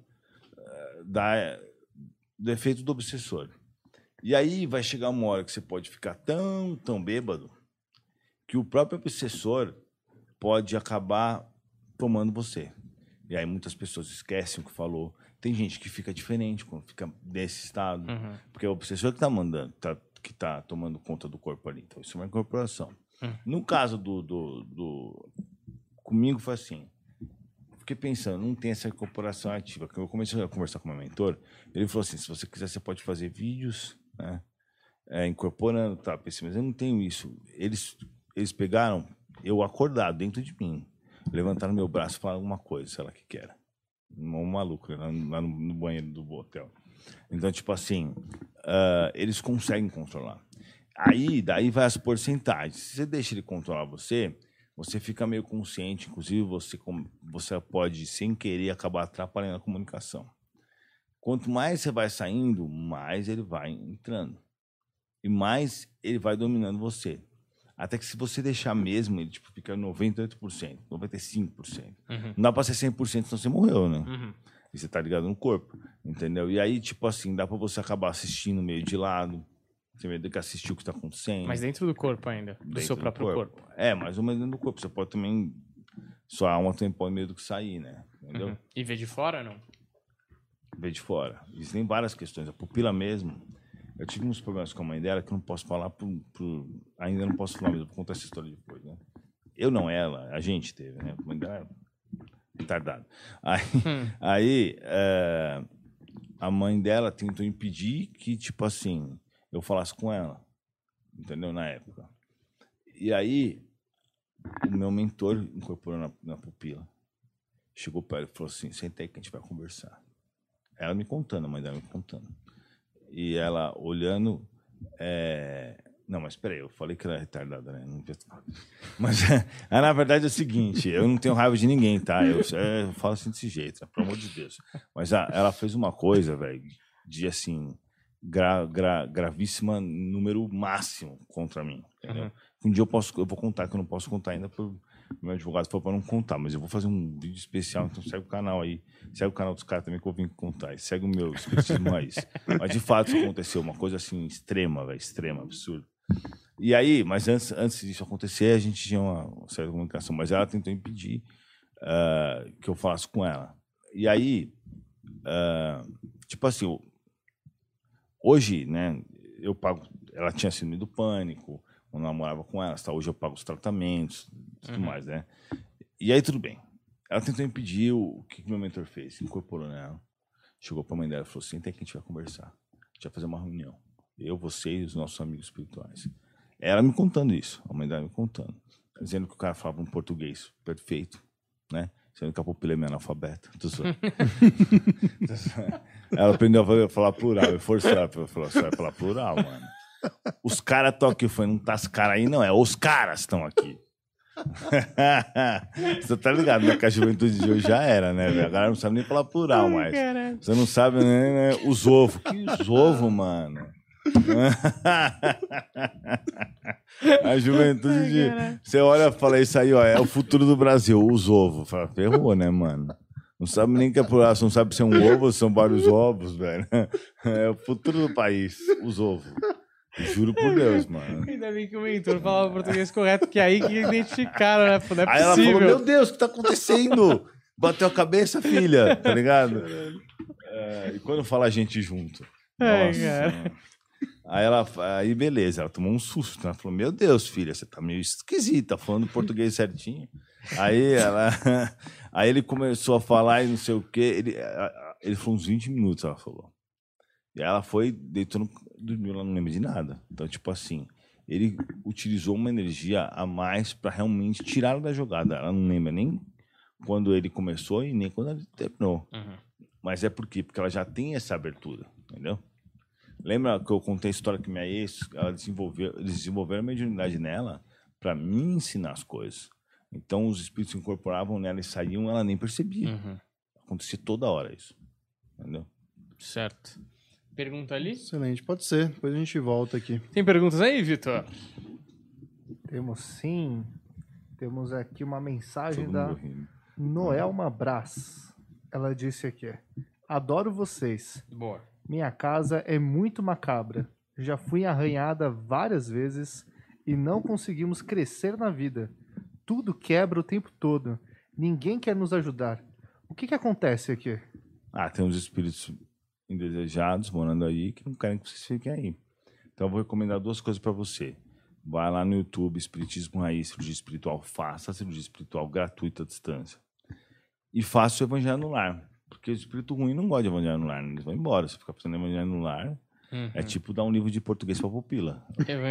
da, do efeito do obsessor. E aí vai chegar uma hora que você pode ficar tão, tão bêbado que o próprio obsessor pode acabar tomando você. E aí muitas pessoas esquecem o que falou. Tem gente que fica diferente quando fica nesse estado, uhum. porque é o obsessor que está mandando, tá, que está tomando conta do corpo ali. Então isso é uma incorporação. Uhum. No caso do, do, do... Comigo foi assim. Fiquei pensando, não tem essa incorporação ativa. Quando eu comecei a conversar com o meu mentor, ele falou assim, se você quiser, você pode fazer vídeos, né? É, incorporando, tá? Pensei, mas eu não tenho isso. Eles, eles pegaram eu acordado dentro de mim, levantaram meu braço e falaram alguma coisa, sei lá o que que era. Um maluco, lá no, lá no banheiro do hotel. Então, tipo assim, uh, eles conseguem controlar. Aí, daí vai as porcentagens. Se você deixa ele controlar você, você fica meio consciente, inclusive você, você pode, sem querer, acabar atrapalhando a comunicação. Quanto mais você vai saindo, mais ele vai entrando. E mais ele vai dominando você. Até que se você deixar mesmo, ele tipo, fica noventa e oito por cento, noventa e cinco por cento. Uhum. Não dá pra ser cem por cento, senão você morreu, né? Uhum. E você tá ligado no corpo, entendeu? E aí, tipo assim, dá pra você acabar assistindo meio de lado, você meio que assistir o que tá acontecendo. Mas dentro do corpo ainda, do dentro seu próprio do corpo. corpo. É, mais ou menos dentro do corpo. Você pode também, sua alma também pode meio do que sair, né? Entendeu? Uhum. E ver de fora, não? Ver de fora. Existem várias questões. A pupila mesmo... Eu tive uns problemas com a mãe dela que eu não posso falar, pro, pro, ainda não posso falar, mas eu vou contar essa história depois, né? Eu não, ela, a gente teve, né? A mãe dela era retardada. Aí, hum. aí é, a mãe dela tentou impedir que, tipo assim, eu falasse com ela, entendeu? Na época. E aí, o meu mentor incorporou na, na pupila. Chegou para ela e falou assim, senta aí que a gente vai conversar. Ela me contando, a mãe dela me contando. E ela olhando... É... Não, mas peraí, eu falei que ela é retardada, né? Não... Mas, é, na verdade, é o seguinte, eu não tenho raiva de ninguém, tá? Eu, eu falo assim desse jeito, pelo amor de Deus. Mas a, ela fez uma coisa, velho, de, assim, gra, gra, gravíssima, número máximo contra mim, entendeu? Uhum. Um dia eu, posso, eu vou contar, que eu não posso contar ainda, por meu advogado falou para não contar, mas eu vou fazer um vídeo especial, então segue o canal aí, segue o canal dos caras também que eu vim contar, e segue o meu Espiritismo Raiz. Mas de fato isso aconteceu, uma coisa assim extrema, velho, extrema, absurda. E aí, mas antes, antes disso acontecer, a gente tinha uma, uma certa comunicação, mas ela tentou impedir uh, que eu falasse com ela. E aí, uh, tipo assim, hoje, né, eu pago, ela tinha síndrome do pânico, eu namorava com ela, tá? Hoje eu pago os tratamentos, tudo uhum. mais, né? E aí tudo bem. Ela tentou impedir, o que meu mentor fez? Incorporou nela, chegou pra mãe dela e falou assim, tem que a gente vai conversar, a gente vai fazer uma reunião. Eu, você e os nossos amigos espirituais. Ela me contando isso, a mãe dela me contando. Dizendo que o cara falava um português perfeito, né? Sendo que a pupila é minha analfabeta. Ela aprendeu a falar plural, eu forçei ela pra falar, você vai falar plural, mano. Os caras estão aqui, foi, não tá os caras aí, não, é os caras estão aqui. Você tá ligado, né? Que a juventude de hoje já era, né, velho? A galera não sabe nem falar plural mais. Você não sabe nem né, os ovos. Que os ovos, mano? A juventude de... Você olha e fala isso aí, ó, é o futuro do Brasil, os ovos. Fala, ferrou, né, mano? Não sabe nem que é plural, você não sabe se é um ovo ou são vários ovos, velho. É o futuro do país, os ovos. Juro por Deus, mano. Ainda bem que o mentor falava português correto, que é aí que identificaram, né? Não é aí ela possível. falou, meu Deus, o que tá acontecendo? Bateu a cabeça, filha, tá ligado? É, e quando fala a gente junto? É, nossa. Cara. Aí ela, aí beleza, ela tomou um susto, né? Ela falou, meu Deus, filha, você tá meio esquisita, falando português certinho. Aí ela, aí ele começou a falar e não sei o quê, ele, ele falou uns vinte minutos, ela falou. E ela foi, deitou, no, dormiu, ela não lembra de nada. Então, tipo assim, ele utilizou uma energia a mais para realmente tirá-la da jogada. Ela não lembra nem quando ele começou e nem quando ele terminou. Uhum. Mas é por quê? Porque ela já tem essa abertura, entendeu? Lembra que eu contei a história que minha ex, ela desenvolveu, eles desenvolveram a mediunidade nela para me ensinar as coisas. Então, os espíritos se incorporavam nela e saíam, ela nem percebia. Uhum. acontecer toda hora isso. Entendeu? Certo. Pergunta ali? Excelente, pode ser. Depois a gente volta aqui. Tem perguntas aí, Vitor? Temos sim. Temos aqui uma mensagem Todo da mundo rindo. Noelma Brás. Ela disse aqui: adoro vocês. Boa. Minha casa é muito macabra. Já fui arranhada várias vezes e não conseguimos crescer na vida. Tudo quebra o tempo todo. Ninguém quer nos ajudar. O que que acontece aqui? Ah, tem uns espíritos indesejados morando aí que não querem que vocês fiquem aí. Então eu vou recomendar duas coisas para você. Vai lá no YouTube, Espiritismo Raiz, Cirurgia Espiritual. Faça a cirurgia espiritual gratuita à distância. E faça o evangelho no lar. Porque o espírito ruim não gosta de evangelho no lar. Eles vão embora. Se ficar fazendo evangelho no lar, Uhum. é tipo dar um livro de português pra pupila.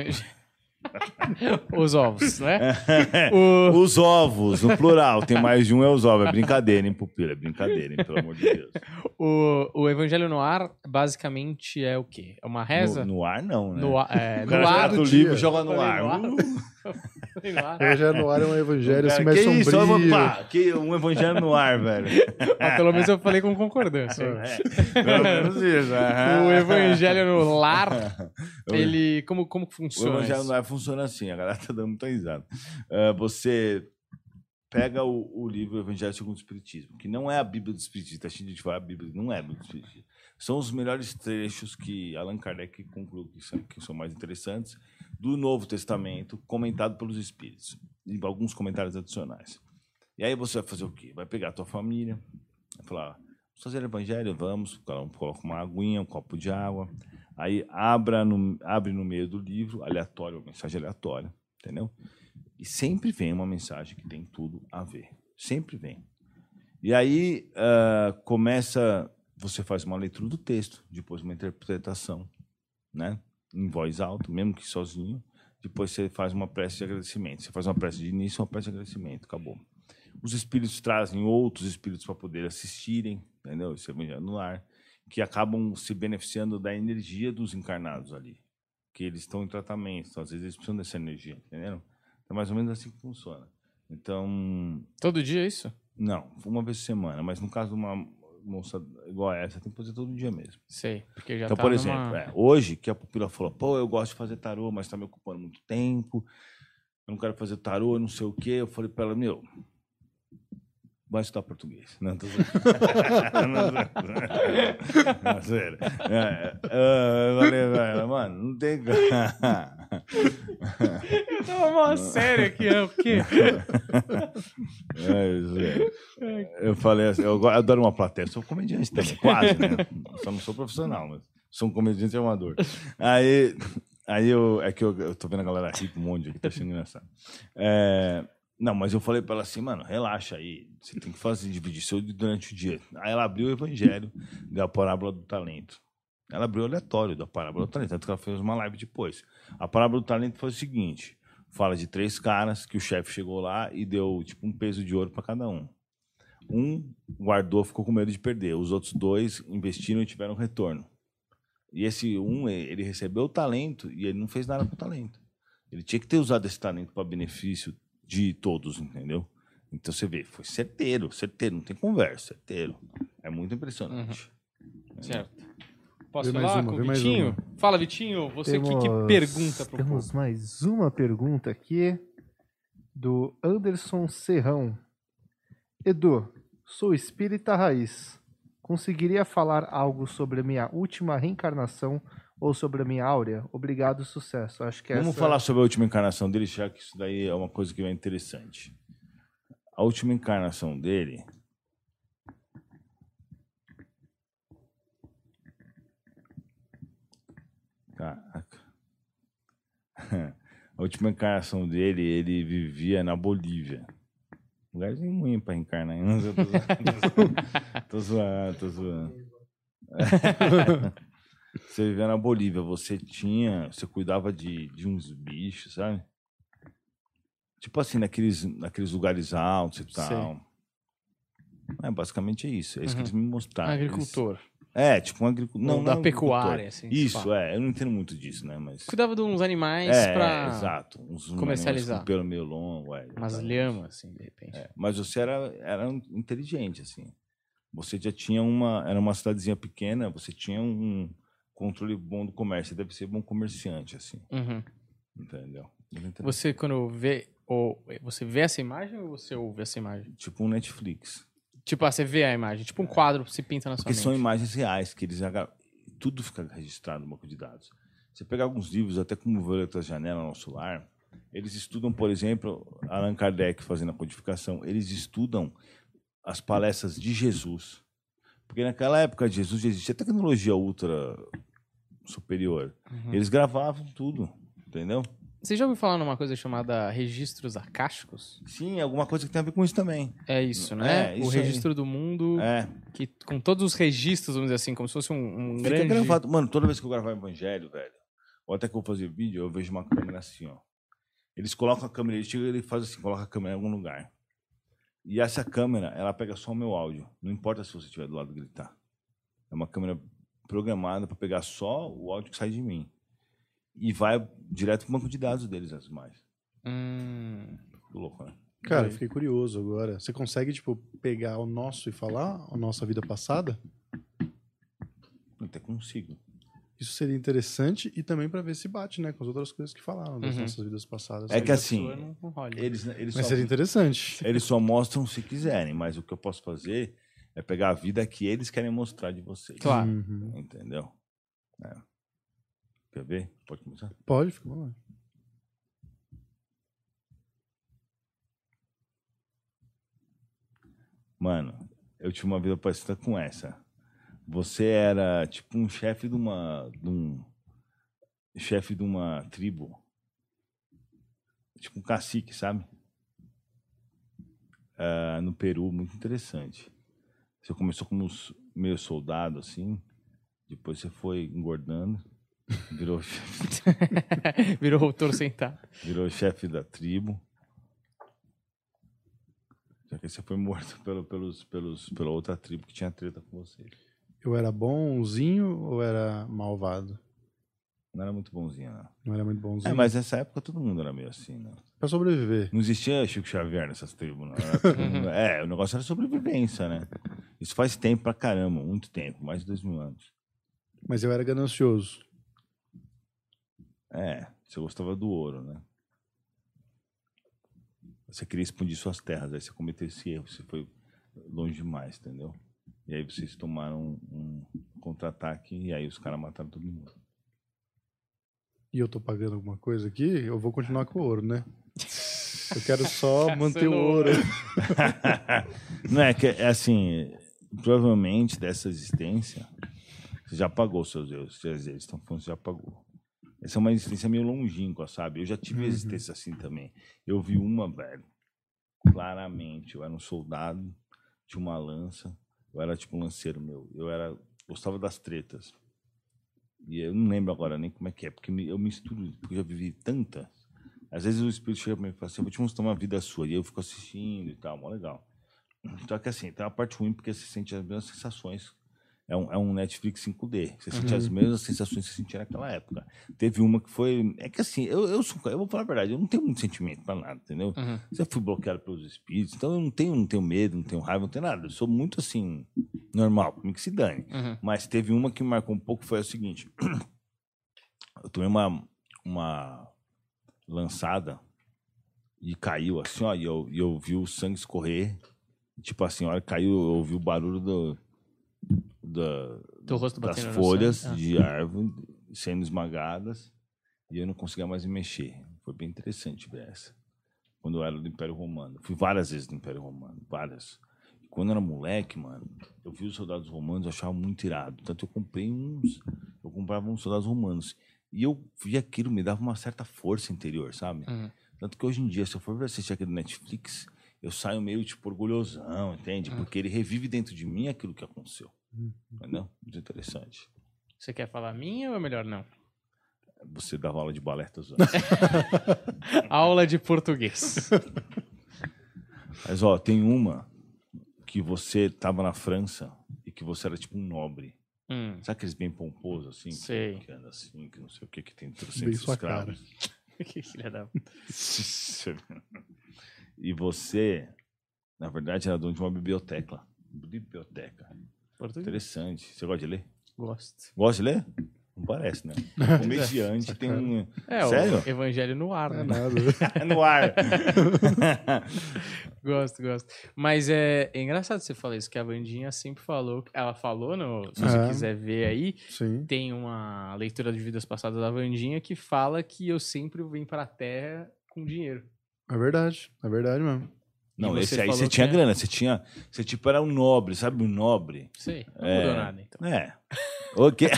Os ovos, né? O... Os ovos, no plural. Tem mais de um, é os ovos. É brincadeira, hein, pupila? É brincadeira, hein, pelo amor de Deus. O, o Evangelho no Ar, basicamente, é o quê? É uma reza? No, no ar, não, né? No, ar- é, O no cara ar trata o dia. livro e joga no Falei ar. no ar. Uh! Falei no ar. O evangelho no ar é um evangelho assim Cara, mais que isso? Olha, sombrio. pá, que um evangelho no ar, velho. Mas pelo menos eu falei com concordância. É, pelo menos isso. aham. O Evangelho no Lar, ele... Como, como que O funciona evangelho isso? no ar funciona assim, a galera tá dando muita risada. Ah, você pega o, o livro Evangelho segundo o Espiritismo, que não é a Bíblia do Espiritismo, tá cheio de falar a Bíblia, não é a Bíblia do Espiritismo. São os melhores trechos que Allan Kardec concluiu que são, que são mais interessantes do Novo Testamento, comentado pelos Espíritos, e alguns comentários adicionais. E aí você vai fazer o quê? Vai pegar a tua família, vai falar, vamos fazer Evangelho? Vamos, cada um coloca uma aguinha, um copo de água, aí abra no, abre no meio do livro, aleatório, uma mensagem aleatória, entendeu? E sempre vem uma mensagem que tem tudo a ver. Sempre vem. E aí uh, começa, você faz uma leitura do texto, depois uma interpretação, né? Em voz alta, mesmo que sozinho. Depois você faz uma prece de agradecimento. Você faz uma prece de início e uma prece de agradecimento. Acabou. Os espíritos trazem outros espíritos para poder assistirem, entendeu? Esse evangelho no lar, que acabam se beneficiando da energia dos encarnados ali. Que eles estão em tratamento, então, às vezes eles precisam dessa energia, entenderam? É mais ou menos assim que funciona. Então, Todo dia é isso? não, uma vez por semana, mas no caso de uma moça igual a essa, tem que fazer todo dia mesmo. Sei, porque já Então, tá por numa... exemplo, é, hoje que a pupila falou, pô, eu gosto de fazer tarô, mas está me ocupando muito tempo, eu não quero fazer tarô, eu não sei o quê. Eu falei para ela, meu, vai estudar português. Não, tô zoando. Não, sério. É, é, eu falei pra ela, mano, não tem... Eu tava mó sério aqui, é o quê? É, isso é. Eu falei assim, eu go- adoro uma plateia, sou comediante também, quase, né? Só não sou profissional, mas sou um comediante amador. Aí, aí eu, é que eu, eu tô vendo a galera rir com um monte aqui, tá achando engraçado. É, não, mas eu falei pra ela assim, mano, relaxa aí, você tem que fazer, dividir seu dia durante o dia. Aí ela abriu o evangelho da parábola do talento. Ela abriu o aleatório da parábola do talento, tanto que ela fez uma live depois. A parábola do talento foi o seguinte, fala de três caras que o chefe chegou lá e deu tipo um peso de ouro para cada um. Um guardou, ficou com medo de perder. Os outros dois investiram e tiveram retorno. E esse um, ele recebeu o talento e ele não fez nada com o talento. Ele tinha que ter usado esse talento para benefício de todos, entendeu? Então você vê, foi certeiro, certeiro, não tem conversa, certeiro. É muito impressionante. Certo. Posso Vê mais falar uma, com o vê mais Vitinho? uma. Fala, Vitinho, você aqui que Temos- pergunta pro Temos povo. mais uma pergunta aqui do Anderson Serrão. Edu, sou espírita raiz. Conseguiria falar algo sobre a minha última reencarnação ou sobre a minha áurea? Obrigado, sucesso. Acho que Vamos essa... falar sobre a última encarnação dele, já que isso daí é uma coisa que é interessante. A última encarnação dele... Caraca. A última encarnação dele, ele vivia na Bolívia. Lugarzinho ruim pra reencarnar. Hein? Tô zoando, tô zoando. Tô zoando. Você vivia na Bolívia, você tinha, você cuidava de, de uns bichos, sabe? Tipo assim, naqueles, naqueles lugares altos e tal. É, basicamente é isso. É isso que eles me mostraram. Agricultor. Eles- É, tipo um agricultor. Ou Não, da não pecuária, agricultor. assim, Isso, fala. é. Eu não entendo muito disso, né? Mas. Cuidava de uns animais É, pra é, exato. Uns comercializar. animais com pelo meio longo, é. umas exatamente. lhamas, assim, de repente. É, mas você era, era inteligente, assim. você já tinha uma... Era uma cidadezinha pequena, você tinha um controle bom do comércio. Você deve ser bom comerciante, assim. Uhum. Entendeu? Você, quando vê... Ou, você vê essa imagem ou você ouve essa imagem? Tipo um Netflix. Tipo, ah, você vê a imagem. Tipo um quadro se pinta na sua Porque mente. são imagens reais, que eles... Tudo fica registrado no banco de dados. Você pegar alguns livros, até como Violetas Janela, Nosso Lar, eles estudam, por exemplo, Allan Kardec fazendo a codificação, eles estudam as palestras de Jesus. Porque naquela época de Jesus já existia tecnologia ultra superior. Uhum. Eles gravavam tudo, entendeu? Você já ouviu falar numa coisa chamada registros acásticos? Sim, alguma coisa que tem a ver com isso também. É isso, né? É, o isso registro aí. do mundo, É. que, com todos os registros, vamos dizer assim, como se fosse um, um Fica grande... gravado. Mano, toda vez que eu gravar evangelho, velho, ou até que eu vou fazer vídeo, eu vejo uma câmera assim, ó. Eles colocam a câmera, eles chegam e ele faz assim, coloca a câmera em algum lugar. E essa câmera, ela pega só o meu áudio. Não importa se você estiver do lado gritar. É uma câmera programada para pegar só o áudio que sai de mim. E vai direto pro banco de dados deles, as imagens. Hum... Que louco, né? Cara, eu fiquei curioso agora. Você consegue, tipo, pegar o nosso e falar a nossa vida passada? Eu até consigo. Isso seria interessante e também pra ver se bate, né, com as outras coisas que falaram das Uhum. nossas vidas passadas. É que A assim, pessoa não- não rola. eles, eles, Mas só, seria interessante. eles só mostram se quiserem, mas o que eu posso fazer é pegar a vida que eles querem mostrar de vocês. Claro. Uhum. Entendeu? É. Quer ver? Pode começar? Pode, fica bom. Mano, eu tive uma vida parecida com essa. Você era tipo um chefe de uma. De um, chefe de uma tribo. Tipo um cacique, sabe? Ah, no Peru, muito interessante. Você começou como s- meio soldado, assim. Depois você foi engordando. Virou chefe, Virou o touro sentado. virou chefe da tribo. Só que você foi morto pelo, pelos, pelos, pela outra tribo que tinha treta com você. Eu era bonzinho ou era malvado? Não era muito bonzinho, não. Não era muito bonzinho. É, mas nessa época todo mundo era meio assim, né? Pra sobreviver. Não existia Chico Xavier nessas tribos, não. Era todo mundo- É, o negócio era sobrevivência, né? Isso faz tempo pra caramba, muito tempo, mais de dois mil anos. Mas eu era ganancioso. É, você gostava do ouro, né? Você queria expandir suas terras, aí você cometeu esse erro, você foi longe demais, entendeu? E aí vocês tomaram um contra-ataque e aí os caras mataram todo mundo. E eu tô pagando alguma coisa aqui, eu vou continuar com o ouro, né? Eu quero só manter o ouro. Não é que é assim, provavelmente dessa existência você já pagou seus erros, eles estão falando que você já pagou. Essa é uma existência meio longínqua, sabe? Eu já tive Uhum. existência assim também. Eu vi uma, velho, claramente, eu era um soldado, tinha uma lança, eu era tipo um lanceiro meu, eu era, gostava das tretas. E eu não lembro agora nem como é que é, porque eu misturo, porque eu já vivi tantas. Às vezes o espírito chega pra mim e fala assim, eu vou te mostrar uma vida sua, e eu fico assistindo e tal, mó legal. Só que assim, tem uma parte ruim porque você sente as mesmas sensações. É um, é um Netflix cinco D. Você sente as mesmas sensações que você sentia naquela época. Teve uma que foi... É que assim, eu, eu, sou, eu vou falar a verdade, eu não tenho muito sentimento pra nada, entendeu? Uhum. Eu fui bloqueado pelos espíritos, então eu não tenho, não tenho medo, não tenho raiva, não tenho nada. Eu sou muito assim, normal, comigo que se dane. Uhum. Mas teve uma que me marcou um pouco, foi a seguinte. Eu tomei uma, uma lançada e caiu assim, ó, e eu, e eu vi o sangue escorrer. Tipo assim, a hora que caiu, eu ouvi o barulho do, da, Do rosto das batendo no folhas sangue. Ah. de árvore sendo esmagadas e eu não conseguia mais me mexer. Foi bem interessante ver essa. Quando eu era do Império Romano. Fui várias vezes no Império Romano, várias. Quando eu era moleque, mano, eu vi os soldados romanos, eu achava muito irado. Tanto eu comprei uns, eu comprava uns soldados romanos. E eu vi aquilo, me dava uma certa força interior, sabe? Uhum. Tanto que hoje em dia, se eu for assistir aquele Netflix, eu saio meio, tipo, orgulhosão, entende? Porque ele revive dentro de mim aquilo que aconteceu. Entendeu? Muito interessante. Você quer falar minha ou é melhor não? Você dava aula de balé, tô zoando. Aula de português. Mas, ó, tem uma que você tava na França e que você era tipo um nobre. Hum, Sabe aqueles bem pomposos, assim? Sei. Que, que anda assim, que não sei o que, que tem Bem trocentos sua escravos. que filha da... E você, na verdade, era dono de uma biblioteca. Biblioteca. Português. Interessante. Você gosta de ler? Gosto. Gosta de ler? Não parece, né? Comediante tem um... É, Sério? o evangelho no ar, Não é né? nada. No ar. Gosto, gosto. Mas é, é engraçado você falar isso, que a Vandinha sempre falou. Ela falou, no, se você É. quiser ver aí, Sim. tem uma leitura de vidas passadas da Vandinha que fala que eu sempre vim pra terra com dinheiro. É verdade. É verdade mesmo. Não, E você esse aí falou você que tinha é- grana. Você tinha... Você tipo era um nobre, sabe? Um nobre. Sei, não É. mudou nada, então. É. O quê?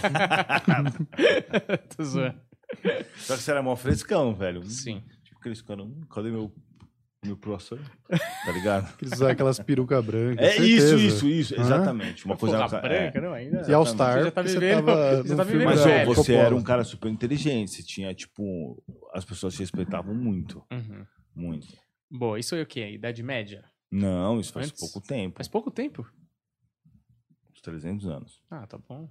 Tô zoando. Só que você era mó frescão, velho. Sim. Tipo aqueles caras... hum, Cadê meu... Meu professor? Tá ligado? Eles usam aquelas perucas brancas. É isso, certeza. isso, isso. Aham. Exatamente. Uma coisa... Porra, é. branca, não, ainda. E All Star, Você já tá porque vivendo- tava você no tá filme vivendo Mas, da ô, velho. você Coppola. era um cara super inteligente. Você tinha, tipo... As pessoas te respeitavam muito. Uhum. Muito. Bom, isso é o quê? Idade média? Não, isso faz Antes? pouco tempo. Faz pouco tempo. Uns trezentos anos. Ah, tá bom.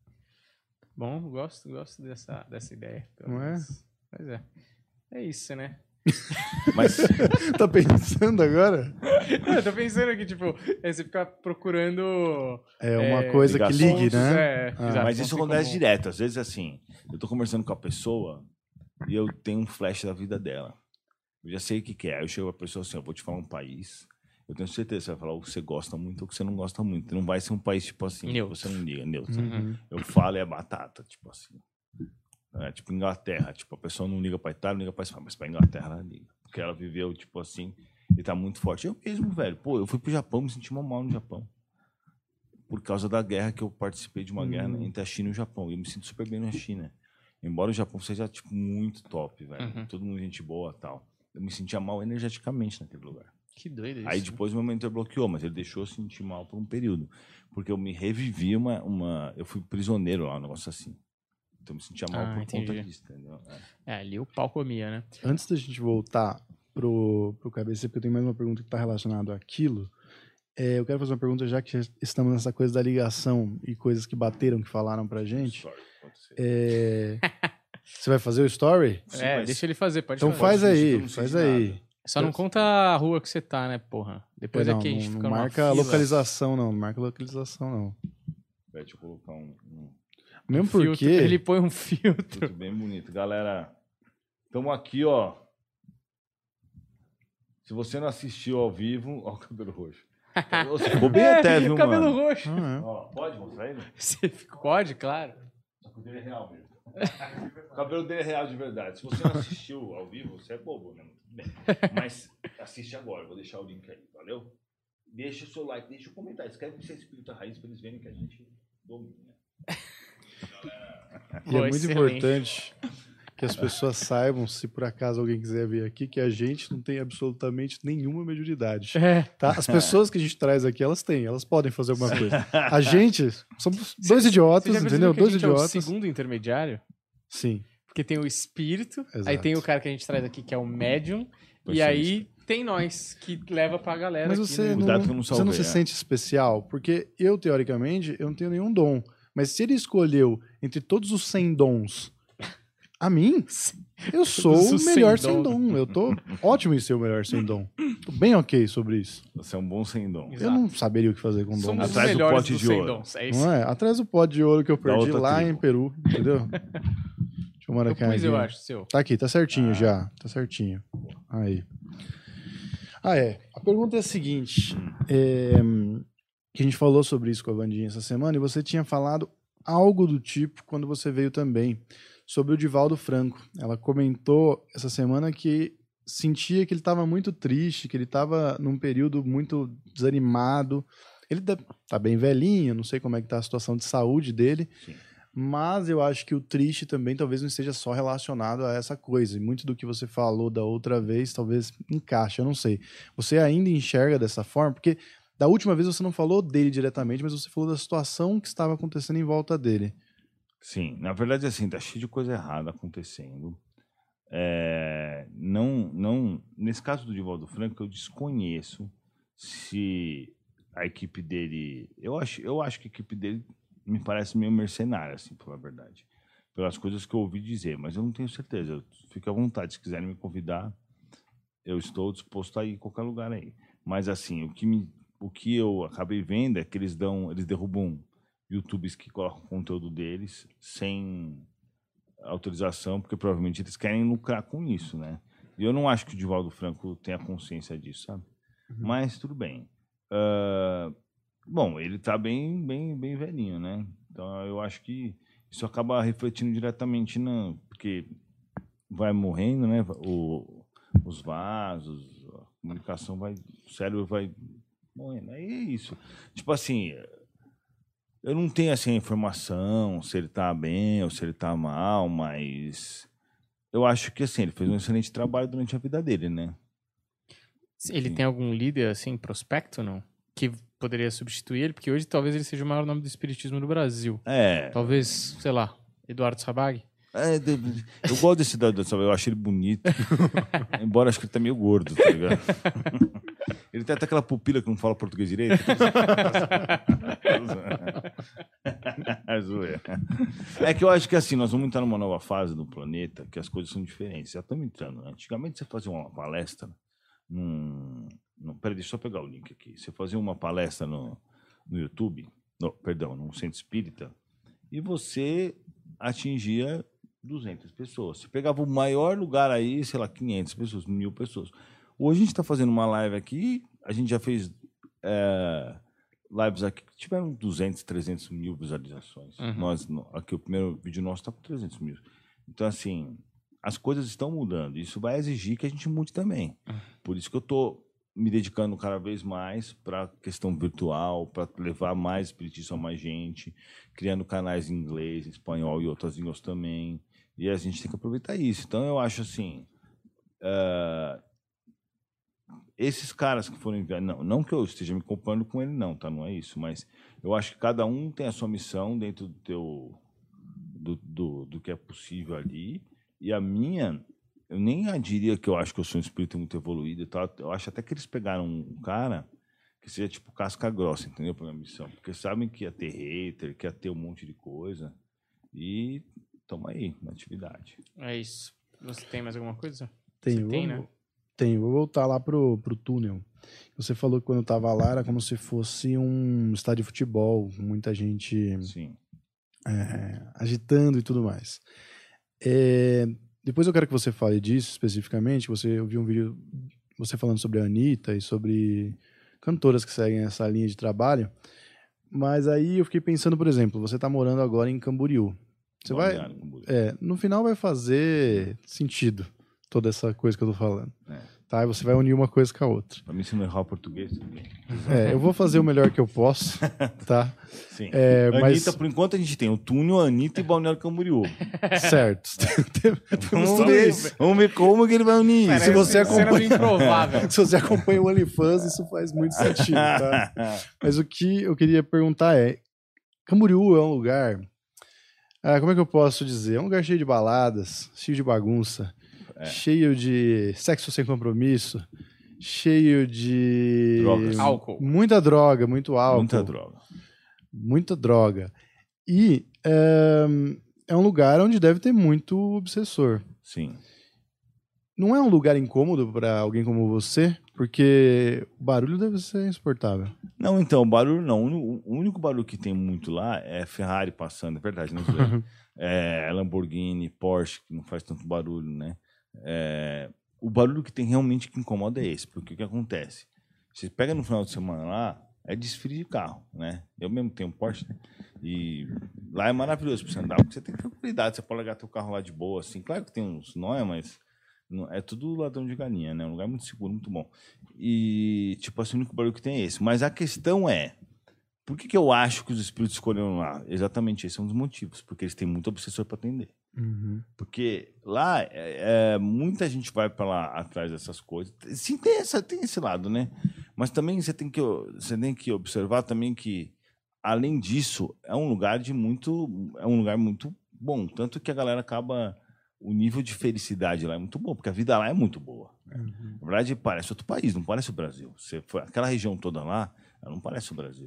Bom, gosto, gosto dessa, dessa ideia. pelo Não é? menos. Pois é. É isso, né? Mas... Tá pensando agora? Eu tô pensando aqui, tipo, é você ficar procurando. É uma É, coisa que ligações, ligue, né? É, Ah. exato, Mas não isso tem acontece como- direto. Às vezes, assim, eu tô conversando com a pessoa e eu tenho um flash da vida dela. Eu já sei o que, que é. Aí eu chego pra pessoa assim, eu vou te falar um país. Eu tenho certeza que você vai falar o que você gosta muito ou o que você não gosta muito. Não vai ser um país, tipo assim, que Neutro. você não liga, neutro. Uhum. Eu falo e é batata, tipo assim. É, tipo Inglaterra. Tipo, a pessoa não liga pra Itália, não liga pra Espanha, mas pra Inglaterra ela liga. Porque ela viveu, tipo assim, e tá muito forte. Eu mesmo, velho. Pô, eu fui pro Japão, me senti mal mal no Japão. Por causa da guerra que eu participei de uma guerra entre a China e o Japão. E eu me sinto super bem na China. Embora o Japão seja, tipo, muito top, velho. Uhum. Todo mundo gente boa e tal. Eu me sentia mal energeticamente naquele lugar. Que doido isso. Aí depois meu mentor bloqueou, mas ele deixou eu sentir mal por um período. Porque eu me revivi uma... uma eu fui prisioneiro lá, um negócio assim. Então eu me sentia mal Ah, por entendi. conta disso, entendeu? É. É, ali o pau comia, né? Antes da gente voltar pro, pro K B C, porque eu tenho mais uma pergunta que está relacionada àquilo, é, eu quero fazer uma pergunta, já que estamos nessa coisa da ligação e coisas que bateram, que falaram pra gente. Sorry, pode ser. É, você vai fazer o story? Sim, é, mas- deixa ele fazer, pode Então fazer. faz Pode, aí, não sei faz de aí. nada. Só não conta a rua que você tá, né, porra? Depois não, aqui a gente não, fica não numa marca a fila. localização, não. Não marca a localização, não. Peraí, deixa eu colocar um... um... Mesmo Filtro, porque... Ele põe um filtro. Tudo bem bonito. Galera, estamos aqui, ó. Se você não assistiu ao vivo, ó o cabelo roxo. Você ficou bem até, viu, Cabelo mano? roxo. Ah, Ó, pode mostrar ele? Você fica- pode, claro. Só que o dele é real mesmo. O cabelo dele é real de verdade. Se você não assistiu ao vivo, você é bobo, né? Tudo bem. Mas assiste agora, vou deixar o link aí, valeu? Deixa o seu like, deixa o comentário. Escreve que você é espírita raiz pra eles verem que a gente domina. é. E Pô, é muito excelente. importante que as pessoas saibam, se por acaso alguém quiser vir aqui, que a gente não tem absolutamente nenhuma maioridade. É. Tá? As pessoas que a gente traz aqui, elas têm, elas podem fazer alguma coisa. A gente, somos dois idiotas, Você já entendeu? percebeu que a Dois gente é o idiotas. segundo intermediário? Sim. Porque tem o espírito, aí Exato. tem o cara que a gente traz aqui, que é o médium, Pois e é, aí tem nós, que leva pra galera Mas aqui, você né? não, Cuidado que eu não você não salvei, se é. sente especial, porque eu, teoricamente, eu não tenho nenhum dom. Mas se ele escolheu entre todos os cem dons, a mim, eu sou Todos o os melhor sem sem dom. dom. Eu tô ótimo em ser o melhor sem dom. Tô bem ok sobre isso. Você é um bom sem dom. Exato. Eu não saberia o que fazer com dom. Somos os Atrás do melhores pote dos de sem ouro. dons, é isso. Não é? Atrás do pote de ouro que eu Da perdi outra lá tribo. em Peru, entendeu? Deixa eu Eu marcar pus, eu aqui. acho, seu. Tá aqui, tá certinho Ah. já. Tá certinho. Aí. Ah, é. A pergunta é a seguinte. É, que a gente falou sobre isso com a Vandinha essa semana e você tinha falado algo do tipo quando você veio também sobre o Divaldo Franco. Ela comentou essa semana que sentia que ele estava muito triste, que ele estava num período muito desanimado. Ele deve- tá bem velhinho, não sei como é que tá a situação de saúde dele. Sim. Mas eu acho que o triste também talvez não esteja só relacionado a essa coisa. E muito do que você falou da outra vez talvez encaixe, eu não sei. Você ainda enxerga dessa forma? Porque da última vez você não falou dele diretamente, mas você falou da situação que estava acontecendo em volta dele. Sim, na verdade, assim, tá cheio de coisa errada acontecendo. É, não, não, nesse caso do Divaldo Franco, eu desconheço se a equipe dele. Eu acho, eu acho que a equipe dele me parece meio mercenária, assim, pela verdade. Pelas coisas que eu ouvi dizer, mas eu não tenho certeza. Eu fico à vontade, se quiserem me convidar, eu estou disposto a ir em qualquer lugar aí. Mas, assim, o que me o que eu acabei vendo é que eles dão, eles derrubam YouTubers que colocam conteúdo deles sem autorização, porque provavelmente eles querem lucrar com isso, né? E eu não acho que o Divaldo Franco tenha consciência disso, sabe? Uhum. Mas tudo bem. Uh, bom, ele tá bem, bem, bem velhinho, né? Então eu acho que isso acaba refletindo diretamente na... Porque vai morrendo, né? O, os vasos, a comunicação vai... O cérebro vai morrendo. Aí é isso. Tipo assim... Eu não tenho assim, a informação se ele tá bem ou se ele tá mal, mas... Eu acho que assim, ele fez um excelente trabalho durante a vida dele, né? Ele Sim. tem algum líder, assim, prospecto, não? Que poderia substituir ele? Porque hoje talvez ele seja o maior nome do espiritismo do Brasil. É. Talvez, sei lá, Eduardo Sabag? É, eu gosto desse Eduardo Sabag, eu acho ele bonito. Embora acho que ele tá meio gordo, tá ligado? Ele tem até aquela pupila que não fala português direito. É que eu acho que assim, nós vamos entrar numa nova fase do planeta, que as coisas são diferentes. Já estamos entrando. Né? Antigamente você fazia uma palestra num... num... Peraí, deixa eu pegar o link aqui. Você fazia uma palestra no, no YouTube, no, perdão, num centro espírita, e você atingia duzentas pessoas. Você pegava o maior lugar aí, sei lá, quinhentas pessoas, mil pessoas. Hoje a gente está fazendo uma live aqui, a gente já fez é, lives aqui que tiveram duzentas, trezentas mil visualizações. Uhum. Nós, aqui o primeiro vídeo nosso está com trezentos mil. Então, assim, as coisas estão mudando. Isso vai exigir que a gente mude também. Uhum. Por isso que eu estou me dedicando cada vez mais para a questão virtual, para levar mais espiritismo a mais gente, criando canais em inglês, em espanhol e outras línguas também. E a gente tem que aproveitar isso. Então, eu acho assim... Uh, esses caras que foram enviados, não, não que eu esteja me comparando com ele, não, tá? Não é isso, mas eu acho que cada um tem a sua missão dentro do teu, do, do, do que é possível ali, e a minha, eu nem diria que eu acho que eu sou um espírito muito evoluído e tal, eu acho até que eles pegaram um cara que seja tipo casca grossa, entendeu? Para minha missão, porque sabem que ia ter hater, que ia ter um monte de coisa, e estamos aí, na atividade. É isso. Você tem mais alguma coisa? Tenho. Você tem, né? Tenho. Vou voltar lá pro, pro túnel. Você falou que quando eu tava lá era como se fosse um estádio de futebol, com muita gente Sim. É, agitando e tudo mais. É, depois eu quero que você fale disso especificamente. Você, eu vi um vídeo você falando sobre a Anitta e sobre cantoras que seguem essa linha de trabalho. Mas aí eu fiquei pensando, por exemplo, você tá morando agora em Camboriú. Você vai, é, no final vai fazer sentido toda essa coisa que eu tô falando. É. Tá? E você vai unir uma coisa com a outra. Pra mim, se não errar o português também. É, eu vou fazer o melhor que eu posso, tá? Sim. É, Anitta, mas... por enquanto, a gente tem o Túnel, a Anitta e Balneário Camboriú. Certo. vamos, ver, vamos ver como que ele vai unir isso. Se você acompanha... Se você acompanha o OnlyFans, isso faz muito sentido, tá? Mas o que eu queria perguntar é, Camboriú é um lugar... Ah, como é que eu posso dizer? É um lugar cheio de baladas, cheio de bagunça, é. cheio de sexo sem compromisso, cheio de... Drogas. Álcool. Muita droga, muito álcool. Muita droga. Muita droga. E é, é um lugar onde deve ter muito obsessor. Sim. Não é um lugar incômodo para alguém como você? Porque o barulho deve ser insuportável. Não, então, barulho não. O único barulho que tem muito lá é Ferrari passando, é verdade, não sei. É Lamborghini, Porsche, que não faz tanto barulho, né? É, o barulho que tem realmente que incomoda é esse, porque o que acontece? Você pega no final de semana lá, é desfile de carro, né? Eu mesmo tenho um Porsche, né? E lá é maravilhoso pra você andar, porque você tem tranquilidade, você pode largar teu carro lá de boa, assim. Claro que tem uns nóia, mas... é tudo ladrão de galinha, né? Um lugar muito seguro, muito bom. E, tipo assim, o único barulho que tem é esse. Mas a questão é, por que, que eu acho que os espíritos escolheram lá? Exatamente esse é um dos motivos. Porque eles têm muito obsessor para atender. Uhum. Porque lá, é, é, muita gente vai para lá atrás dessas coisas. Sim, tem, essa, tem esse lado, né? Mas também você tem, que, você tem que observar também que, além disso, é um lugar de muito... É um lugar muito bom. Tanto que a galera acaba... O nível de felicidade lá é muito bom, porque a vida lá é muito boa. Né? Uhum. Na verdade, parece outro país, não parece o Brasil. Você foi, aquela região toda lá, ela não parece o Brasil.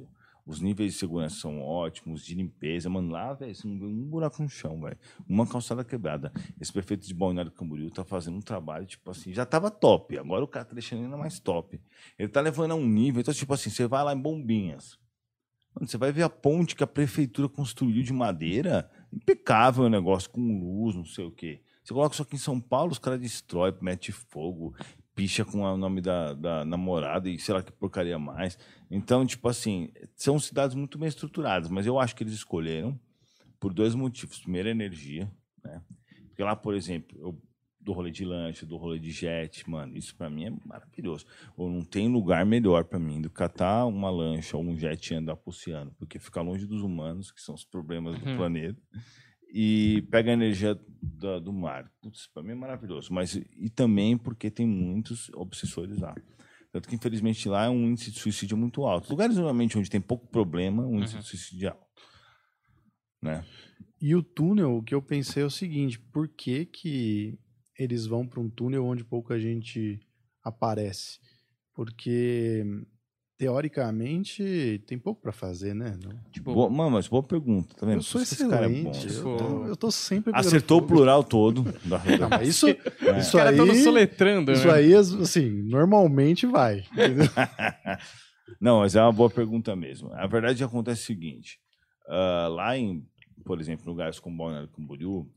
Os níveis de segurança são ótimos, de limpeza. Mano, lá, velho, você não vê um buraco no chão, velho. Uma calçada quebrada. Esse prefeito de Balneário Camboriú tá fazendo um trabalho, tipo assim, já tava top. Agora o cara tá deixando ainda mais top. Ele tá levando a um nível. Então, tipo assim, você vai lá em Bombinhas. Mano, você vai ver a ponte que a prefeitura construiu de madeira. Impecável o negócio, com luz, não sei o quê. Você coloca isso aqui em São Paulo, os caras destroem, mete fogo, picha com o nome da, da namorada e sei lá que porcaria mais. Então, tipo assim, são cidades muito bem estruturadas, mas eu acho que eles escolheram por dois motivos. Primeiro, a energia, né? Porque lá, por exemplo, eu dou rolê de lanche, dou rolê de jet, mano, isso pra mim é maravilhoso. Ou não tem lugar melhor pra mim do que catar uma lancha ou um jet e andar pro oceano, porque fica longe dos humanos, que são os problemas do Uhum. planeta. E pega a energia do, do mar. Putz, para mim é maravilhoso. Mas, e também porque tem muitos obsessores lá. Tanto que, infelizmente, lá é um índice de suicídio muito alto. Lugares, normalmente, onde tem pouco problema, o índice Uhum. de suicídio é alto. Né? E o túnel, o que eu pensei é o seguinte, por que que eles vão para um túnel onde pouca gente aparece? Porque, teoricamente, tem pouco para fazer, né? Não- Tipo, Boa, mano, mas boa pergunta. Tá vendo? Eu sou Por isso que esse cara é bom. excelente, né? eu, tô, eu tô sempre... pegando Acertou o fogo. plural todo. Da... Não, mas isso, É. isso os caras estão aí... soletrando, Isso né? aí, assim, normalmente vai. Entendeu? Não, mas é uma boa pergunta mesmo. A verdade acontece o seguinte. Uh, lá em, por exemplo, lugares como Balneário Camboriú,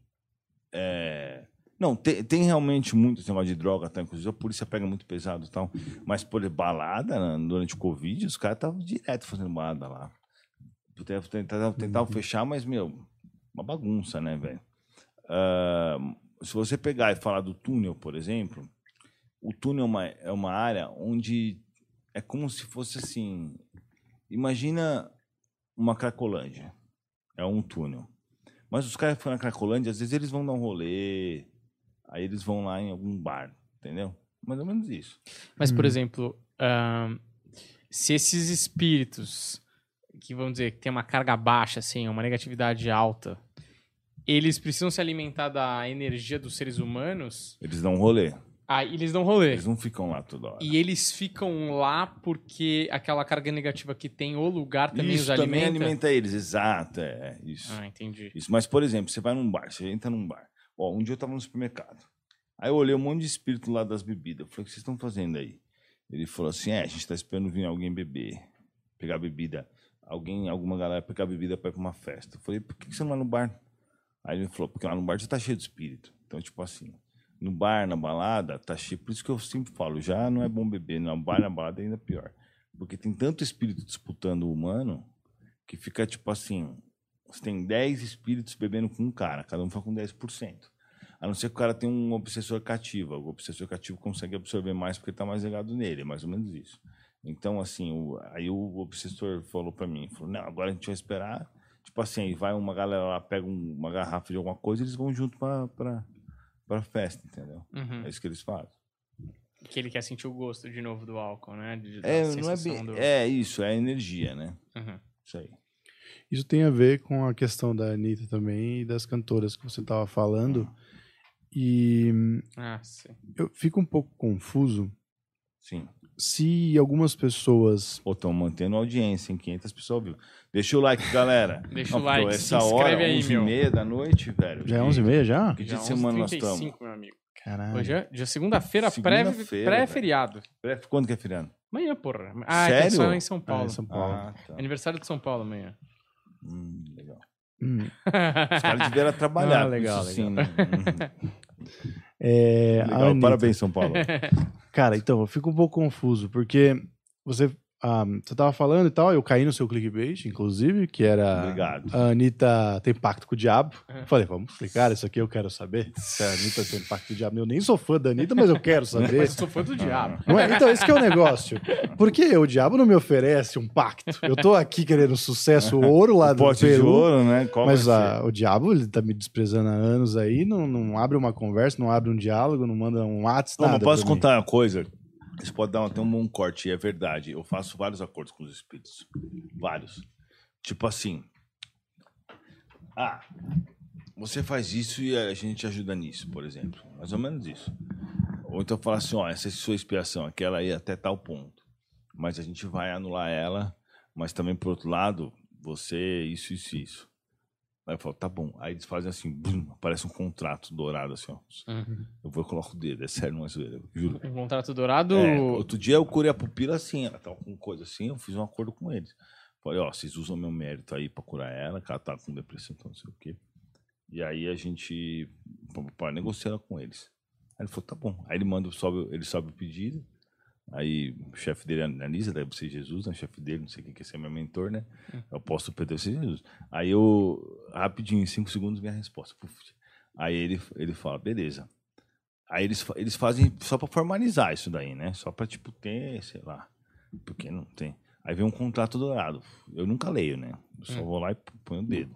é... não, tem, tem realmente muito esse negócio de droga, tá? Inclusive a polícia pega muito pesado e tal. Mas, por exemplo, balada, né, durante o Covid, os caras estavam direto fazendo balada lá. Tentavam, tentavam fechar, mas, meu, uma bagunça, né, velho? Uh, se você pegar e falar do túnel, por exemplo, o túnel é uma, é uma área onde é como se fosse assim... Imagina uma Cracolândia. É um túnel. Mas os caras que foram na Cracolândia, às vezes eles vão dar um rolê, aí eles vão lá em algum bar, entendeu? Mais ou menos isso. Mas, por Hum. exemplo, ahn, se esses espíritos, que vamos dizer, que tem uma carga baixa, assim, uma negatividade alta, eles precisam se alimentar da energia dos seres humanos, Eles dão um rolê. aí eles dão rolê. Eles não ficam lá toda hora. E eles ficam lá porque aquela carga negativa que tem o lugar também isso os também alimenta? alimenta eles, exato, é isso. Ah, entendi. Isso. Mas, por exemplo, você vai num bar, você entra num bar. Ó, um dia eu tava no supermercado. Aí eu olhei um monte de espírito lá das bebidas. Eu falei, o que vocês estão fazendo aí? Ele falou assim, é, a gente tá esperando vir alguém beber, pegar bebida. Alguém, alguma galera pegar bebida pra ir pra uma festa. Eu falei, por que você não vai no bar? Aí ele falou, porque lá no bar já tá cheio de espírito. Então, tipo assim, no bar, na balada, tá cheio. Por isso que eu sempre falo, já não é bom beber. No bar, na balada é ainda pior. Porque tem tanto espírito disputando o humano que fica, tipo assim, você tem dez espíritos bebendo com um cara, cada um fica com dez por cento. A não ser que o cara tenha um obsessor cativo. O obsessor cativo consegue absorver mais porque tá mais ligado nele, é mais ou menos isso. Então, assim, o, aí o obsessor falou pra mim, falou, não, agora a gente vai esperar. Tipo assim, aí vai uma galera lá, pega um, uma garrafa de alguma coisa e eles vão junto pra, pra, pra festa, entendeu? Uhum. É isso que eles fazem. Que ele quer sentir o gosto de novo do álcool, né? De, da É, não é, sensação bem, do... é isso, é a energia, né? Uhum. Isso aí. Isso tem a ver com a questão da Anitta também e das cantoras que você estava falando. E Ah, sim. eu fico um pouco confuso Sim. se algumas pessoas... Ou estão mantendo a audiência, em quinhentas pessoas viu. Deixa o like, galera. Deixa Não, o like, pô, se essa hora, inscreve aí, onze e meu. meia da noite, velho. Já é que- onze e meia já? Que dia Já de semana nós estamos? onze e trinta e cinco, meu amigo. Caralho. Hoje é dia segunda-feira, pré- Segunda-feira, pré-feriado. Pré- Quando que é feriado? Amanhã, porra. Ah, Sério? é só em São Ah, Paulo. em São Paulo. Ah, tá. Aniversário de São Paulo amanhã. Hum, legal. Hum. Os caras tiveram trabalhar Ah, com legal, isso sim, legal. né? Uhum. É, a Legal, Anitta. parabéns, São Paulo. Cara, então, eu fico um pouco confuso, porque você, ah, você tava falando e tal, eu caí no seu clickbait, inclusive, que era Obrigado. a Anitta tem pacto com o diabo. Uhum. Falei, vamos explicar, isso aqui eu quero saber. Se a Anitta tem pacto com o diabo. Eu nem sou fã da Anitta, mas eu quero saber. Mas eu sou fã do diabo. Não é? Então, esse que é o negócio. Porque o diabo não me oferece um pacto. Eu tô aqui querendo sucesso, ouro lá do Pote de Peru. ouro, né? Qual Mas vai ah, o diabo, ele tá me desprezando há anos aí, não, não abre uma conversa, não abre um diálogo, não manda um WhatsApp, Não, nada mas posso pra mim. contar uma coisa? Isso pode dar até um bom corte, e é verdade. Eu faço vários acordos com os espíritos. Vários. Tipo assim. Ah, você faz isso e a gente ajuda nisso, por exemplo. Mais ou menos isso. Ou então falar assim, ó, essa é a sua expiação, aquela aí até tal ponto. Mas a gente vai anular ela mas também, por outro lado, você, isso, isso, isso. Aí eu falo, tá bom. Aí eles fazem assim, bum, aparece um contrato dourado, assim, ó. Uhum. Eu vou e coloco o dedo, é sério, não é zoeira, eu juro. Um contrato dourado. É, outro dia eu curei a pupila assim, ela tava com coisa assim, eu fiz um acordo com eles. Falei, ó, vocês usam meu mérito aí pra curar ela, que ela tá com depressão, então não sei o quê. E aí a gente, para negociar com eles. Aí ele falou, tá bom. Aí ele manda, sobe, ele sobe o pedido. Aí o chefe dele analisa, deve ser Jesus, né? O chefe dele, não sei quem que é, esse é meu mentor, né? Eu posso perder ser Jesus. Aí eu, rapidinho, em cinco segundos, minha resposta. Puf. Aí ele, ele fala, beleza. Aí eles, eles fazem só pra formalizar isso daí, né? Só pra, tipo, ter, sei lá. Porque não tem. Aí vem um contrato dourado. Eu nunca leio, né? Eu só vou lá e ponho o dedo.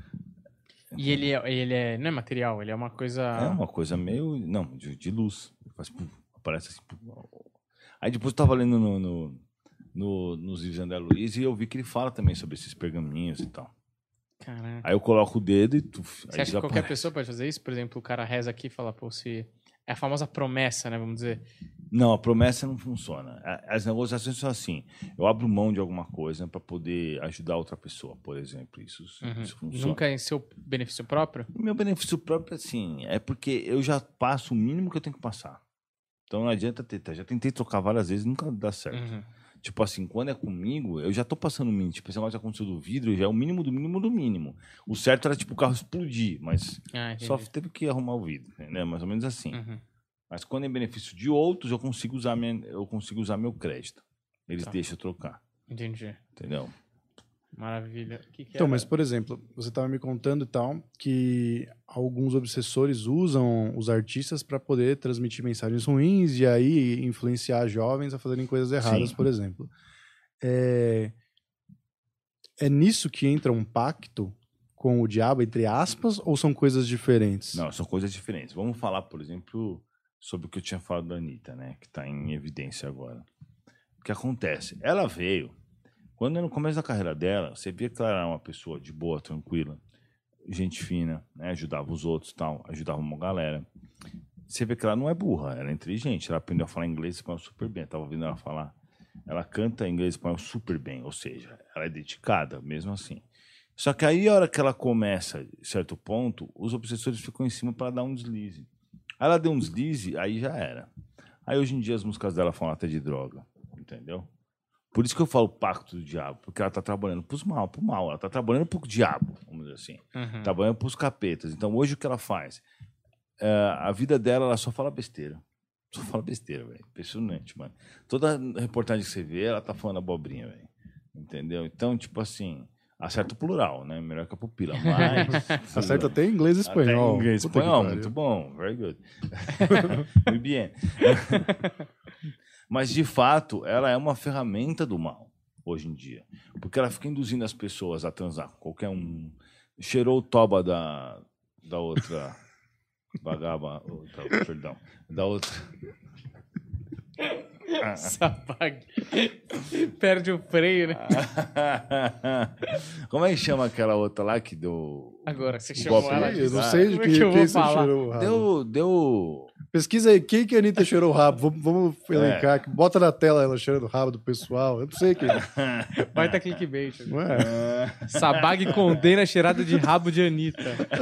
E ele é, ele é. Não é material, ele é uma coisa. É uma coisa meio. Não, de, de luz. Faz, puf, aparece assim. Puf. Aí depois eu tava lendo no, no, no, nos livros de André Luiz e eu vi que ele fala também sobre esses pergaminhos e tal. Caraca. Aí eu coloco o dedo e. Tuf, Você acha que qualquer pessoa pode fazer isso? Por exemplo, o cara reza aqui e fala, pô, se. É a famosa promessa, né? Vamos dizer. Não, a promessa não funciona. As negociações são assim. Eu abro mão de alguma coisa para poder ajudar outra pessoa, por exemplo. Isso, Uhum. isso funciona. Nunca em seu benefício próprio? Meu benefício próprio, assim, é porque eu já passo o mínimo que eu tenho que passar. Então não adianta tentar. Já tentei trocar várias vezes, nunca dá certo. Uhum. Tipo assim, quando é comigo, eu já tô passando o mínimo. Tipo, esse negócio que aconteceu do vidro já é o mínimo do mínimo do mínimo. O certo era, tipo, o carro explodir, mas Ah, só entendi. teve que arrumar o vidro, né? Mais ou menos assim. Uhum. Mas quando é benefício de outros, eu consigo usar, minha, eu consigo usar meu crédito. Eles Tá. deixam eu trocar, Entendi. entendeu? Maravilha. Que que Então, era? mas por exemplo, você estava me contando e tal que alguns obsessores usam os artistas para poder transmitir mensagens ruins e aí influenciar jovens a fazerem coisas erradas, Sim. por exemplo. É... é nisso que entra um pacto com o diabo, entre aspas, ou são coisas diferentes? Não, são coisas diferentes. Vamos falar, por exemplo, sobre o que eu tinha falado da Anitta, né? Que está em evidência agora. O que acontece? Ela veio, quando no começo da carreira dela, você via que ela era uma pessoa de boa, tranquila, gente fina, né? Ajudava os outros e tal, ajudava uma galera. Você vê que ela não é burra, ela é inteligente, ela aprendeu a falar inglês e espanhol super bem. Eu tava ouvindo ela falar. Ela canta inglês e espanhol super bem, ou seja, ela é dedicada, mesmo assim. Só que aí, a hora que ela começa, certo ponto, os obsessores ficam em cima para dar um deslize. Aí ela deu um deslize, aí já era. Aí hoje em dia as músicas dela falam até de droga, entendeu? Por isso que eu falo pacto do diabo, porque ela tá trabalhando pros mal, pro mal, ela tá trabalhando pro diabo, vamos dizer assim. Uhum. Trabalhando pros capetas. Então hoje o que ela faz? É, a vida dela, ela só fala besteira. Só fala besteira, velho. Impressionante, mano. Toda reportagem que você vê, ela tá falando abobrinha, velho. Entendeu? Então, tipo assim, acerta o plural, né? Melhor que a pupila, mas... Acerta até em inglês e espanhol. Até em inglês e Puta que espanhol, pariu. muito bom. Very good. Muy bien. Mas, de fato, ela é uma ferramenta do mal, hoje em dia. Porque ela fica induzindo as pessoas a transar com qualquer um. Cheirou o toba da, da outra... Vagaba... outra, perdão. Da outra... Sabag. Perde o freio, né? Como é que chama aquela outra lá que deu... Agora, você o chamou golpe ela lá de... Eu não Ah, sei de como é quem, que eu vou quem você falar? cheirou o rabo. Deu... deu... Pesquisa aí quem que a Anitta cheirou o rabo. Vamos, vamos elencar. aqui. Bota na tela ela cheirando o rabo do pessoal. Eu não sei quem. Vai tá clickbait. Não é? Sabag condena cheirada de rabo de Anitta.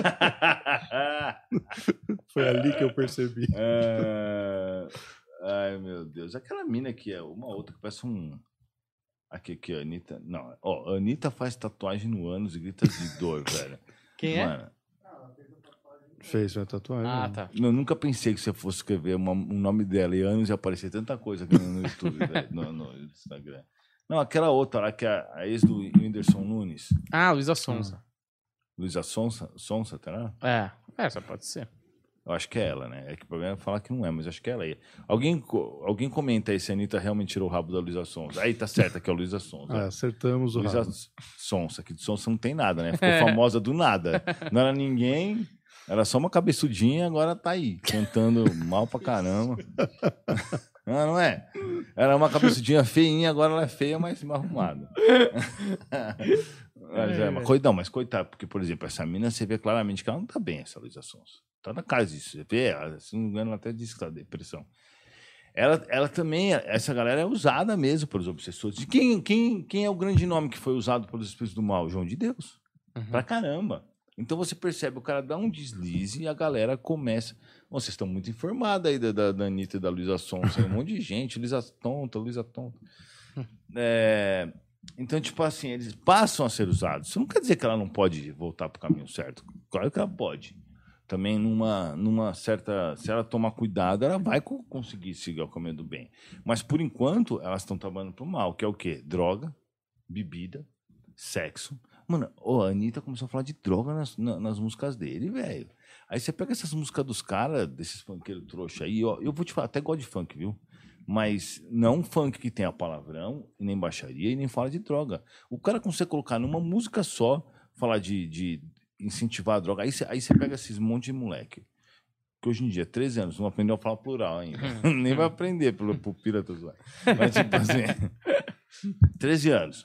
Foi ali que eu percebi. É, ai, meu Deus. Aquela mina que é uma outra que parece um... Aqui, aqui, a Anitta... Não, ó, a Anitta faz tatuagem no ânus e grita de dor, velho. Quem é? Mano, Fez uma tatuagem. Ah, né? tá. eu nunca pensei que você fosse escrever uma- um nome dela e anos e aparecer tanta coisa aqui no, no YouTube, velho, no, no Instagram. Não, aquela outra lá que é a ex do Whindersson Nunes. Ah, Luísa Sonza. Luísa Sonsa, Sonsa, tá lá? É, essa pode ser. Eu acho que é ela, né? É que o problema é falar que não é, mas acho que é ela aí. Alguém, co- alguém comenta aí se a Anitta realmente tirou o rabo da Luísa Sonsa. Aí tá certo, que é a Luísa Sonsa. Ah, acertamos o Luísa rabo. Sonsa, que de Sonsa não tem nada, né? Ficou famosa do nada. Não era ninguém, era só uma cabeçudinha, agora tá aí, cantando mal pra caramba. Não, não é? Era uma cabeçudinha feinha, agora ela é feia, mas mal arrumada. Mas, é, mas, coi- não, mas coitado, porque, por exemplo, essa mina, você vê claramente que ela não tá bem, essa Luísa Sonsa. Tá na casa disso. Você vê, ela, se não me engano, ela até disse que tá depressão. Ela, ela também, essa galera é usada mesmo pelos obsessores. E quem, quem, quem é o grande nome que foi usado pelos espíritos do mal? João de Deus. Uhum. Pra caramba. Então você percebe, o cara dá um deslize e a galera começa... Bom, vocês estão muito informados aí da, da, da Anitta e da Luísa Sonza. Tem um monte de gente, Luísa Tonta, Luísa Tonta. É, então, tipo assim, eles passam a ser usados. Isso não quer dizer que ela não pode voltar pro caminho certo. Claro que ela pode. Também numa, numa certa... Se ela tomar cuidado, ela vai co- conseguir seguir o caminho do bem. Mas, por enquanto, elas estão trabalhando pro mal, que é o quê? Droga, bebida, sexo. Mano, oh, a Anitta começou a falar de droga nas, na- nas músicas dele, velho. Aí você pega essas músicas dos caras, desses funkeiros trouxa aí, ó. Eu vou te falar, até gosto de funk, viu? Mas não um funk que tenha palavrão, e nem baixaria, e nem fala de droga. O cara consegue colocar numa música só, falar de, de incentivar a droga. Aí você, aí você pega esses monte de moleque. Que hoje em dia, treze anos, não aprendeu a falar plural ainda. Nem vai aprender pelo, pelo pirata zoar. Mas tipo assim, treze anos.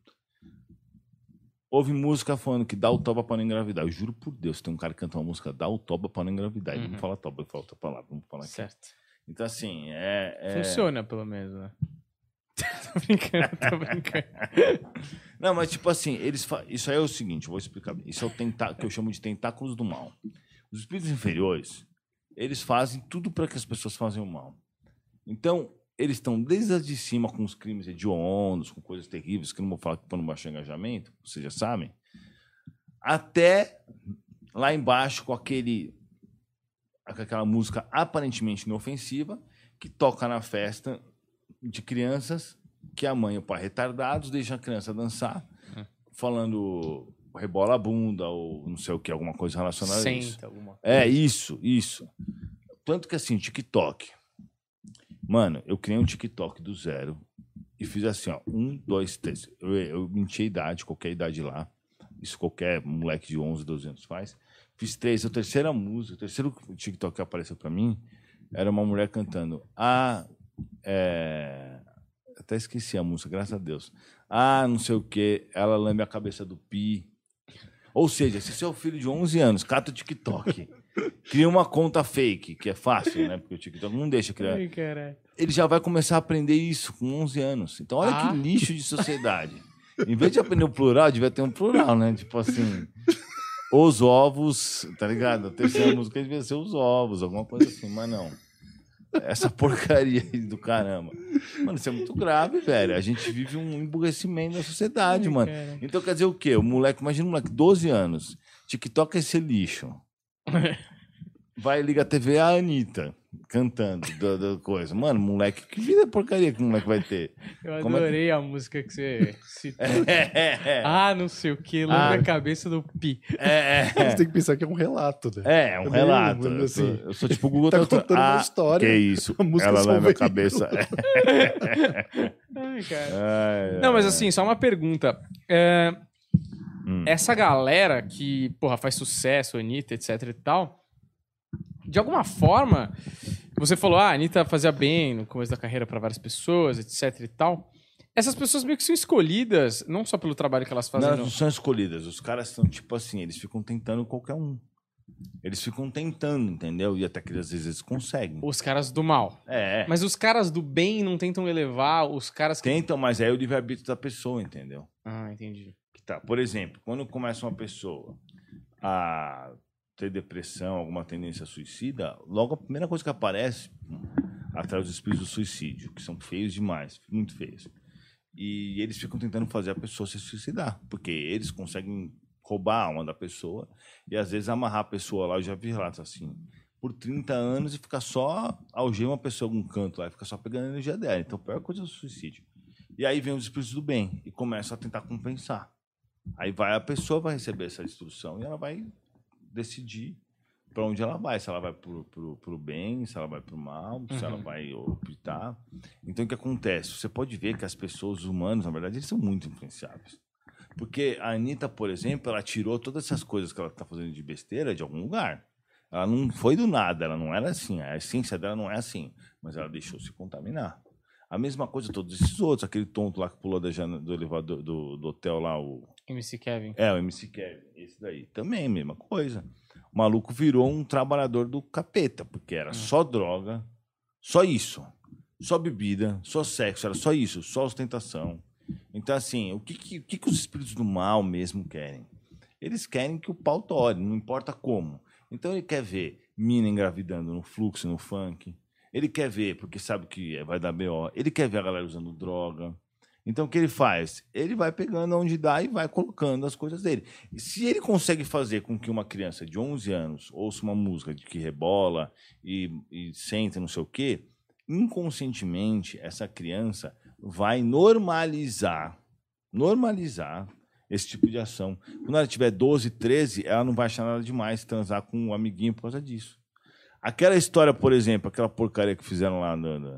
Ouve música falando que dá o toba para não engravidar. Eu juro por Deus, tem um cara que canta uma música, dá o toba para não engravidar. Ele Uhum. não fala toba, ele fala outra palavra. Vamos falar aqui. Certo. Então, assim, é... é... Funciona, pelo menos, né? Tô brincando, tô brincando. Não, mas tipo assim, eles fa... isso aí é o seguinte, eu vou explicar bem. Isso é o tentá... que eu chamo de tentáculos do mal. Os espíritos inferiores, eles fazem tudo para que as pessoas façam o mal. Então, eles estão desde as de cima com os crimes hediondos, com coisas terríveis, que eu não vou falar para não baixar engajamento, vocês já sabem, até lá embaixo com aquele, com aquela música aparentemente inofensiva, que toca na festa de crianças, que a mãe e o pai retardados deixam a criança dançar, Hum. falando rebola a bunda, ou não sei o que, alguma coisa relacionada a isso. Senta alguma coisa. É, isso, isso. Tanto que assim, TikTok. Mano, eu criei um TikTok do zero e fiz assim, ó, um, dois, três. Eu, eu menti a idade, qualquer idade lá. Isso qualquer moleque de onze, doze anos faz. Fiz três. A terceira música, o terceiro TikTok que apareceu pra mim, era uma mulher cantando. Ah, é... Até esqueci a música, graças a Deus. Ah, não sei o quê. Ela lambe a cabeça do Pi. Ou seja, se seu filho de onze anos cata o TikTok, cria uma conta fake, que é fácil, né? Porque o TikTok não deixa criar. Ai, caralho. Ele já vai começar a aprender isso com onze anos. Então, olha Ah. que lixo de sociedade. Em vez de aprender o plural, devia ter um plural, né? Tipo assim, os ovos, tá ligado? A terceira música devia ser os ovos, alguma coisa assim, mas não. Essa porcaria aí do caramba. Mano, isso é muito grave, velho. A gente vive um emburrecimento da sociedade, Ai, mano. cara. Então quer dizer o quê? O moleque, imagina um moleque, doze anos, TikTok é esse lixo. Vai liga a T V a Anitta cantando da, da coisa. Mano, moleque, que vida porcaria que o moleque vai ter? Eu Como é que- adorei a música que você citou. É, Ah, não sei o que, lambe Ah. a cabeça do Pi. é, é. Você tem que pensar que é um relato, né? É, é um Eu nem relato. lembro, Eu sou, assim, eu sou tipo o Google tá Tradutor. contando uma Ah, história, que isso. a música Ela só leva a veio. cabeça. Ai, cara. Ai, Não, mas ai. assim, só uma pergunta. É, Hum. Essa galera que, porra, faz sucesso, Anitta, etc e tal, de alguma forma, você falou, ah, a Anitta fazia bem no começo da carreira pra várias pessoas, etc e tal. Essas pessoas meio que são escolhidas, não só pelo trabalho que elas fazem, Não, não. não são escolhidas. Os caras são tipo assim, eles ficam tentando qualquer um. Eles ficam tentando, entendeu? E até que às vezes eles conseguem. Os caras do mal. É, Mas os caras do bem não tentam elevar os caras que... tentam, mas aí é o livre-arbítrio da pessoa, entendeu? Ah, entendi. Que tá. Por exemplo, quando começa uma pessoa a ter depressão, alguma tendência suicida, logo a primeira coisa que aparece hum, atrás dos espíritos do suicídio, que são feios demais, muito feios. E eles ficam tentando fazer a pessoa se suicidar, porque eles conseguem roubar a alma da pessoa e às vezes amarrar a pessoa lá. Eu já vi relatos assim, por trinta anos e ficar só algema a pessoa em algum canto lá, e fica só pegando a energia dela. Então, a pior coisa é o suicídio. E aí vem os espíritos do bem e começam a tentar compensar. Aí vai a pessoa vai receber essa instrução e ela vai decidir para onde ela vai, se ela vai pro, pro, pro bem, se ela vai pro mal, se Uhum. ela vai optar. Então, o que acontece? Você pode ver que as pessoas, os humanos, na verdade, eles são muito influenciáveis. Porque a Anitta, por exemplo, ela tirou todas essas coisas que ela está fazendo de besteira de algum lugar. Ela não foi do nada, ela não era assim, a essência dela não é assim, mas ela deixou se contaminar. A mesma coisa todos esses outros, aquele tonto lá que pulou da jana, do elevador do, do hotel lá, o... M C Kevin. É, o M C Kevin, esse daí. Também, mesma coisa. O maluco virou um trabalhador do capeta, porque era só droga, só isso. só bebida, só sexo, era só isso, só ostentação. Então, assim, o que, que, o que que os espíritos do mal mesmo querem? Eles querem que o pau tore, não importa como. Então, ele quer ver mina engravidando no fluxo, no funk. Ele quer ver, porque sabe que vai dar B O. Ele quer ver a galera usando droga. Então, o que ele faz? Ele vai pegando onde dá e vai colocando as coisas dele. E se ele consegue fazer com que uma criança de onze anos ouça uma música de que rebola e, e senta não sei o quê, inconscientemente, essa criança vai normalizar, normalizar esse tipo de ação. Quando ela tiver doze, treze, ela não vai achar nada demais transar com um amiguinho por causa disso. Aquela história, por exemplo, aquela porcaria que fizeram lá na... na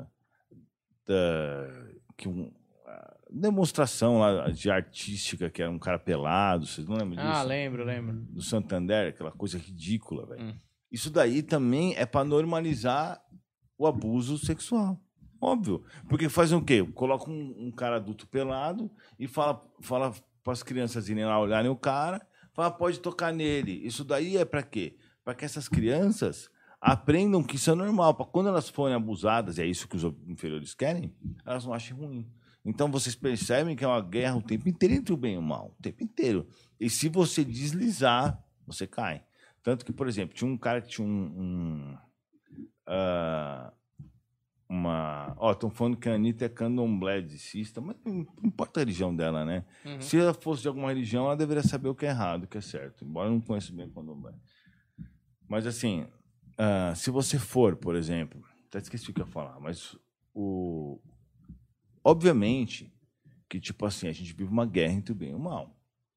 da, que um, demonstração lá de artística, que era um cara pelado, vocês não lembram disso? Ah, lembro, lembro. Do Santander, aquela coisa ridícula, velho. Hum. Isso daí também é para normalizar o abuso sexual. Óbvio. Porque faz o quê? Coloca um, um cara adulto pelado e fala, fala para as crianças irem lá olharem o cara, fala, pode tocar nele. Isso daí é para quê? Para que essas crianças aprendam que isso é normal, para quando elas forem abusadas, e é isso que os inferiores querem, elas não achem ruim. Então vocês percebem que é uma guerra o tempo inteiro entre o bem e o mal, o tempo inteiro. E se você deslizar, você cai. Tanto que, por exemplo, tinha um cara que tinha um... um uh, uma... Ó, estão falando que a Anitta é candomblé-dicista, mas não importa a religião dela, né? Uhum. Se ela fosse de alguma religião, ela deveria saber o que é errado, o que é certo. Embora eu não conheça bem o candomblé. Mas, assim, uh, se você for, por exemplo... Até esqueci o que eu ia falar, mas o... Obviamente que, tipo assim, a gente vive uma guerra entre o bem e o mal.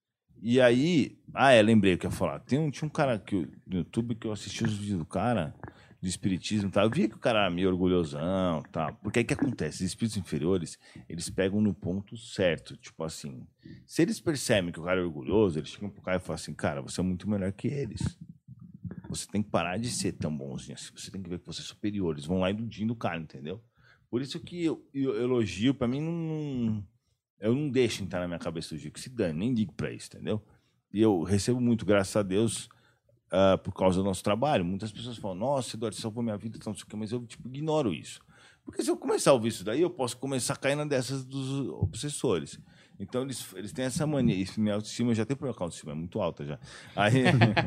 E aí... Ah, é, lembrei o que eu ia falar. Tem um, tinha um cara que, no YouTube que eu assisti os vídeos do cara... de espiritismo e tal, eu via que o cara era meio orgulhosão, tal. Porque aí o que acontece? Os espíritos inferiores, eles pegam no ponto certo, tipo assim, se eles percebem que o cara é orgulhoso, eles chegam pro cara e falam assim, cara, você é muito melhor que eles. Você tem que parar de ser tão bonzinho assim, você tem que ver que você é superior. Eles vão lá iludindo o cara, entendeu? Por isso que eu, eu elogio, pra mim, não, eu não deixo entrar na minha cabeça o Gil, que se dane, nem digo pra isso, entendeu? E eu recebo muito, graças a Deus, Uh, por causa do nosso trabalho. Muitas pessoas falam, nossa, Eduardo, você salvou minha vida, não sei o quê, mas eu tipo, ignoro isso. Porque se eu começar a ouvir isso daí, eu posso começar a cair na dessas dos obsessores. Então, eles, eles têm essa mania. E minha autoestima, já tem problema com a autoestima, é muito alta já. Aí,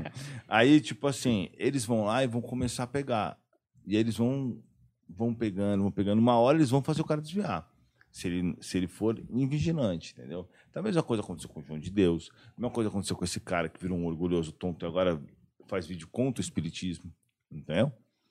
aí, tipo assim, eles vão lá e vão começar a pegar. E aí eles vão, vão pegando, vão pegando. Uma hora eles vão fazer o cara desviar. Se ele, se ele for invigilante, entendeu? Então, a mesma coisa aconteceu com o João de Deus. A mesma coisa aconteceu com esse cara que virou um orgulhoso tonto e agora faz vídeo contra o espiritismo, entendeu?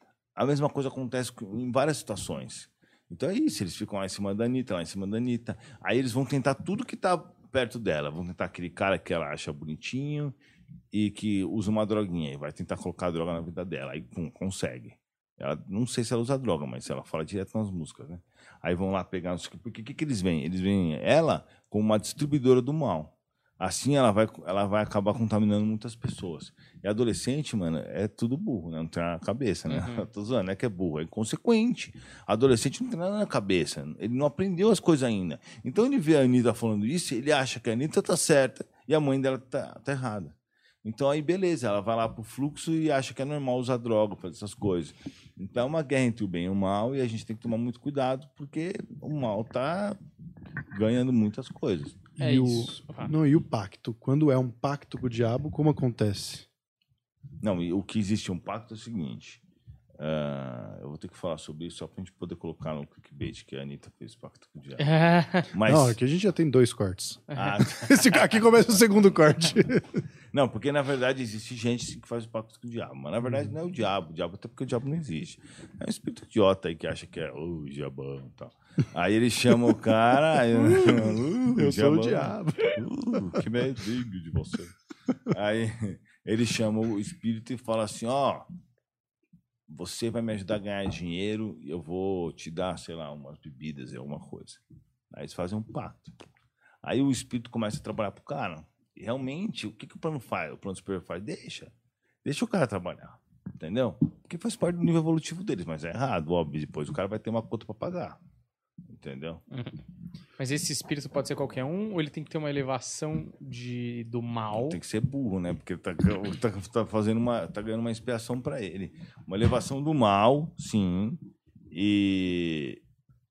A mesma coisa acontece em várias situações. Então é isso, eles ficam lá em cima da Anitta, lá em cima da Anitta. Aí eles vão tentar tudo que está perto dela. Vão tentar aquele cara que ela acha bonitinho e que usa uma droguinha. E vai tentar colocar a droga na vida dela. Aí pum, consegue. Ela, não sei se ela usa droga, mas ela fala direto nas músicas, né? Aí vão lá pegar... Porque o que, que eles veem? Eles veem ela como uma distribuidora do mal. Assim ela vai, ela vai acabar contaminando muitas pessoas. E adolescente, mano, é tudo burro, né? Não tem nada na cabeça, né? Uhum. Tô zoando, não é que é burro, é inconsequente. Adolescente não tem nada na cabeça. Ele não aprendeu as coisas ainda. Então ele vê a Anitta falando isso, ele acha que a Anitta tá certa e a mãe dela tá, tá errada. Então aí, beleza, ela vai lá pro fluxo e acha que é normal usar droga, fazer essas coisas. Então é uma guerra entre o bem e o mal e a gente tem que tomar muito cuidado porque o mal tá ganhando muitas coisas. É e isso. O, não, e o pacto? Quando é um pacto com o diabo, como acontece? Não, e o que existe um pacto é o seguinte. Uh, eu vou ter que falar sobre isso só pra gente poder colocar no clickbait que a Anitta fez pacto com o diabo. Mas... Não, aqui a gente já tem dois cortes. Ah, Esse, aqui começa o segundo corte. Não, porque na verdade existe gente que faz o pacto com o diabo. Mas na verdade não é o diabo. O diabo até porque o diabo não existe. É um espírito idiota aí que acha que é o oh, diabão e tal. Aí ele chama o cara. Aí, uh, eu diabão, sou o diabo. Uh, que medinho de você. Aí ele chama o espírito e fala assim: ó, oh, você vai me ajudar a ganhar dinheiro e eu vou te dar, sei lá, umas bebidas e alguma coisa. Aí eles fazem um pacto. Aí o espírito começa a trabalhar pro cara. E realmente, o que, que o plano faz? O plano superior faz? Deixa. Deixa o cara trabalhar. Entendeu? Porque faz parte do nível evolutivo deles, mas é errado, óbvio. Depois o cara vai ter uma conta para pagar. Entendeu? Uhum. Mas esse espírito pode ser qualquer um ou ele tem que ter uma elevação de, do mal? Tem que ser burro, né? Porque tá, tá, tá fazendo uma, tá ganhando uma expiação para ele. Uma elevação do mal, sim. E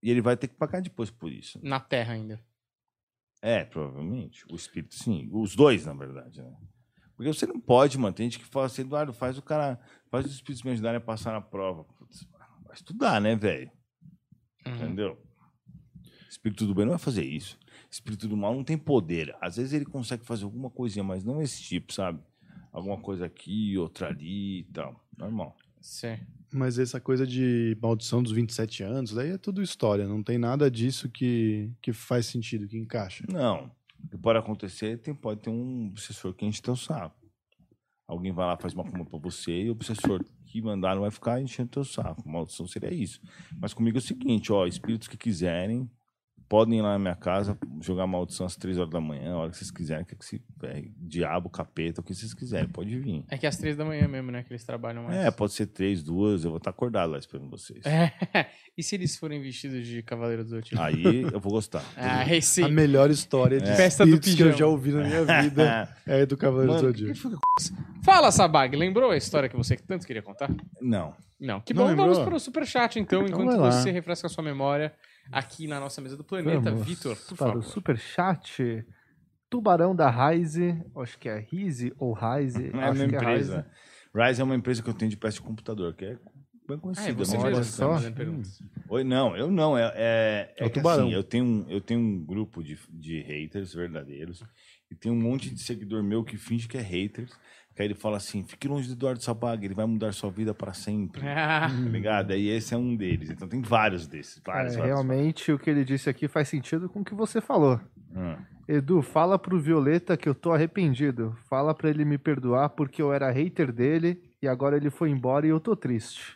E ele vai ter que pagar depois por isso. Na Terra ainda. É, provavelmente. O espírito, sim. Os dois, na verdade, né? Porque você não pode, mano. Tem gente que fala assim, Eduardo, faz o cara... Faz os espíritos me ajudarem a passar na prova. Putz, vai estudar, né, velho? Uhum. Entendeu? Espírito do bem não vai fazer isso. Espírito do mal não tem poder. Às vezes ele consegue fazer alguma coisinha, mas não esse tipo, sabe? Alguma coisa aqui, outra ali e tal. Normal. Sim. Mas essa coisa de maldição dos vinte e sete anos, daí é tudo história. Não tem nada disso que, que faz sentido, que encaixa. Não. O que pode acontecer, tem, pode ter um obsessor que enche teu saco. Alguém vai lá, faz uma coma pra você e o obsessor que mandar não vai ficar enchendo teu saco. Maldição seria isso. Mas comigo é o seguinte, ó, espíritos que quiserem, podem ir lá na minha casa, jogar maldição às três horas da manhã, a hora que vocês quiserem, que, que se, é, diabo, capeta, o que vocês quiserem, pode vir. É que às três da manhã mesmo, né? Que eles trabalham mais. É, pode ser três, duas, eu vou estar acordado lá esperando vocês. É. E se eles forem vestidos de Cavaleiro do Zodíaco? Aí eu vou gostar. Ah, aí sim. A melhor história de Festa do espíritos que eu pijama. já ouvi na minha vida é a do Cavaleiro do Mano, Zodíaco. que foi que- Fala, Sabag, lembrou a história que você tanto queria contar? Não. Não. Que Não bom, lembrou? vamos para o superchat então, Então enquanto vai lá. você refresca a sua memória aqui na nossa mesa do planeta. Vamos Vitor, por para favor. o superchat. Tubarão da Rise, acho que é Rise ou Rise. Não é acho uma que empresa. Rise é uma empresa que eu tenho de peça de computador, que é bem Ah, conhecida. é você muito olha mesmo bastante. que tá só. fazendo perguntas. Oi, não, eu não. É, é, É o que Tubarão. assim, eu tenho, um- eu tenho um grupo de, de haters verdadeiros e tem um monte de seguidor meu que finge que é haters. Que aí ele fala assim, fique longe do Eduardo Sabag, ele vai mudar sua vida para sempre. Ah, Tá ligado? Aí esse é um deles. Então tem vários desses. Vários, É, vários. realmente o que ele disse aqui faz sentido com o que você falou. Hum. Edu, fala pro Violeta que eu tô arrependido. Fala pra ele me perdoar porque eu era hater dele e agora ele foi embora e eu tô triste.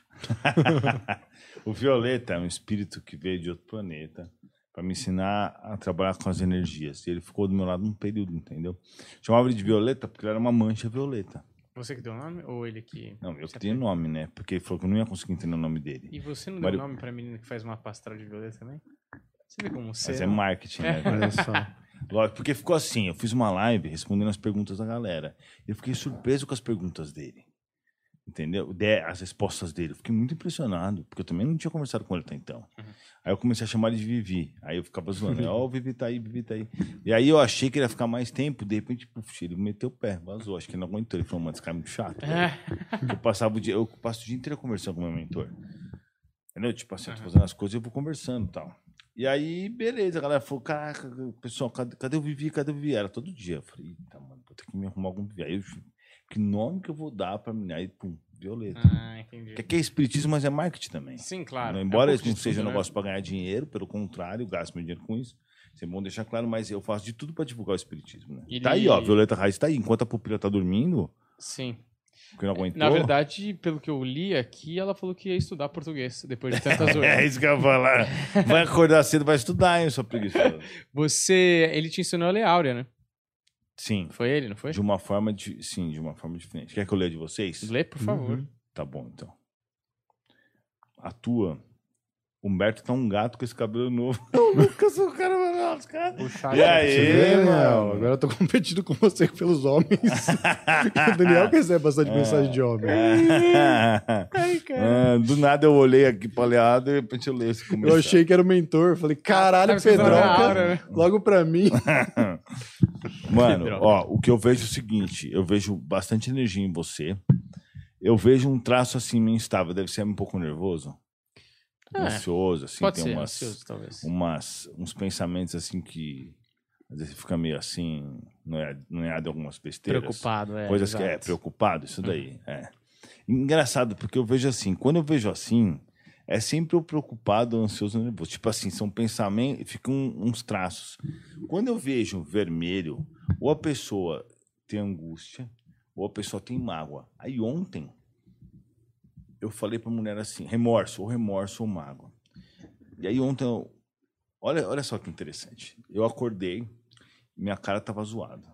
O Violeta é um espírito que veio de outro planeta para me ensinar a trabalhar com as energias. E ele ficou do meu lado um período, entendeu? Chamava ele de Violeta porque ele era uma mancha violeta. você que deu o nome ou ele que... Não, eu se que tenho apelidou? nome, né? Porque ele falou que eu não ia conseguir entender o nome dele. E você não Mas deu eu- nome pra menina que faz uma pastoral de violeta também? Você vê como você... Mas é marketing, né? Olha só. Lógico, porque ficou assim, eu fiz uma live respondendo as perguntas da galera. Eu fiquei surpreso com as perguntas dele. Entendeu? De- As respostas dele. Eu fiquei muito impressionado, porque eu também não tinha conversado com ele até então. Uhum. Aí eu comecei a chamar ele de Vivi. Aí eu ficava zoando. Ó, o Vivi tá aí, Vivi tá aí. E aí eu achei que ele ia ficar mais tempo, de repente, puf, ele meteu o pé, vazou. Acho que ele não aguentou. Ele falou, mano, esse cara é muito chato. É. Eu passava o dia, eu passo o dia inteiro conversando com o meu mentor. Entendeu? Tipo assim, eu tô Aham. fazendo as coisas e eu vou conversando e tal. E aí, beleza, a galera falou, caraca, pessoal, cadê, cadê o Vivi? Cadê o Vivi? Era todo dia. Eu falei, eita, mano, vou ter que me arrumar algum Vivi. Aí eu, que nome que eu vou dar pra mim? Aí, pum, Violeta. Ah, entendi. Que aqui é espiritismo, mas é marketing também. Sim, claro. Não, É um embora pouco isso não de seja um tudo, né? negócio pra ganhar dinheiro, pelo contrário, eu gasto meu dinheiro com isso. Isso é bom deixar claro, mas eu faço de tudo pra divulgar o espiritismo, né? Ele- Tá aí, ó, Violeta Raiz tá aí. Enquanto a pupila tá dormindo, Sim. porque não aguentou. Na verdade, pelo que eu li aqui, ela falou que ia estudar português depois de tantas É horas. isso que eu ia falar. Vai acordar cedo, vai estudar, hein, sua preguiçosa. Você... Ele te ensinou a ler áurea, né? Sim, Foi ele, não foi? de uma forma, de, sim, de uma forma diferente. Quer que eu leia de vocês? Lê, por favor. Uhum. Tá bom, então. A tua, Humberto tá um gato com esse cabelo novo. O Lucas, o cara, mano, os caras. O chat E aí? Você vê, É, Daniel? mano. Agora eu tô competindo com você pelos homens. o Daniel que recebe bastante mensagem de homem. Ai, cara. Ah, do nada eu olhei aqui pra ler, de repente eu leio esse começo. Eu achei que era o mentor. Falei, caralho, Tava escrevendo na Pedroca, áurea, né? logo pra mim. Mano, Que droga. ó, o que eu vejo é o seguinte: eu vejo bastante energia em você. Eu vejo um traço assim meio instável. Deve ser um pouco nervoso, É, ansioso, assim. Pode tem ser, umas, ansioso, talvez. umas, uns pensamentos assim que às vezes fica meio assim, não é, não é de algumas besteiras. Preocupado, é. Coisas que é exato. preocupado, isso daí. É. Engraçado, porque eu vejo assim, quando eu vejo assim, é sempre eu preocupado, ansioso, nervoso. Tipo assim, são pensamentos, ficam uns traços. Quando eu vejo vermelho, ou a pessoa tem angústia, ou a pessoa tem mágoa. Aí ontem, eu falei pra mulher assim, remorso, ou remorso ou mágoa. E aí ontem, eu, olha, olha só que interessante. Eu acordei, minha cara tava zoada.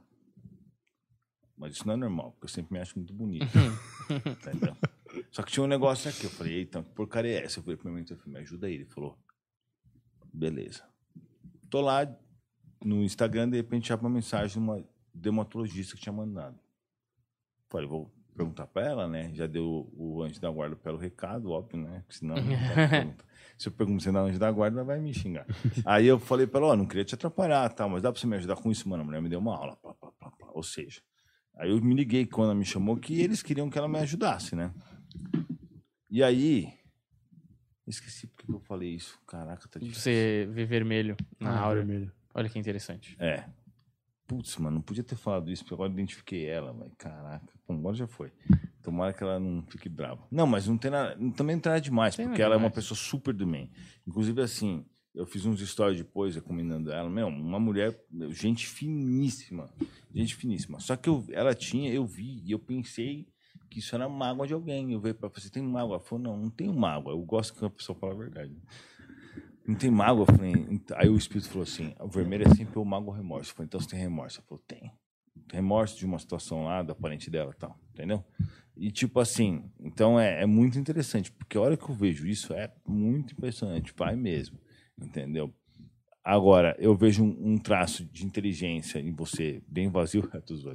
Mas isso não é normal, porque eu sempre me acho muito bonito. Entendeu? Só que tinha um negócio aqui. Eu falei, eita, que porcaria é essa? Eu falei pro meu mentor, me ajuda aí. Ele falou, beleza. Tô lá no Instagram, de repente, já uma mensagem de uma dermatologista que tinha mandado. Falei, vou perguntar pra ela, né? Já deu o anjo da guarda pelo recado, óbvio, né? Porque senão... Não se eu pergunto se é anjo da guarda, ela vai me xingar. Aí eu falei pra ela, ó, não queria te atrapalhar, tá? Mas dá pra você me ajudar com isso? Mano, a mulher me deu uma aula. Pá, pá, pá, pá. Ou seja, aí eu me liguei quando ela me chamou que eles queriam que ela me ajudasse, né? E aí... Esqueci porque eu falei isso. Caraca, tá difícil. Você vê vermelho na Ah, aura. vermelho. Olha que interessante. É. Putz, mano, não podia ter falado isso, porque agora eu identifiquei ela, mas caraca. Bom, agora já foi. Tomara que ela não fique brava. Não, mas não tem nada, também não tem nada demais, Tem porque nada ela é uma demais. pessoa super do bem. Inclusive, assim, eu fiz uns stories depois recomendando ela. Meu, uma mulher, gente finíssima. Gente finíssima. Só que eu, ela tinha, eu vi, e eu pensei que isso era mágoa de alguém. Eu veio pra você, tem mágoa? Ela falou, não, não tenho mágoa. Eu gosto que a pessoa fale a verdade. Não tem mágoa? Eu falei, então- aí o espírito falou assim, o vermelho é sempre o mágoa ou remorso. Eu falei, então você tem remorso? Ela falou, tenho. Remorso de uma situação lá, da parente dela e tal, entendeu? E tipo assim, então é, é muito interessante, porque a hora que eu vejo isso é muito impressionante, vai mesmo, entendeu? Agora, eu vejo um, um traço de inteligência em você bem vazio. Tô zoando.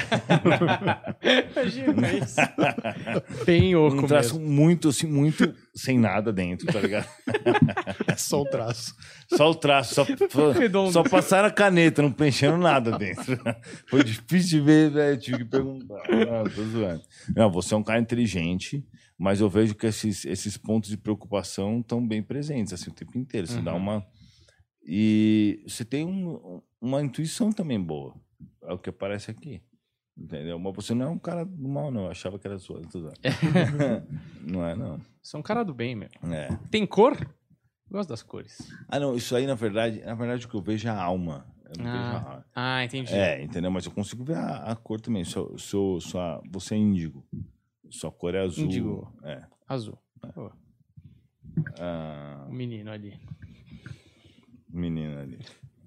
Imagina isso. Bem oco Um traço mesmo. muito, assim, muito sem nada dentro, tá ligado? É só o traço. Só o traço, só, só, Redondo. só passaram a caneta, não preencheram nada dentro. Foi difícil de ver, velho. Tive que perguntar. Não, tô zoando. Não, você é um cara inteligente, mas eu vejo que esses, esses pontos de preocupação estão bem presentes, assim, o tempo inteiro. Você Uhum. dá uma. E você tem um, uma intuição também boa. É o que aparece aqui. Entendeu? Mas você não é um cara do mal, não. Eu achava que era sua. Tô zoando. Não é, não. Você é um cara do bem, meu. É. Tem cor? Eu gosto das cores. Ah, não, isso aí, na verdade, na verdade, o que eu vejo é a alma. Eu não vejo a Ah, alma. ah, entendi. É, entendeu? Mas eu consigo ver a, a cor também. Sou, sou, sua, você é índigo. Sua cor é azul. Índigo. É. Azul. Pô, Ah, o menino ali. menina ali.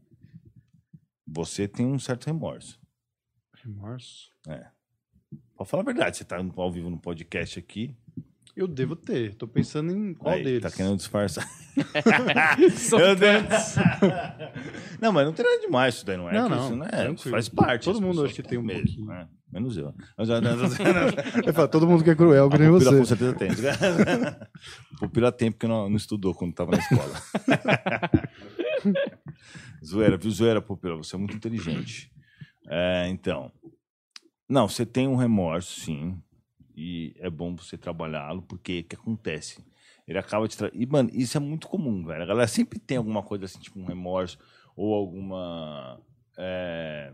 Você tem um certo remorso. Remorso? É. Pode falar a verdade. Você tá ao vivo no podcast aqui. Eu devo ter. Tô pensando em qual Aí, deles. tá querendo disfarçar. São Eu tantos. Não, mas não tem nada demais isso daí, não é? Não, que não, isso, né? tranquilo. Faz parte. Todo as mundo pessoas acho que tem um mesmo, pouquinho. né? Menos eu. Mas, a Eu falo, todo mundo que é cruel, que nem pupila com você. certeza tem. Pupila tem porque não, não estudou quando tava na escola. Zoeira, viu? Zoeira, Pupila. Você é muito inteligente. É, então. Não, você tem um remorso, sim. E é bom você trabalhá-lo, porque o que acontece? Ele acaba de... Tra... E, mano, isso é muito comum, velho. A galera sempre tem alguma coisa assim, tipo um remorso, ou alguma... É...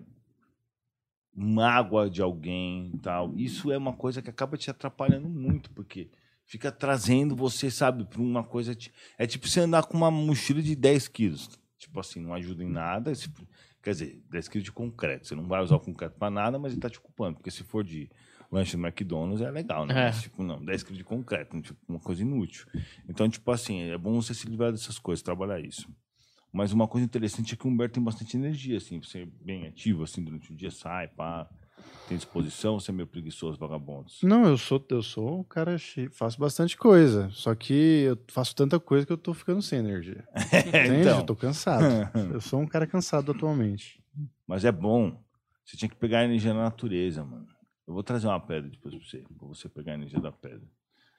mágoa de alguém e tal. Isso é uma coisa que acaba te atrapalhando muito, porque fica trazendo você, sabe, para uma coisa... T... É tipo você andar com uma mochila de dez quilos. Tipo assim, não ajuda em nada. Se... Quer dizer, dez quilos de concreto. Você não vai usar o concreto para nada, mas ele tá te ocupando. Porque se for de lanche do McDonald's, é legal, né? É. Mas, tipo, não, dez quilos de concreto, tipo, uma coisa inútil. Então, tipo assim, é bom você se livrar dessas coisas, trabalhar isso. Mas uma coisa interessante é que o Humberto tem bastante energia, assim. Você é bem ativo, assim, durante o dia, sai, pá, tem disposição, você é meio preguiçoso, vagabundos. Não, eu sou, eu sou um cara cheio, faço bastante coisa. Só que eu faço tanta coisa que eu tô ficando sem energia. Entende? então. Eu tô cansado. Eu sou um cara cansado atualmente. Mas é bom. Você tinha que pegar a energia da natureza, mano. Eu vou trazer uma pedra depois pra você, pra você pegar a energia da pedra.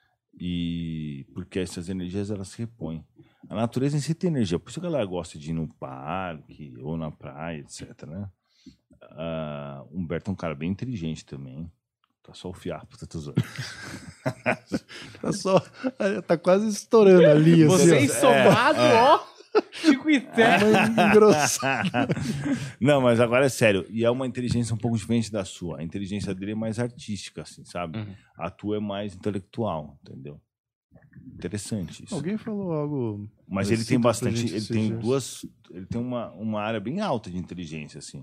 E porque essas energias, elas se repõem. A natureza em si tem energia. Por isso que a galera gosta de ir no parque ou na praia, etc, né? Uh, Humberto é um cara bem inteligente também. Tá só o fiapo, tá zoando. Tá só. Tá quase estourando ali. Assim, Vocês ó. somado, é. ó. Chico e Té. Tamanho grosso. Não, mas agora é sério. E é uma inteligência um pouco diferente da sua. A inteligência dele é mais artística, assim, sabe? Uhum. A tua é mais intelectual, entendeu? Interessante isso. Alguém falou algo. Mas ele tem parecido pra bastante. gente Ele esses tem dias. duas. Ele tem uma, uma área bem alta de inteligência, assim.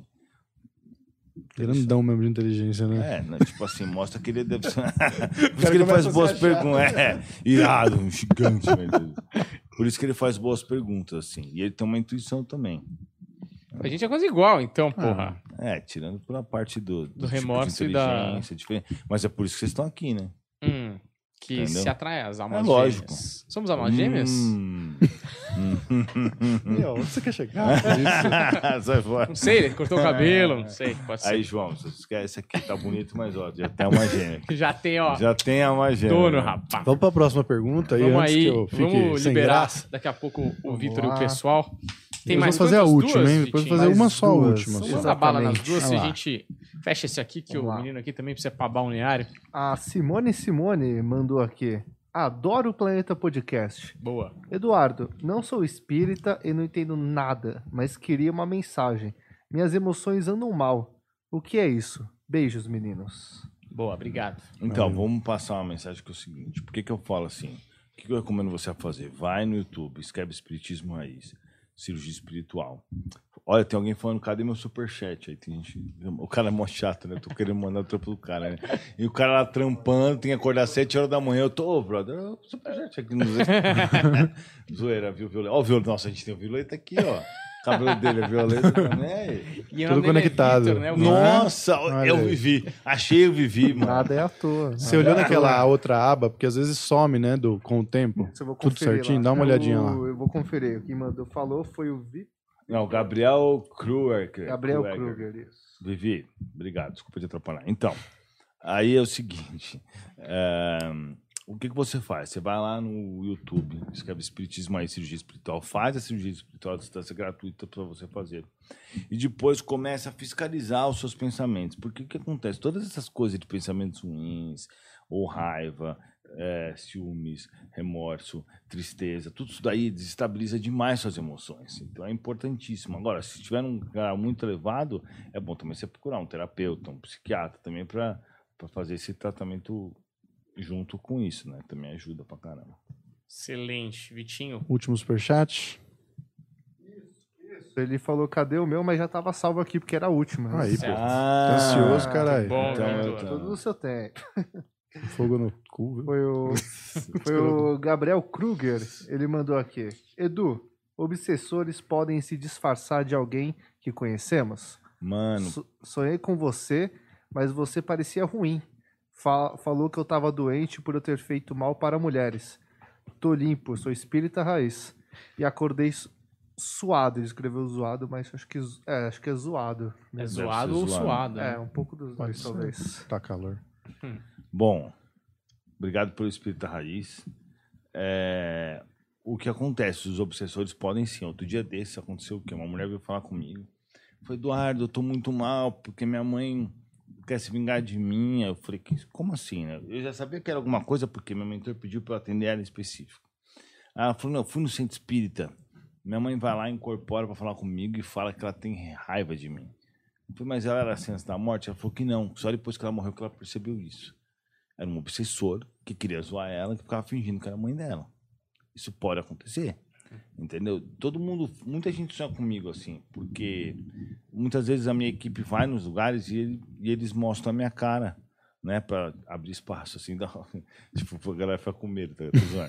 Grandão mesmo de inteligência, né? É, né, tipo assim, mostra que ele deve ser. Por isso cara que ele faz começa a boas se achar. perguntas. É, irado, um gigante, meu Deus. Por isso que ele faz boas perguntas, assim. E ele tem uma intuição também. A gente é quase igual, então, porra. É, tirando pela parte do, Do tipo de remorso e da- inteligência, diferente. Mas é por isso que vocês estão aqui, né? Hum, que Entendeu? se atrai as almas É lógico. gêmeas. Somos almas gêmeas? Hum. Meu, onde você quer chegar com isso? Sai fora. Não sei, ele cortou o cabelo, não sei. Pode ser. Aí, João, você esquece aqui, tá bonito, mas ó, já tem uma gêmea. Já tem, ó. Já tem uma gêmea. Dono, né? rapaz. Vamos pra próxima pergunta aí, Vamos antes aí, que eu fique vamos sem liberar graça. daqui a pouco o Vamos Vitor e o lá. pessoal. Tem Eu mais vou fazer a quantas? última, Duas, hein? Depois Vitinho? fazer Mais uma só a duas. última. Vamos só. mandar bala nas Exatamente. duas Vai e a lá. gente fecha esse aqui, que Vamos o lá. menino aqui também precisa pra balneário. A Simone Simone mandou aqui. Adoro o Planeta Podcast. Boa. Eduardo, não sou espírita e não entendo nada, mas queria uma mensagem. Minhas emoções andam mal. O que é isso? Beijos, meninos. Boa, obrigado. Então, vamos passar uma mensagem que é o seguinte. Por que que eu falo assim? O que que eu recomendo você a fazer? Vai no YouTube, escreve Espiritismo Raiz, cirurgia espiritual. Olha, tem alguém falando, cadê meu superchat? Aí tem gente... O cara é mó chato, né? Tô querendo mandar o trampo do cara, né? E o cara lá trampando, tem que acordar às sete horas da manhã. Eu tô, ô, brother, o superchat aqui no... Zoeira, viu? Violeta. Ó, o Violeta. Nossa, a gente tem o Violeta aqui, ó. O cabelo dele é violeta também. E o Tudo nome dele é conectado. Vitor, né? O Nossa, Olha eu aí. vivi. Achei o Vivi, mano. Nada é à toa. Você olhou naquela outra aba, porque às vezes some, né, do, com o tempo. Se eu vou Tudo conferir certinho? lá. Dá uma É olhadinha o- lá. Eu vou conferir. Quem mandou falou foi o Vi... Não, Gabriel Kruger. Gabriel Kruger. Kruger. Isso. Vivi, obrigado, desculpa te atrapalhar. Então, aí é o seguinte, é, o que, que você faz? Você vai lá no YouTube, escreve Espiritismo aí, cirurgia espiritual, faz a cirurgia espiritual à distância gratuita para você fazer. E depois começa a fiscalizar os seus pensamentos. Porque o que acontece? Todas essas coisas de pensamentos ruins, ou raiva, é, ciúmes, remorso, tristeza, tudo isso daí desestabiliza demais suas emoções. Então é importantíssimo. Agora, se tiver um grau muito elevado, é bom também você procurar um terapeuta, um psiquiatra também para fazer esse tratamento junto com isso, né? Também ajuda pra caramba. Excelente. Vitinho. Último superchat. Ele falou, cadê o meu? Mas já tava salvo aqui, porque era a última. Aí, pô. Certo. Tá ansioso, caralho. Bom, então, né, eu Eduardo? tô- Tudo no seu tempo. Fogo no cu, viu? Foi o, foi o Gabriel Kruger. Ele mandou aqui. Edu, obsessores podem se disfarçar de alguém que conhecemos? Mano, So- sonhei com você, mas você parecia ruim. Fa- falou que eu tava doente por eu ter feito mal para mulheres. Tô limpo, sou espírita raiz. E acordei su- suado. Ele escreveu zoado, mas acho que, zo- é, acho que é zoado. É Deve zoado ser ou zoado. suado? É, né? um pouco dos Pode dois, ser. talvez. Tá calor. bom, obrigado pelo Espírita Raiz. É, o que acontece? Os obsessores podem sim. Outro dia desse aconteceu o quê? Uma mulher veio falar comigo. Foi, Eduardo, eu tô muito mal porque minha mãe quer se vingar de mim. Eu falei, "Que- como assim? Né? Eu já sabia que era alguma coisa porque meu mentor pediu para eu atender ela em específico. Aí ela falou, não, eu fui no centro espírita. Minha mãe vai lá, incorpora para falar comigo e fala que ela tem raiva de mim. Eu falei, mas ela era assim antes da morte? Ela falou que não, só depois que ela morreu que ela percebeu isso. Era um obsessor que queria zoar ela, que ficava fingindo que era a mãe dela. Isso pode acontecer, entendeu? Todo mundo, muita gente sonha comigo assim, porque muitas vezes a minha equipe vai nos lugares e, ele- e eles mostram a minha cara, né, para abrir espaço, assim, dá, tipo, a galera fica com medo, tá, tô zoando.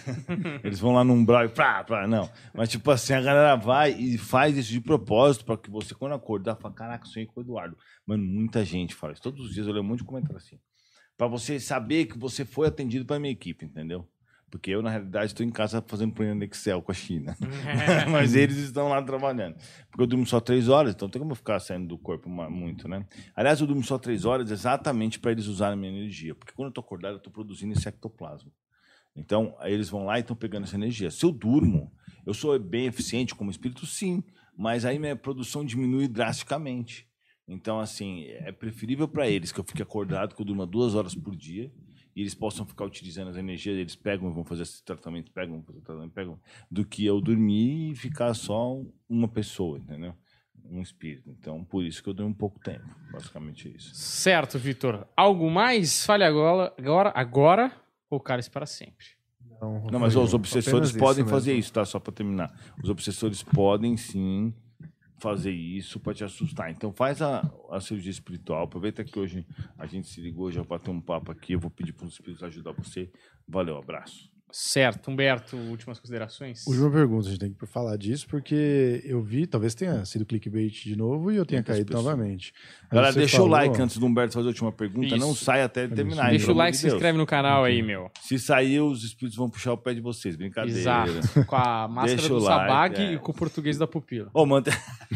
Eles vão lá num umbral e pá, pá, não. Mas, tipo assim, a galera vai e faz isso de propósito para que você, quando acordar, fala, caraca, sonhei com o Eduardo. Mano, muita gente fala isso. Todos os dias eu leio um monte de comentário assim. Para você saber que você foi atendido pela minha equipe, entendeu? Porque eu, na realidade, estou em casa fazendo planilha no Excel com a China. Mas eles estão lá trabalhando. Porque eu durmo só três horas, então tem como eu ficar saindo do corpo ma- muito, né? Aliás, eu durmo só três horas exatamente para eles usarem a minha energia. Porque quando eu estou acordado, eu estou produzindo esse ectoplasma. Então, aí eles vão lá e estão pegando essa energia. Se eu durmo, eu sou bem eficiente como espírito, sim. Mas aí minha produção diminui drasticamente. Então, assim, é preferível para eles que eu fique acordado, que eu durma duas horas por dia, e eles possam ficar utilizando as energias, eles pegam e vão fazer esse tratamento, pegam, vão fazer tratamento, pegam, do que eu dormir e ficar só uma pessoa, entendeu? Um espírito. Então, por isso que eu durmo um pouco tempo. Basicamente é isso. Certo, Vitor. Algo mais? Fale agora, agora, agora ou cale-se para sempre. Não, mas ó, os obsessores apenas podem isso fazer mesmo. isso, tá? Só para terminar. Os obsessores podem sim fazer isso para te assustar. Então faz a, a cirurgia espiritual. Aproveita que hoje a gente se ligou já para ter um papo aqui. Eu vou pedir para os espíritos ajudar você. Valeu, abraço. Certo. Humberto, últimas considerações? Última pergunta, a gente tem que falar disso, porque eu vi, talvez tenha sido clickbait de novo e eu tenha Muitas caído pessoas. novamente. Mas Galera, você deixa falou- o like antes do Humberto fazer a última pergunta. Isso. Não saia até ele terminar. Deixa pelo o like, amor de se Deus. inscreve no canal aí, meu. Se sair, os espíritos vão puxar o pé de vocês. Brincadeira. Exato. Com a máscara Deixa do o like, Sabag é. e com o português da pupila. Ô, mant...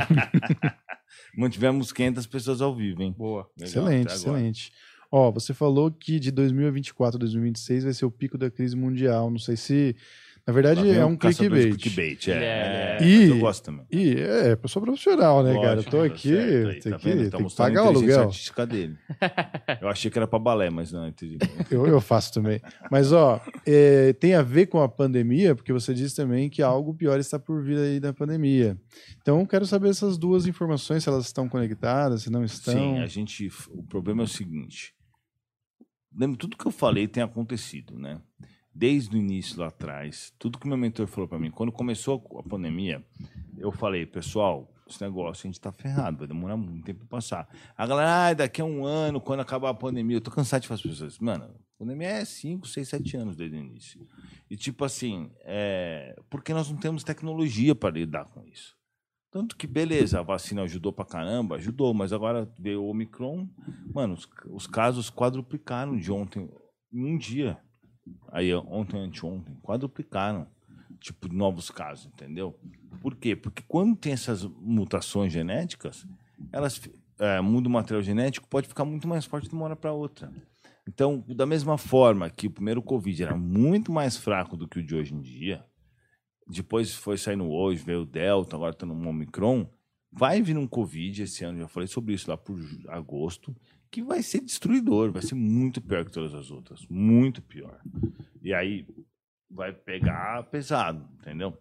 Mantivemos quinhentas pessoas ao vivo, hein? Boa. Legal, Excelente, até agora. excelente. Ó, você falou que de dois mil e vinte e quatro a dois mil e vinte e seis vai ser o pico da crise mundial. Não sei se... Na verdade, Lá vem é o um caçador de clickbait. clickbait. É, Ele é, é, ele é. mas E- eu gosto também. E é, eu sou profissional, né, cara? Eu tô Lógico, tá aqui, certo aí, tem tá que, vendo? Tá tem que mostrando pagar a o inteligência aluguel. artística dele. Eu achei que era pra balé, mas não, entendi. Eu, eu faço também. Mas, ó, é, tem a ver com a pandemia, porque você disse também que algo pior está por vir aí da pandemia. Então, eu quero saber essas duas informações, se elas estão conectadas, se não estão. Sim, a gente. O problema é o seguinte. Lembra, tudo que eu falei tem acontecido, né? Desde o início lá atrás, tudo que meu mentor falou pra mim, quando começou a pandemia, eu falei, pessoal, esse negócio a gente tá ferrado, vai demorar muito tempo pra passar. A galera, ah, daqui a um ano, quando acabar a pandemia, eu tô cansado de fazer as pessoas. Mano, a pandemia é cinco, seis, sete anos desde o início. E tipo assim, é... porque nós não temos tecnologia para lidar com isso. Tanto que, beleza, a vacina ajudou pra caramba, ajudou, mas agora veio o Omicron, mano, os, os casos quadruplicaram de ontem em um dia. Aí, ontem, anteontem, quadruplicaram, tipo, novos casos, entendeu? Por quê? Porque quando tem essas mutações genéticas, elas é, muda o material genético, pode ficar muito mais forte de uma hora para outra. Então, da mesma forma que o primeiro Covid era muito mais fraco do que o de hoje em dia, depois foi saindo hoje, veio o Delta, agora está no Omicron, vai vir um Covid esse ano, já falei sobre isso lá por agosto, que vai ser destruidor, vai ser muito pior que todas as outras, muito pior. E aí vai pegar pesado, entendeu?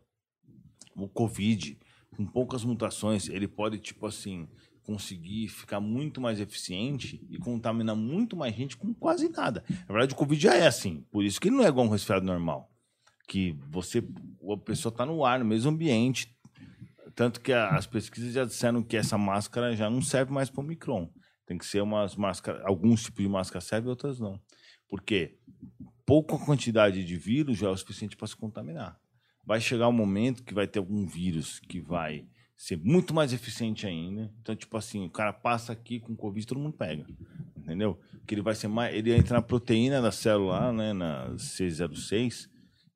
O Covid, com poucas mutações, ele pode, tipo assim, conseguir ficar muito mais eficiente e contaminar muito mais gente com quase nada. Na verdade, o Covid já é assim, por isso que ele não é igual um resfriado normal. Que você, a pessoa está no ar, no mesmo ambiente. Tanto que a, as pesquisas já disseram que essa máscara já não serve mais para o Omicron. Tem que ser umas máscaras, alguns tipos de máscara servem, outras não. Por quê? Pouca quantidade de vírus já é o suficiente para se contaminar. Vai chegar um momento que vai ter algum vírus que vai ser muito mais eficiente ainda. Então, tipo assim, o cara passa aqui com Covid, todo mundo pega. Entendeu? Que ele vai ser mais. Ele entra na proteína da célula, né, na C zero seis,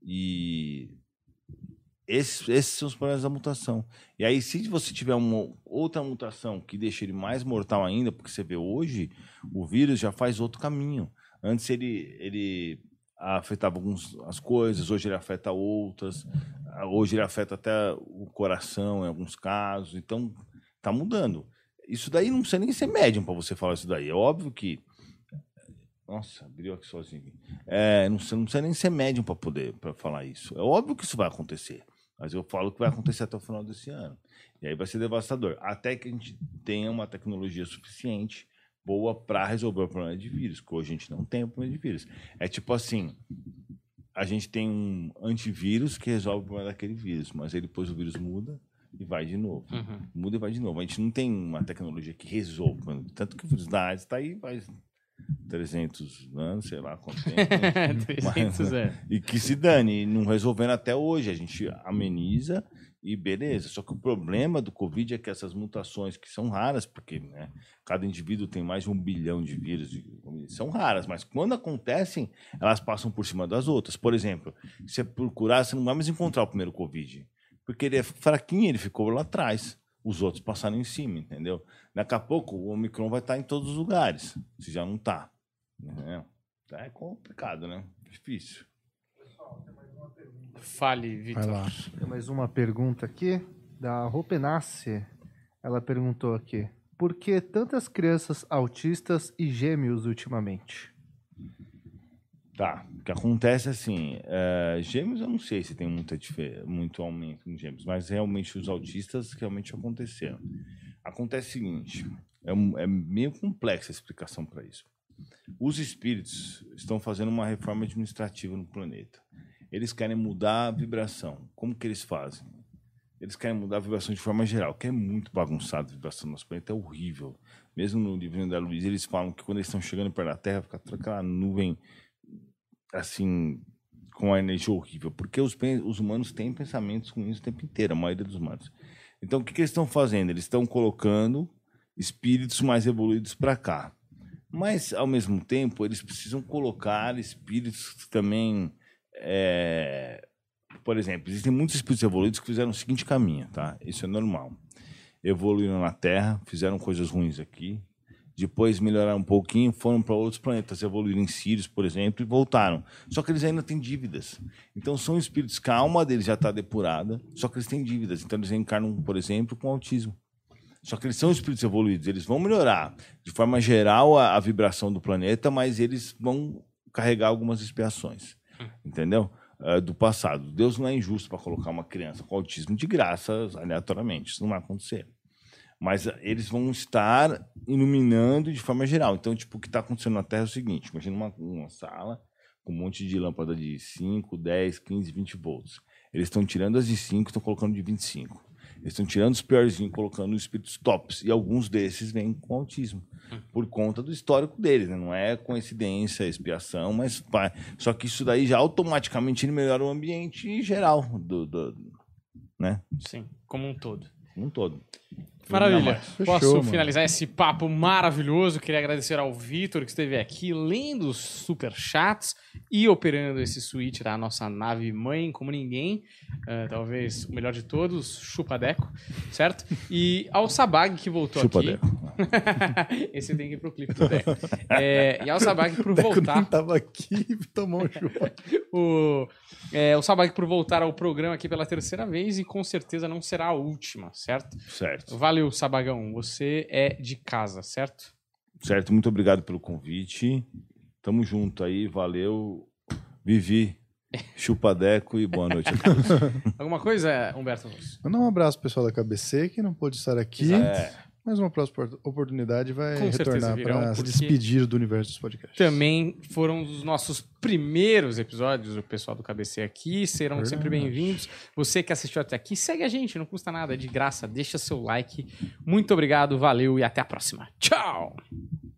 e esses, esses são os problemas da mutação. E aí, se você tiver uma outra mutação que deixa ele mais mortal ainda, porque você vê hoje, o vírus já faz outro caminho. Antes ele, ele afetava algumas as coisas, hoje ele afeta outras, hoje ele afeta até o coração em alguns casos, então tá mudando. Isso daí não precisa nem ser médium para você falar isso daí. É óbvio que... Nossa, abriu aqui sozinho. É, não, não precisa nem ser médium para poder pra falar isso. É óbvio que isso vai acontecer. Mas eu falo que vai acontecer até o final desse ano. E aí vai ser devastador. Até que a gente tenha uma tecnologia suficiente, boa, para resolver o problema de vírus. Que hoje a gente não tem o problema de vírus. É tipo assim, a gente tem um antivírus que resolve o problema daquele vírus. Mas aí depois o vírus muda e vai de novo. Uhum. Muda e vai de novo. A gente não tem uma tecnologia que resolva. Tanto que o vírus da AIDS está aí, vai... trezentos anos, sei lá quanto tempo. trezentos, é. E que se dane, e não resolvendo até hoje. A gente ameniza e beleza. Só que o problema do Covid é que essas mutações, que são raras, porque né, cada indivíduo tem mais de um bilhão de vírus, são raras, mas quando acontecem, elas passam por cima das outras. Por exemplo, se você procurar, você não vai mais encontrar o primeiro Covid, porque ele é fraquinho, ele ficou lá atrás. Os outros passaram em cima, entendeu? Daqui a pouco o Omicron vai estar em todos os lugares, se já não está. Né? É complicado, né? Difícil. Fale, Vai Vitor. lá. Tem mais uma pergunta aqui, da Ropenace. Ela perguntou aqui, por que tantas crianças autistas e gêmeos ultimamente? Tá, o que acontece assim, é, gêmeos eu não sei se tem muita difer- muito aumento em gêmeos, mas realmente os autistas realmente aconteceram. Acontece o seguinte, é, um- é meio complexa a explicação para isso. Os espíritos estão fazendo uma reforma administrativa no planeta. Eles querem mudar a vibração. Como que eles fazem? Eles querem mudar a vibração de forma geral, que é muito bagunçado a vibração do nosso planeta, é horrível. Mesmo no livro da Luísa, eles falam que quando eles estão chegando perto da Terra, fica toda aquela nuvem assim, com a energia horrível? Porque os, os humanos têm pensamentos ruins o tempo inteiro, a maioria dos humanos. Então, o que, que eles estão fazendo? Eles estão colocando espíritos mais evoluídos para cá. Mas, ao mesmo tempo, eles precisam colocar espíritos que também... É... Por exemplo, existem muitos espíritos evoluídos que fizeram o seguinte caminho, tá? Isso é normal. Evoluíram na Terra, fizeram coisas ruins aqui, depois melhoraram um pouquinho, foram para outros planetas, evoluíram em Sirius, por exemplo, e voltaram. Só que eles ainda têm dívidas. Então, são espíritos que a alma deles já está depurada, só que eles têm dívidas. Então, eles reencarnam, por exemplo, com autismo. Só que eles são espíritos evoluídos, eles vão melhorar, de forma geral, a, a vibração do planeta, mas eles vão carregar algumas expiações. Entendeu? Uh, do passado. Deus não é injusto para colocar uma criança com autismo de graça, aleatoriamente. Isso não vai acontecer. Mas uh, eles vão estar iluminando de forma geral. Então, tipo, o que está acontecendo na Terra é o seguinte: imagina uma, uma sala com um monte de lâmpada de cinco, dez, quinze, vinte volts. Eles estão tirando as de cinco e estão colocando de vinte e cinco. Eles estão tirando os piorzinhos e colocando os espíritos tops. E alguns desses vêm com autismo. Por conta do histórico deles, né? Não é coincidência, expiação, mas pá, só que isso daí já automaticamente melhora o ambiente geral do, do né? Sim, como um todo. Como um todo. Maravilha. Fechou, Posso mano. finalizar esse papo maravilhoso? Queria agradecer ao Vitor que esteve aqui lendo os superchats e operando esse switch da nossa nave mãe como ninguém. Uh, talvez o melhor de todos, Chupadeco, certo? E ao Sabag que voltou Chupadeco. aqui. Esse tem que ir pro clipe do Deco. É, e ao Sabag por Deco voltar. nem tava aqui e tomou um chupa. o, é, o Sabag por voltar ao programa aqui pela terceira vez e com certeza não será a última, certo? Certo. Valeu, Sabagão. Você é de casa, certo? Certo, muito obrigado pelo convite. Tamo junto aí, valeu. Vivi, Chupadeco e boa noite a todos. Alguma coisa, Humberto Rosso? Mandar um abraço pro pessoal da K B C, que não pôde estar aqui. É. Mas uma próxima oportunidade vai Com certeza retornar virão, para se porque despedir do universo dos podcasts. Também foram os nossos primeiros episódios, o pessoal do K B C aqui. Serão Verdade. sempre bem-vindos. Você que assistiu até aqui, segue a gente, não custa nada, é de graça. Deixa seu like. Muito obrigado, valeu e até a próxima. Tchau!